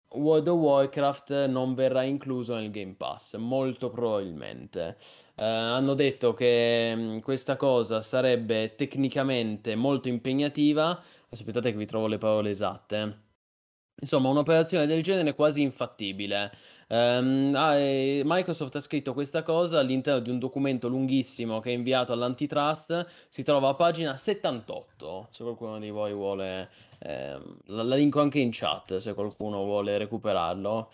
World of Warcraft non verrà incluso nel Game Pass, molto probabilmente. Eh, hanno detto che mh, questa cosa sarebbe tecnicamente molto impegnativa. Aspettate che vi trovo le parole esatte. Insomma, un'operazione del genere è quasi infattibile. Ehm, ah, e Microsoft ha scritto questa cosa all'interno di un documento lunghissimo che è inviato all'antitrust. Si trova a pagina settantotto, se qualcuno di voi vuole. Ehm, la, la linko anche in chat se qualcuno vuole recuperarlo.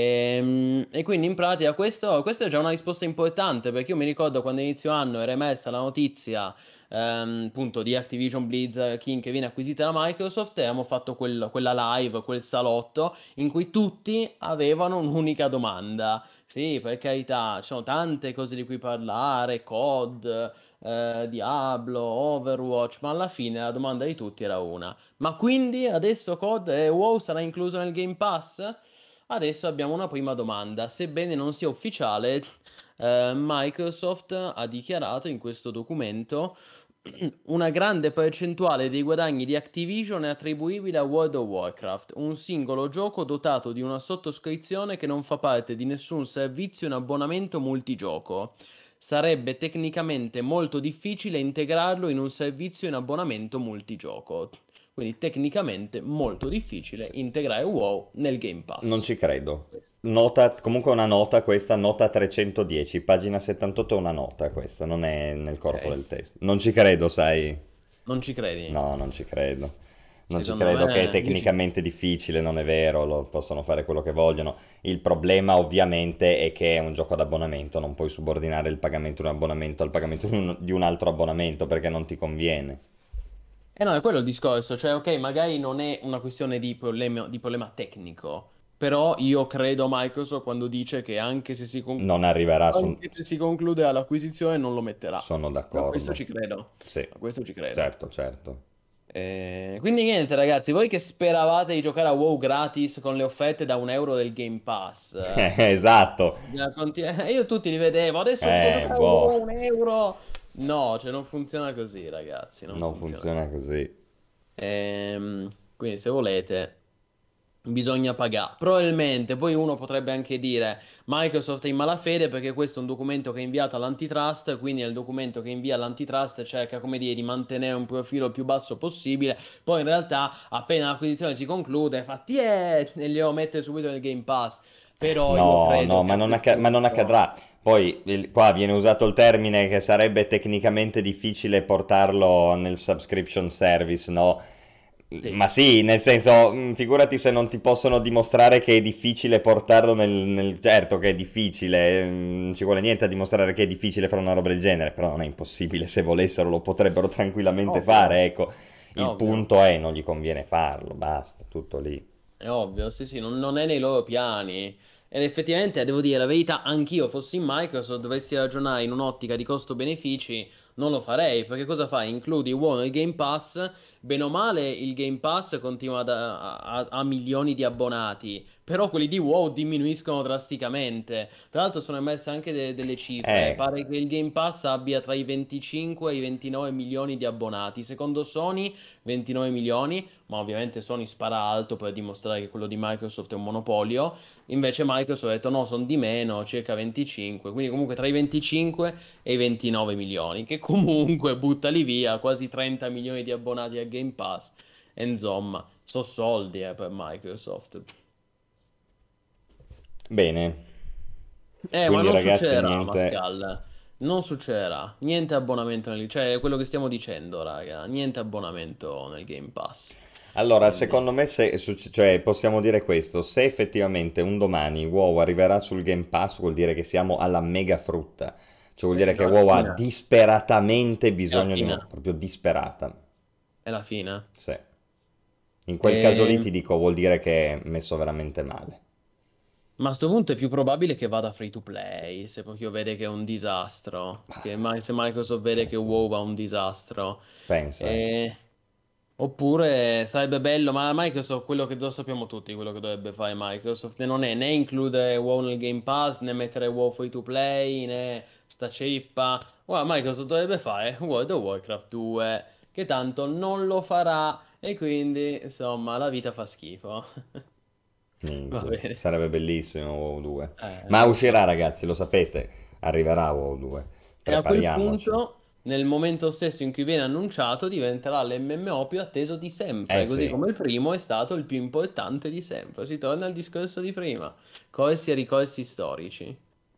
Ehm, E, quindi in pratica questo, questa è già una risposta importante, perché io mi ricordo quando inizio anno era emersa la notizia ehm, appunto di Activision Blizzard King che viene acquisita da Microsoft, e abbiamo fatto quel- quella live, quel salotto in cui tutti avevano un'unica domanda. Sì, per carità, ci sono tante cose di cui parlare, C O D, eh, Diablo, Overwatch, ma alla fine la domanda di tutti era una. Ma quindi adesso C O D e WoW sarà incluso nel Game Pass? Adesso abbiamo una prima domanda. Sebbene non sia ufficiale, eh, Microsoft ha dichiarato in questo documento una grande percentuale dei guadagni di Activision è attribuibile a World of Warcraft, un singolo gioco dotato di una sottoscrizione che non fa parte di nessun servizio in abbonamento multigioco. Sarebbe tecnicamente molto difficile integrarlo in un servizio in abbonamento multigioco. Quindi tecnicamente molto difficile Sì. integrare WoW nel Game Non Pass. ci credo. Nota, comunque una nota questa, nota trecentodieci, pagina settantotto è una nota questa, non è nel corpo Ok, del testo. Non ci credo, sai? non ci credi? No, non ci credo. Non ci Secondo credo che è me, io ci... tecnicamente difficile, non è vero, lo possono fare quello che vogliono. Il problema ovviamente è che è un gioco ad abbonamento, non puoi subordinare il pagamento di un abbonamento al pagamento di un, di un altro abbonamento perché non ti conviene. Eh no, è quello il discorso, cioè ok, magari non è una questione di problema, di problema tecnico, però io credo a Microsoft quando dice che anche se si, con- Non arriverà su... anche se si conclude l'acquisizione non lo metterà. Sono A questo d'accordo. ci credo, Sì, a questo ci credo. certo, certo. Eh, quindi niente ragazzi, voi che speravate di giocare a WoW gratis con le offerte da un euro del Game Pass, eh, Esatto. bisogna conti- eh, io tutti li vedevo, adesso posso Eh, giocare a boh, WoW un euro. No, cioè non funziona così ragazzi, non non funziona. funziona così. Ehm, quindi se volete bisogna pagare. Probabilmente poi uno potrebbe anche dire Microsoft è in malafede perché questo è un documento che è inviato all'antitrust, quindi nel documento che invia all'antitrust cerca, come dire, di mantenere un profilo il più basso possibile. Poi in realtà appena l'acquisizione si conclude fa tiè e glielo mette subito nel Game Pass. Però io No, credo no, che ma a non, quel acca- ma non punto... accadrà. Poi il- qua viene usato il termine che sarebbe tecnicamente difficile portarlo nel subscription service, no? Sì. Ma sì, nel senso, mh, figurati se non ti possono dimostrare che è difficile portarlo nel, nel- certo che è difficile, mh, non ci vuole niente a dimostrare che è difficile fare una roba del genere, però non è impossibile, se volessero lo potrebbero tranquillamente Ovvio, fare, ecco. è Il ovvio. punto è non gli conviene farlo, basta, tutto lì. È ovvio, sì, sì, non, non è nei loro piani. Ed effettivamente, devo dire la verità, anch'io fossi in Microsoft, dovessi ragionare in un'ottica di costo-benefici, non lo farei, perché cosa fai? Includi WoW nel Game Pass, bene o male il Game Pass continua ad- a, a- a milioni di abbonati, però quelli di WoW diminuiscono drasticamente. Tra l'altro sono emerse anche de- delle cifre, Eh, pare che il Game Pass abbia tra i venticinque e i ventinove milioni di abbonati, secondo Sony ventinove milioni, ma ovviamente Sony spara alto per dimostrare che quello di Microsoft è un monopolio. Invece Microsoft ha detto no, sono di meno, circa venticinque, quindi comunque tra i venticinque e i ventinove milioni, che comunque buttali via quasi trenta milioni di abbonati a Game Pass. E insomma, so soldi eh, per Microsoft. bene, Eh, ma quindi non ragazzi succederà, niente. Pascal. Non succederà. Niente abbonamento nel... Cioè, è quello che stiamo dicendo, raga. Niente abbonamento nel Game Pass. Allora, Quindi... secondo me, se, succe- cioè, possiamo dire questo, se effettivamente un domani WoW arriverà sul Game Pass, vuol dire che siamo alla mega frutta, cioè vuol dire Sì, che no, è la WoW ha fine. disperatamente È la bisogno di uno, fine. proprio disperata, È la fine. sì. In quel caso lì E... ti dico, vuol dire che è messo veramente male, Ma a sto punto è più probabile che vada free to play, se proprio vede che è un disastro. Che mai- se Microsoft vede che cazzo, WoW va un disastro. pensa. E... Oppure sarebbe bello, ma Microsoft, quello che lo sappiamo tutti, quello che dovrebbe fare Microsoft, e non è né includere WoW nel Game Pass, né mettere WoW free to play, né sta ceppa. Guarda, Microsoft dovrebbe fare World of Warcraft due, che tanto non lo farà, e quindi, insomma, la vita fa schifo. Va Minchia, bene. sarebbe bellissimo WoW due. Eh, Ma lo so. uscirà, ragazzi, lo sapete, arriverà WoW due. E a quel Prepariamoci. punto, nel momento stesso in cui viene annunciato, diventerà l'M M O più atteso di Eh sempre, così sì. come il primo è stato il più importante di sempre. Si torna al discorso di prima, corsi e ricorsi storici.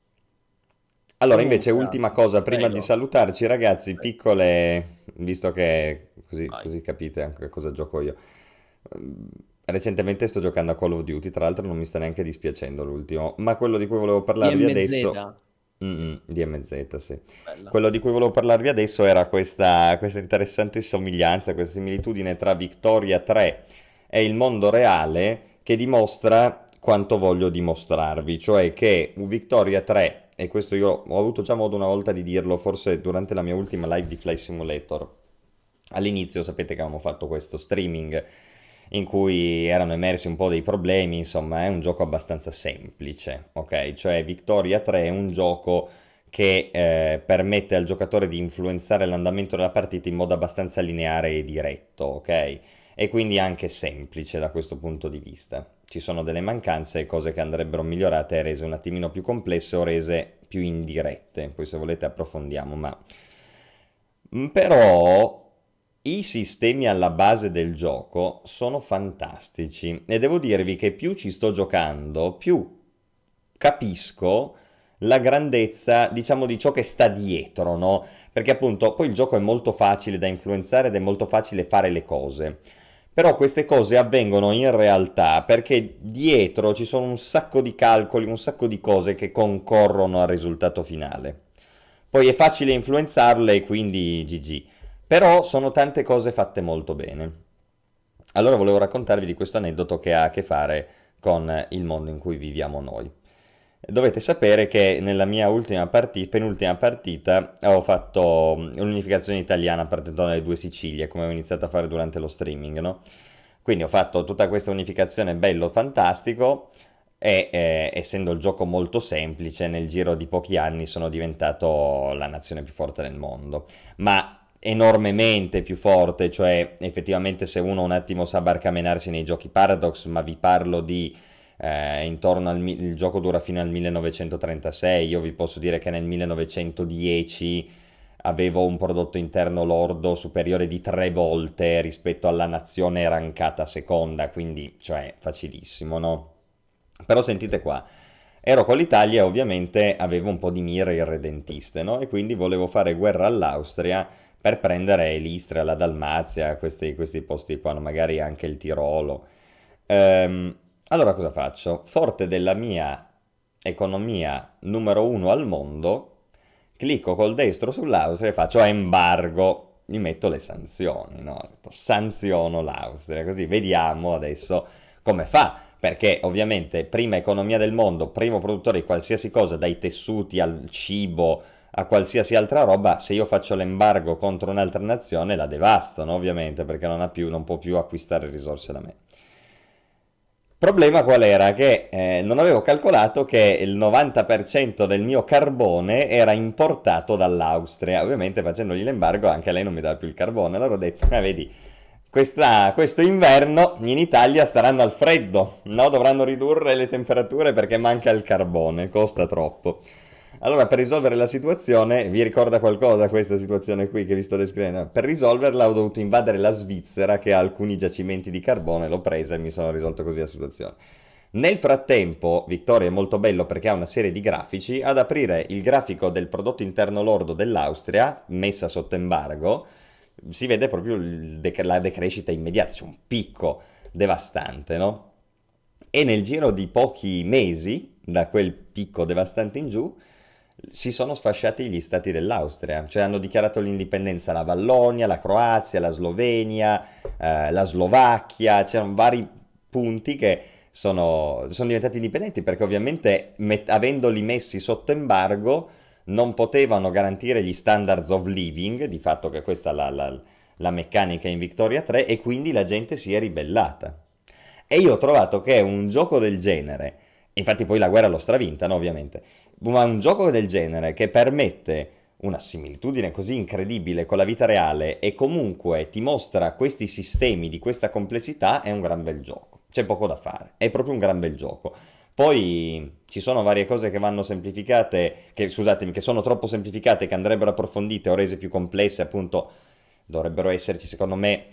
Allora, invece, Comunque, ultima cosa, prima di prego. salutarci, ragazzi, Prego. piccole, visto che così, Vai. così capite anche cosa gioco io. Ehm, Recentemente sto giocando a Call of Duty, tra l'altro non mi sta neanche dispiacendo l'ultimo, ma quello di cui volevo parlarvi adesso, D M Z, Mm, D M Z, sì. bella. Quello di cui volevo parlarvi adesso era questa, questa interessante somiglianza, questa similitudine tra Victoria tre e il mondo reale che dimostra quanto voglio dimostrarvi, cioè che Victoria tre, e questo io ho avuto già modo una volta di dirlo, forse durante la mia ultima live di Flight Simulator. All'inizio sapete che avevamo fatto questo streaming in cui erano emersi un po' dei problemi, insomma è un gioco abbastanza semplice, ok? Cioè Victoria tre è un gioco che eh, permette al giocatore di influenzare l'andamento della partita in modo abbastanza lineare e diretto, ok? E quindi anche semplice da questo punto di vista. Ci sono delle mancanze e cose che andrebbero migliorate e rese un attimino più complesse o rese più indirette, poi se volete approfondiamo, ma... Mm, Però i sistemi alla base del gioco sono fantastici e devo dirvi che più ci sto giocando, più capisco la grandezza, diciamo, di ciò che sta dietro, no? Perché appunto poi il gioco è molto facile da influenzare ed è molto facile fare le cose. Però queste cose avvengono in realtà perché dietro ci sono un sacco di calcoli, un sacco di cose che concorrono al risultato finale. Poi è facile influenzarle e quindi G G. Però sono tante cose fatte molto bene. Allora volevo raccontarvi di questo aneddoto che ha a che fare con il mondo in cui viviamo noi. Dovete sapere che nella mia ultima partita, penultima partita, ho fatto l'unificazione italiana partendo dalle due Sicilie, come ho iniziato a fare durante lo streaming, no? Quindi ho fatto tutta questa unificazione bello, fantastico, e eh, essendo il gioco molto semplice, nel giro di pochi anni sono diventato la nazione più forte del mondo. Ma enormemente più forte, cioè effettivamente se uno un attimo sa barcamenarsi nei giochi Paradox, ma vi parlo di eh, intorno al mi- il gioco dura fino al millenovecentotrentasei, io vi posso dire che nel millenovecentodieci avevo un prodotto interno lordo superiore di tre volte rispetto alla nazione rankata seconda, quindi cioè facilissimo, no? Però sentite qua, ero con l'Italia e ovviamente avevo un po' di mire irredentiste, no? E quindi volevo fare guerra all'Austria per prendere l'Istria, la Dalmazia, questi, questi posti qua, no? Magari anche il Tirolo. Ehm, allora cosa faccio? Forte della mia economia numero uno al mondo, clicco col destro sull'Austria e faccio embargo. Gli metto le sanzioni, no? Sanziono l'Austria, così vediamo adesso come fa. Perché ovviamente prima economia del mondo, primo produttore di qualsiasi cosa, dai tessuti al cibo a qualsiasi altra roba, se io faccio l'embargo contro un'altra nazione la devastano ovviamente perché non, ha più, non può più acquistare risorse da me. Problema qual era? Che eh, non avevo calcolato che il novanta per cento del mio carbone era importato dall'Austria. Ovviamente facendogli l'embargo anche lei non mi dava più il carbone. Allora ho detto, ma vedi, questa- questo inverno in Italia staranno al freddo, no? Dovranno ridurre le temperature perché manca il carbone, costa troppo. Allora, per risolvere la situazione, vi ricorda qualcosa questa situazione qui che vi sto descrivendo? Per risolverla ho dovuto invadere la Svizzera che ha alcuni giacimenti di carbone, l'ho presa e mi sono risolto così la situazione. Nel frattempo, Victoria è molto bello perché ha una serie di grafici, ad aprire il grafico del prodotto interno lordo dell'Austria, messa sotto embargo, si vede proprio il dec- la decrescita immediata, c'è un picco devastante, no? E nel giro di pochi mesi, da quel picco devastante in giù, si sono sfasciati gli stati dell'Austria, cioè hanno dichiarato l'indipendenza la Vallonia, la Croazia, la Slovenia, eh, la Slovacchia, c'erano vari punti che sono, sono diventati indipendenti perché ovviamente met- avendoli messi sotto embargo non potevano garantire gli standards of living, di fatto che questa è la, la, la meccanica in Victoria tre, e quindi la gente si è ribellata. E io ho trovato che un gioco del genere, infatti poi la guerra l'ho stravinta, no, ovviamente, ma un gioco del genere che permette una similitudine così incredibile con la vita reale e comunque ti mostra questi sistemi di questa complessità è un gran bel gioco. c'è poco da fare, è proprio un gran bel gioco. Poi ci sono varie cose che vanno semplificate, che scusatemi, che sono troppo semplificate, che andrebbero approfondite o rese più complesse, appunto, dovrebbero esserci, secondo me,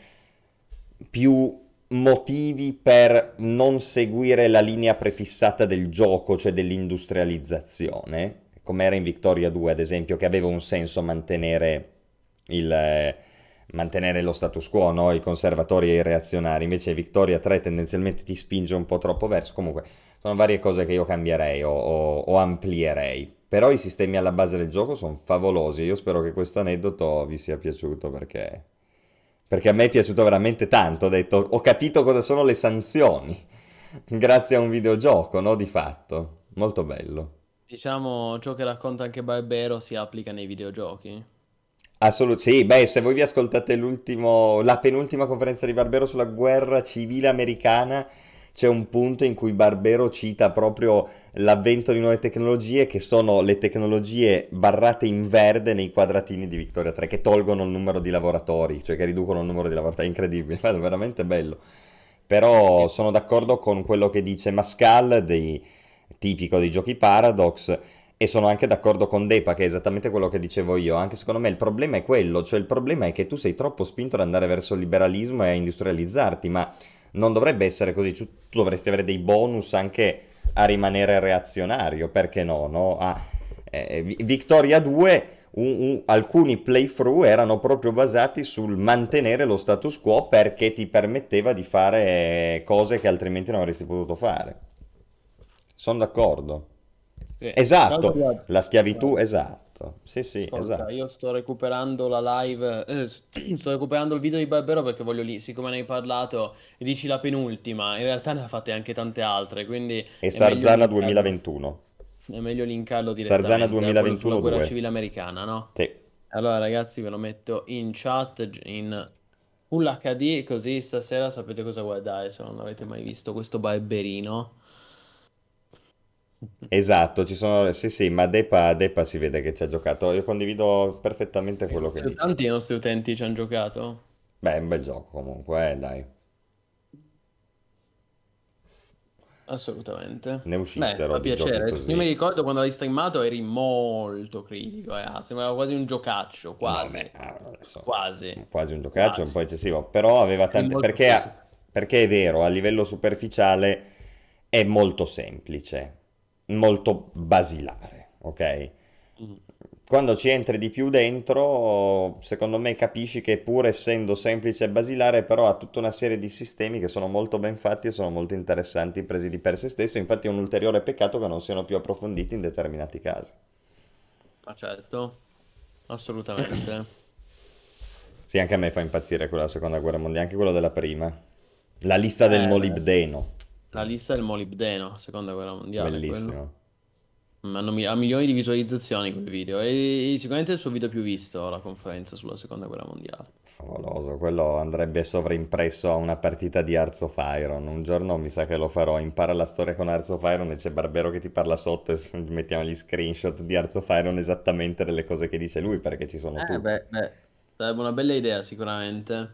più motivi per non seguire la linea prefissata del gioco, cioè dell'industrializzazione, come era in Victoria due, ad esempio, che aveva un senso mantenere il, eh, mantenere lo status quo, no? I conservatori e i reazionari. Invece Victoria tre tendenzialmente ti spinge un po' troppo verso. Comunque, sono varie cose che io cambierei o, o- o amplierei. Però i sistemi alla base del gioco sono favolosi. Io spero che questo aneddoto vi sia piaciuto perché, perché a me è piaciuto veramente tanto. Ho detto, ho capito cosa sono le sanzioni. Grazie a un videogioco, no? Di fatto. Molto bello. Diciamo, ciò che racconta anche Barbero si applica nei videogiochi. Assolutamente, sì, beh, se voi vi ascoltate l'ultimo, la penultima conferenza di Barbero sulla guerra civile americana, c'è un punto in cui Barbero cita proprio l'avvento di nuove tecnologie che sono le tecnologie barrate in verde nei quadratini di Victoria tre, che tolgono il numero di lavoratori, cioè che riducono il numero di lavoratori, è incredibile, è veramente bello. Però Perché sono d'accordo con quello che dice Mascal, dei- tipico dei giochi Paradox, e sono anche d'accordo con Depa, che è esattamente quello che dicevo io. Anche secondo me il problema è quello, cioè il problema è che tu sei troppo spinto ad andare verso il liberalismo e a industrializzarti, ma non dovrebbe essere così. Tu tu dovresti avere dei bonus anche a rimanere reazionario, perché no? no? Ah, eh, Vi- Victoria due, un- un- alcuni playthrough erano proprio basati sul mantenere lo status quo perché ti permetteva di fare cose che altrimenti non avresti potuto fare. Sono d'accordo. sì. Tra l'altro, Esatto, guarda, la schiavitù, guarda, esatto. Sì, sì, ascolta, esatto. io sto recuperando la live, eh, s- sto recuperando il video di Barbero perché voglio lì, siccome ne hai parlato e dici la penultima, in realtà ne ha fatte anche tante altre, quindi E è meglio Sarzana linkarlo, duemilaventuno. è meglio linkarlo Sarzana direttamente a quello sulla duemilaventuno guerra due. civile americana, no? Sì. Allora ragazzi ve lo metto in chat, gi- in Full H D, così stasera sapete cosa guardare se non avete mai visto questo Barberino. Esatto, ci sono... Sì, sì, ma Depa, Depa si vede che ci ha giocato. Io condivido perfettamente I quello che nostri dici. utenti, i nostri utenti ci hanno giocato. Beh, è un bel gioco comunque, eh, dai. Assolutamente. Ne Beh, uscissero fa di giochi piacere. Io mi così. ricordo quando l'hai streamato eri molto critico, eh. Sembrava quasi un giocaccio, No, beh, quasi. ah, adesso Quasi. quasi un giocaccio, un Quasi. po' eccessivo, però aveva Eri tante... molto Perché, critico. ha- perché è vero, a livello superficiale è molto semplice, molto basilare, ok? Mm. Quando ci entri di più dentro, secondo me capisci che pur essendo semplice e basilare, però ha tutta una serie di sistemi che sono molto ben fatti e sono molto interessanti presi di per sé stesso. Infatti è un ulteriore peccato che non siano più approfonditi in determinati casi. Ma certo, assolutamente. Sì, anche a me fa impazzire quella della seconda guerra mondiale, anche quello della prima. La lista del Eh, beh. molibdeno, La lista del molibdeno, seconda guerra mondiale, quello. bellissimo. Mm, Hanno mi- ha milioni di visualizzazioni quel video. E sicuramente è il suo video più visto, la conferenza sulla seconda guerra mondiale. Favoloso, quello andrebbe sovraimpresso a una partita di Hearts of Iron. Un giorno mi sa che lo farò. Impara la storia con Hearts of Iron e c'è Barbero che ti parla sotto e s- mettiamo gli screenshot di Hearts of Iron esattamente delle cose che dice lui perché ci sono Eh, tutte. beh, beh, sarebbe una bella idea sicuramente.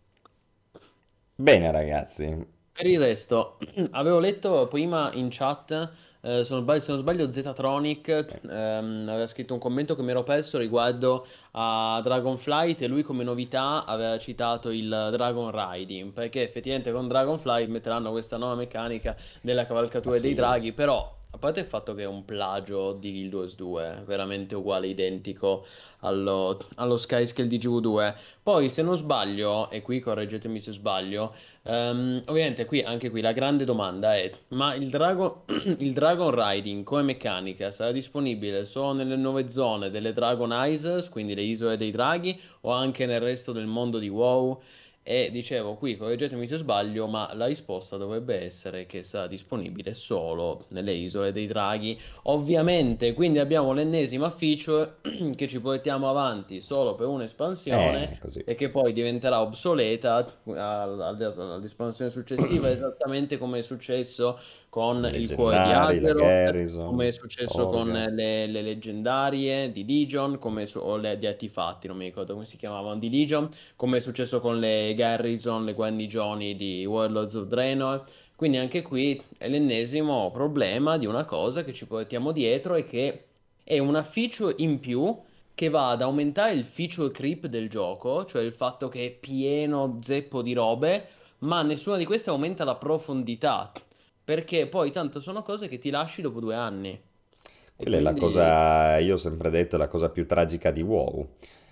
Bene ragazzi, Per il resto, avevo letto prima in chat, eh, se non sbaglio, se non sbaglio Zetatronic ehm, aveva scritto un commento che mi ero perso riguardo a Dragonflight e lui come novità aveva citato il Dragon Riding, perché effettivamente con Dragonflight metteranno questa nuova meccanica della ma cavalcatura dei sì, draghi, però a parte il fatto che è un plagio di Guild Wars due, veramente uguale, identico allo, allo Skyscale di G V due, poi se non sbaglio, e qui correggetemi se sbaglio, Ehm, ovviamente qui, anche qui la grande domanda è, ma il Dragon, il Dragon Riding come meccanica sarà disponibile solo nelle nuove zone delle Dragon Isles, quindi le isole dei draghi, o anche nel resto del mondo di WoW? E dicevo qui, correggetemi se sbaglio, ma la risposta dovrebbe essere che sarà disponibile solo nelle isole dei draghi. Ovviamente, quindi abbiamo l'ennesima feature che ci portiamo avanti solo per un'espansione è così. e che poi diventerà obsoleta al- al- all'espansione successiva, esattamente come è successo con il cuore di Leggendari, la Azeroth, come è Garrison, successo con Torghast. le, le leggendarie di Legion, come su- o le di artefatti, non mi ricordo come si chiamavano, di Legion, come è successo con le Garrison, le guarnigioni di Warlords of Draenor. Quindi anche qui è l'ennesimo problema di una cosa che ci portiamo dietro e che è una feature in più che va ad aumentare il feature creep del gioco, cioè il fatto che è pieno zeppo di robe, ma nessuna di queste aumenta la profondità, perché poi tanto sono cose che ti lasci dopo due anni. E Quella è la quindi... cosa, io ho sempre detto, è la cosa più tragica di WoW.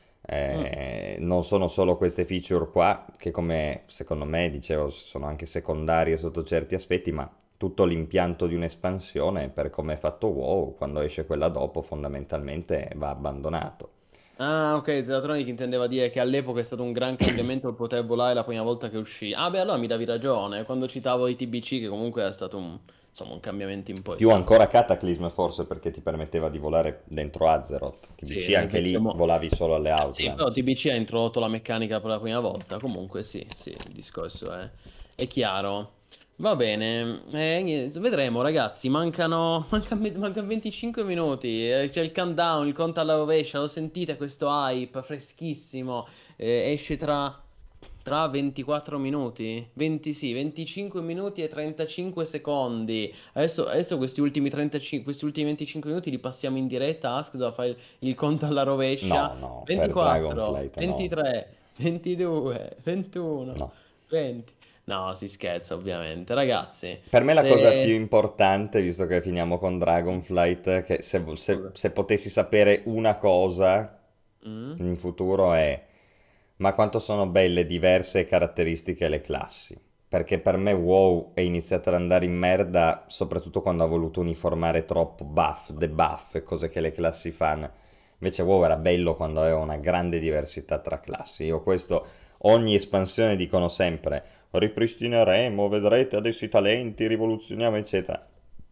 mm. Eh, non sono solo queste feature qua, che come secondo me, dicevo, sono anche secondarie sotto certi aspetti, ma tutto l'impianto di un'espansione, per come è fatto WoW, quando esce quella dopo, fondamentalmente va abbandonato. Ah, ok, Zeratronic intendeva dire che all'epoca è stato un gran cambiamento il poter volare la prima volta che uscì. Ah, beh, allora mi davi ragione, quando citavo i T B C, che comunque era stato un, insomma, un cambiamento Più importante. ancora Cataclysm forse perché ti permetteva di volare dentro Azeroth. Sì, T B C anche anche se lì mo- volavi solo alle eh, sì, Outland. però T B C ha introdotto la meccanica per la prima volta. Comunque, sì, sì, il discorso è, è chiaro. Va bene, eh, niente, vedremo ragazzi, mancano, manca- mancano venticinque minuti, eh, c'è il countdown, il conto alla rovescia, lo sentite questo hype freschissimo, eh, esce tra, tra ventiquattro minuti, venti sì, venticinque minuti e trentacinque secondi. Adesso, adesso questi ultimi trentacinque, questi ultimi venticinque minuti li passiamo in diretta, Ask fa il, il conto alla No, rovescia, no, per ventiquattro, Dragonflight no, ventitré, ventidue, ventuno, no. venti. No, si scherza ovviamente. Ragazzi, Per me la cosa più se... importante, visto che finiamo con Dragonflight, che se, se- se potessi sapere una cosa Mm? in futuro è ma quanto sono belle, diverse e caratteristiche le classi. Perché per me WoW è iniziato ad andare in merda, soprattutto quando ha voluto uniformare troppo buff, debuff e cose che le classi fanno. Invece WoW era bello quando aveva una grande diversità tra classi. Io questo, ogni espansione dicono sempre, ripristineremo, vedrete adesso i talenti, rivoluzioniamo, eccetera.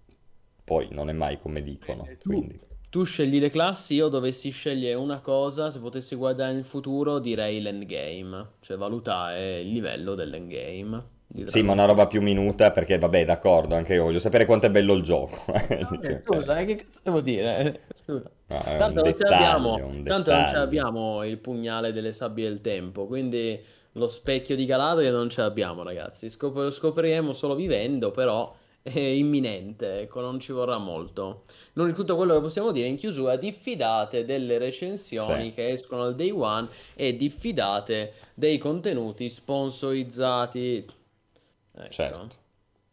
Poi non è mai come dicono, Bene, tu, quindi... tu scegli le classi, io dovessi scegliere una cosa, se potessi guardare nel futuro, direi l'endgame, cioè valutare il livello dell'endgame di Sì, ma una roba Dragonflight. più minuta perché, vabbè, d'accordo, anche io voglio sapere quanto è bello il gioco. Dici, Eh, ok. Scusa, eh, che cazzo devo dire? Scusa. No, è un Tanto non ce dettaglio, l'abbiamo, un tanto non ce dettaglio. l'abbiamo il pugnale delle sabbie del tempo, quindi lo specchio di Galadriel non ce l'abbiamo, ragazzi. Scop- lo scopriremo solo vivendo, però è imminente, ecco, non ci vorrà molto. L'unico tutto quello che possiamo dire in chiusura, diffidate delle Sì, recensioni che escono al day one e diffidate dei contenuti sponsorizzati. Ecco. certo.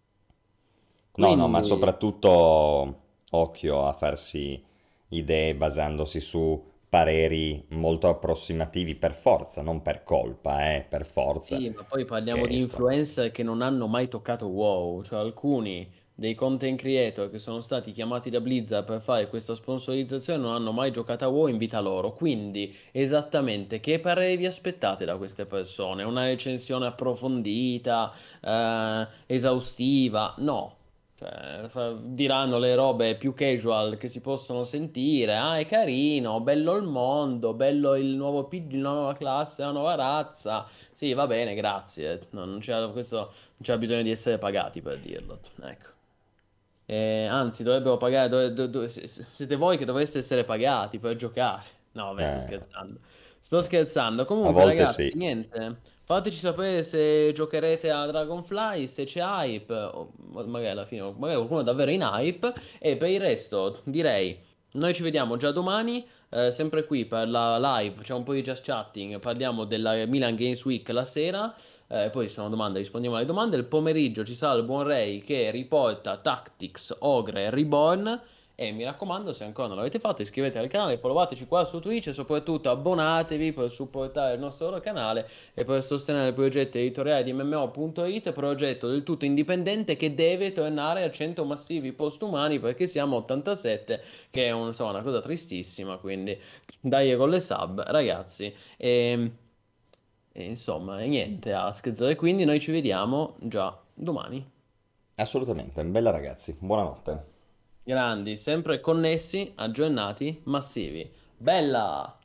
No, no, ma Quindi soprattutto occhio a farsi idee basandosi su pareri molto approssimativi per forza, non per colpa, eh, per forza sì, ma poi parliamo che di escono. influencer che non hanno mai toccato WoW, cioè alcuni dei content creator che sono stati chiamati da Blizzard per fare questa sponsorizzazione non hanno mai giocato a WoW in vita loro. Quindi, esattamente, che parere vi aspettate da queste persone? Una recensione approfondita, eh, esaustiva? No. Cioè, fa- diranno le robe più casual che si possono sentire. Ah, è carino, bello il mondo, bello il nuovo P G, la nuova classe, la nuova razza. Sì, va bene, grazie. No, non c'è, questo non c'è bisogno di essere pagati per dirlo. Ecco. Eh, anzi, dovrebbero pagare. dove- do- do- se- se- siete voi che dovreste essere pagati per giocare. No, vabbè, sto Eh, scherzando. Sto scherzando. a Comunque, volte ragazzi, sì. niente. Fateci sapere se giocherete a Dragonfly, se c'è hype, o magari alla fine, magari qualcuno è davvero in hype. E per il resto, direi, noi ci vediamo già domani. Eh, sempre qui per la live, c'è un po' di just chatting, parliamo della Milan Games Week la sera, eh, poi ci sono domande, rispondiamo alle domande. Il pomeriggio ci sarà il buon Ray che riporta Tactics Ogre Reborn. E mi raccomando, se ancora non l'avete fatto, iscrivetevi al canale, followateci qua su Twitch e soprattutto abbonatevi per supportare il nostro loro canale e per sostenere il progetto editoriale di M M O punto it, progetto del tutto indipendente che deve tornare a cento massivi postumani perché siamo a ottantasette, che è un- insomma, una cosa tristissima, quindi dai con le sub, ragazzi. E, e insomma, e niente, Ask, e quindi noi ci vediamo già domani. Assolutamente, bella ragazzi, buonanotte. Grandi, sempre connessi, aggiornati, massivi. Bella!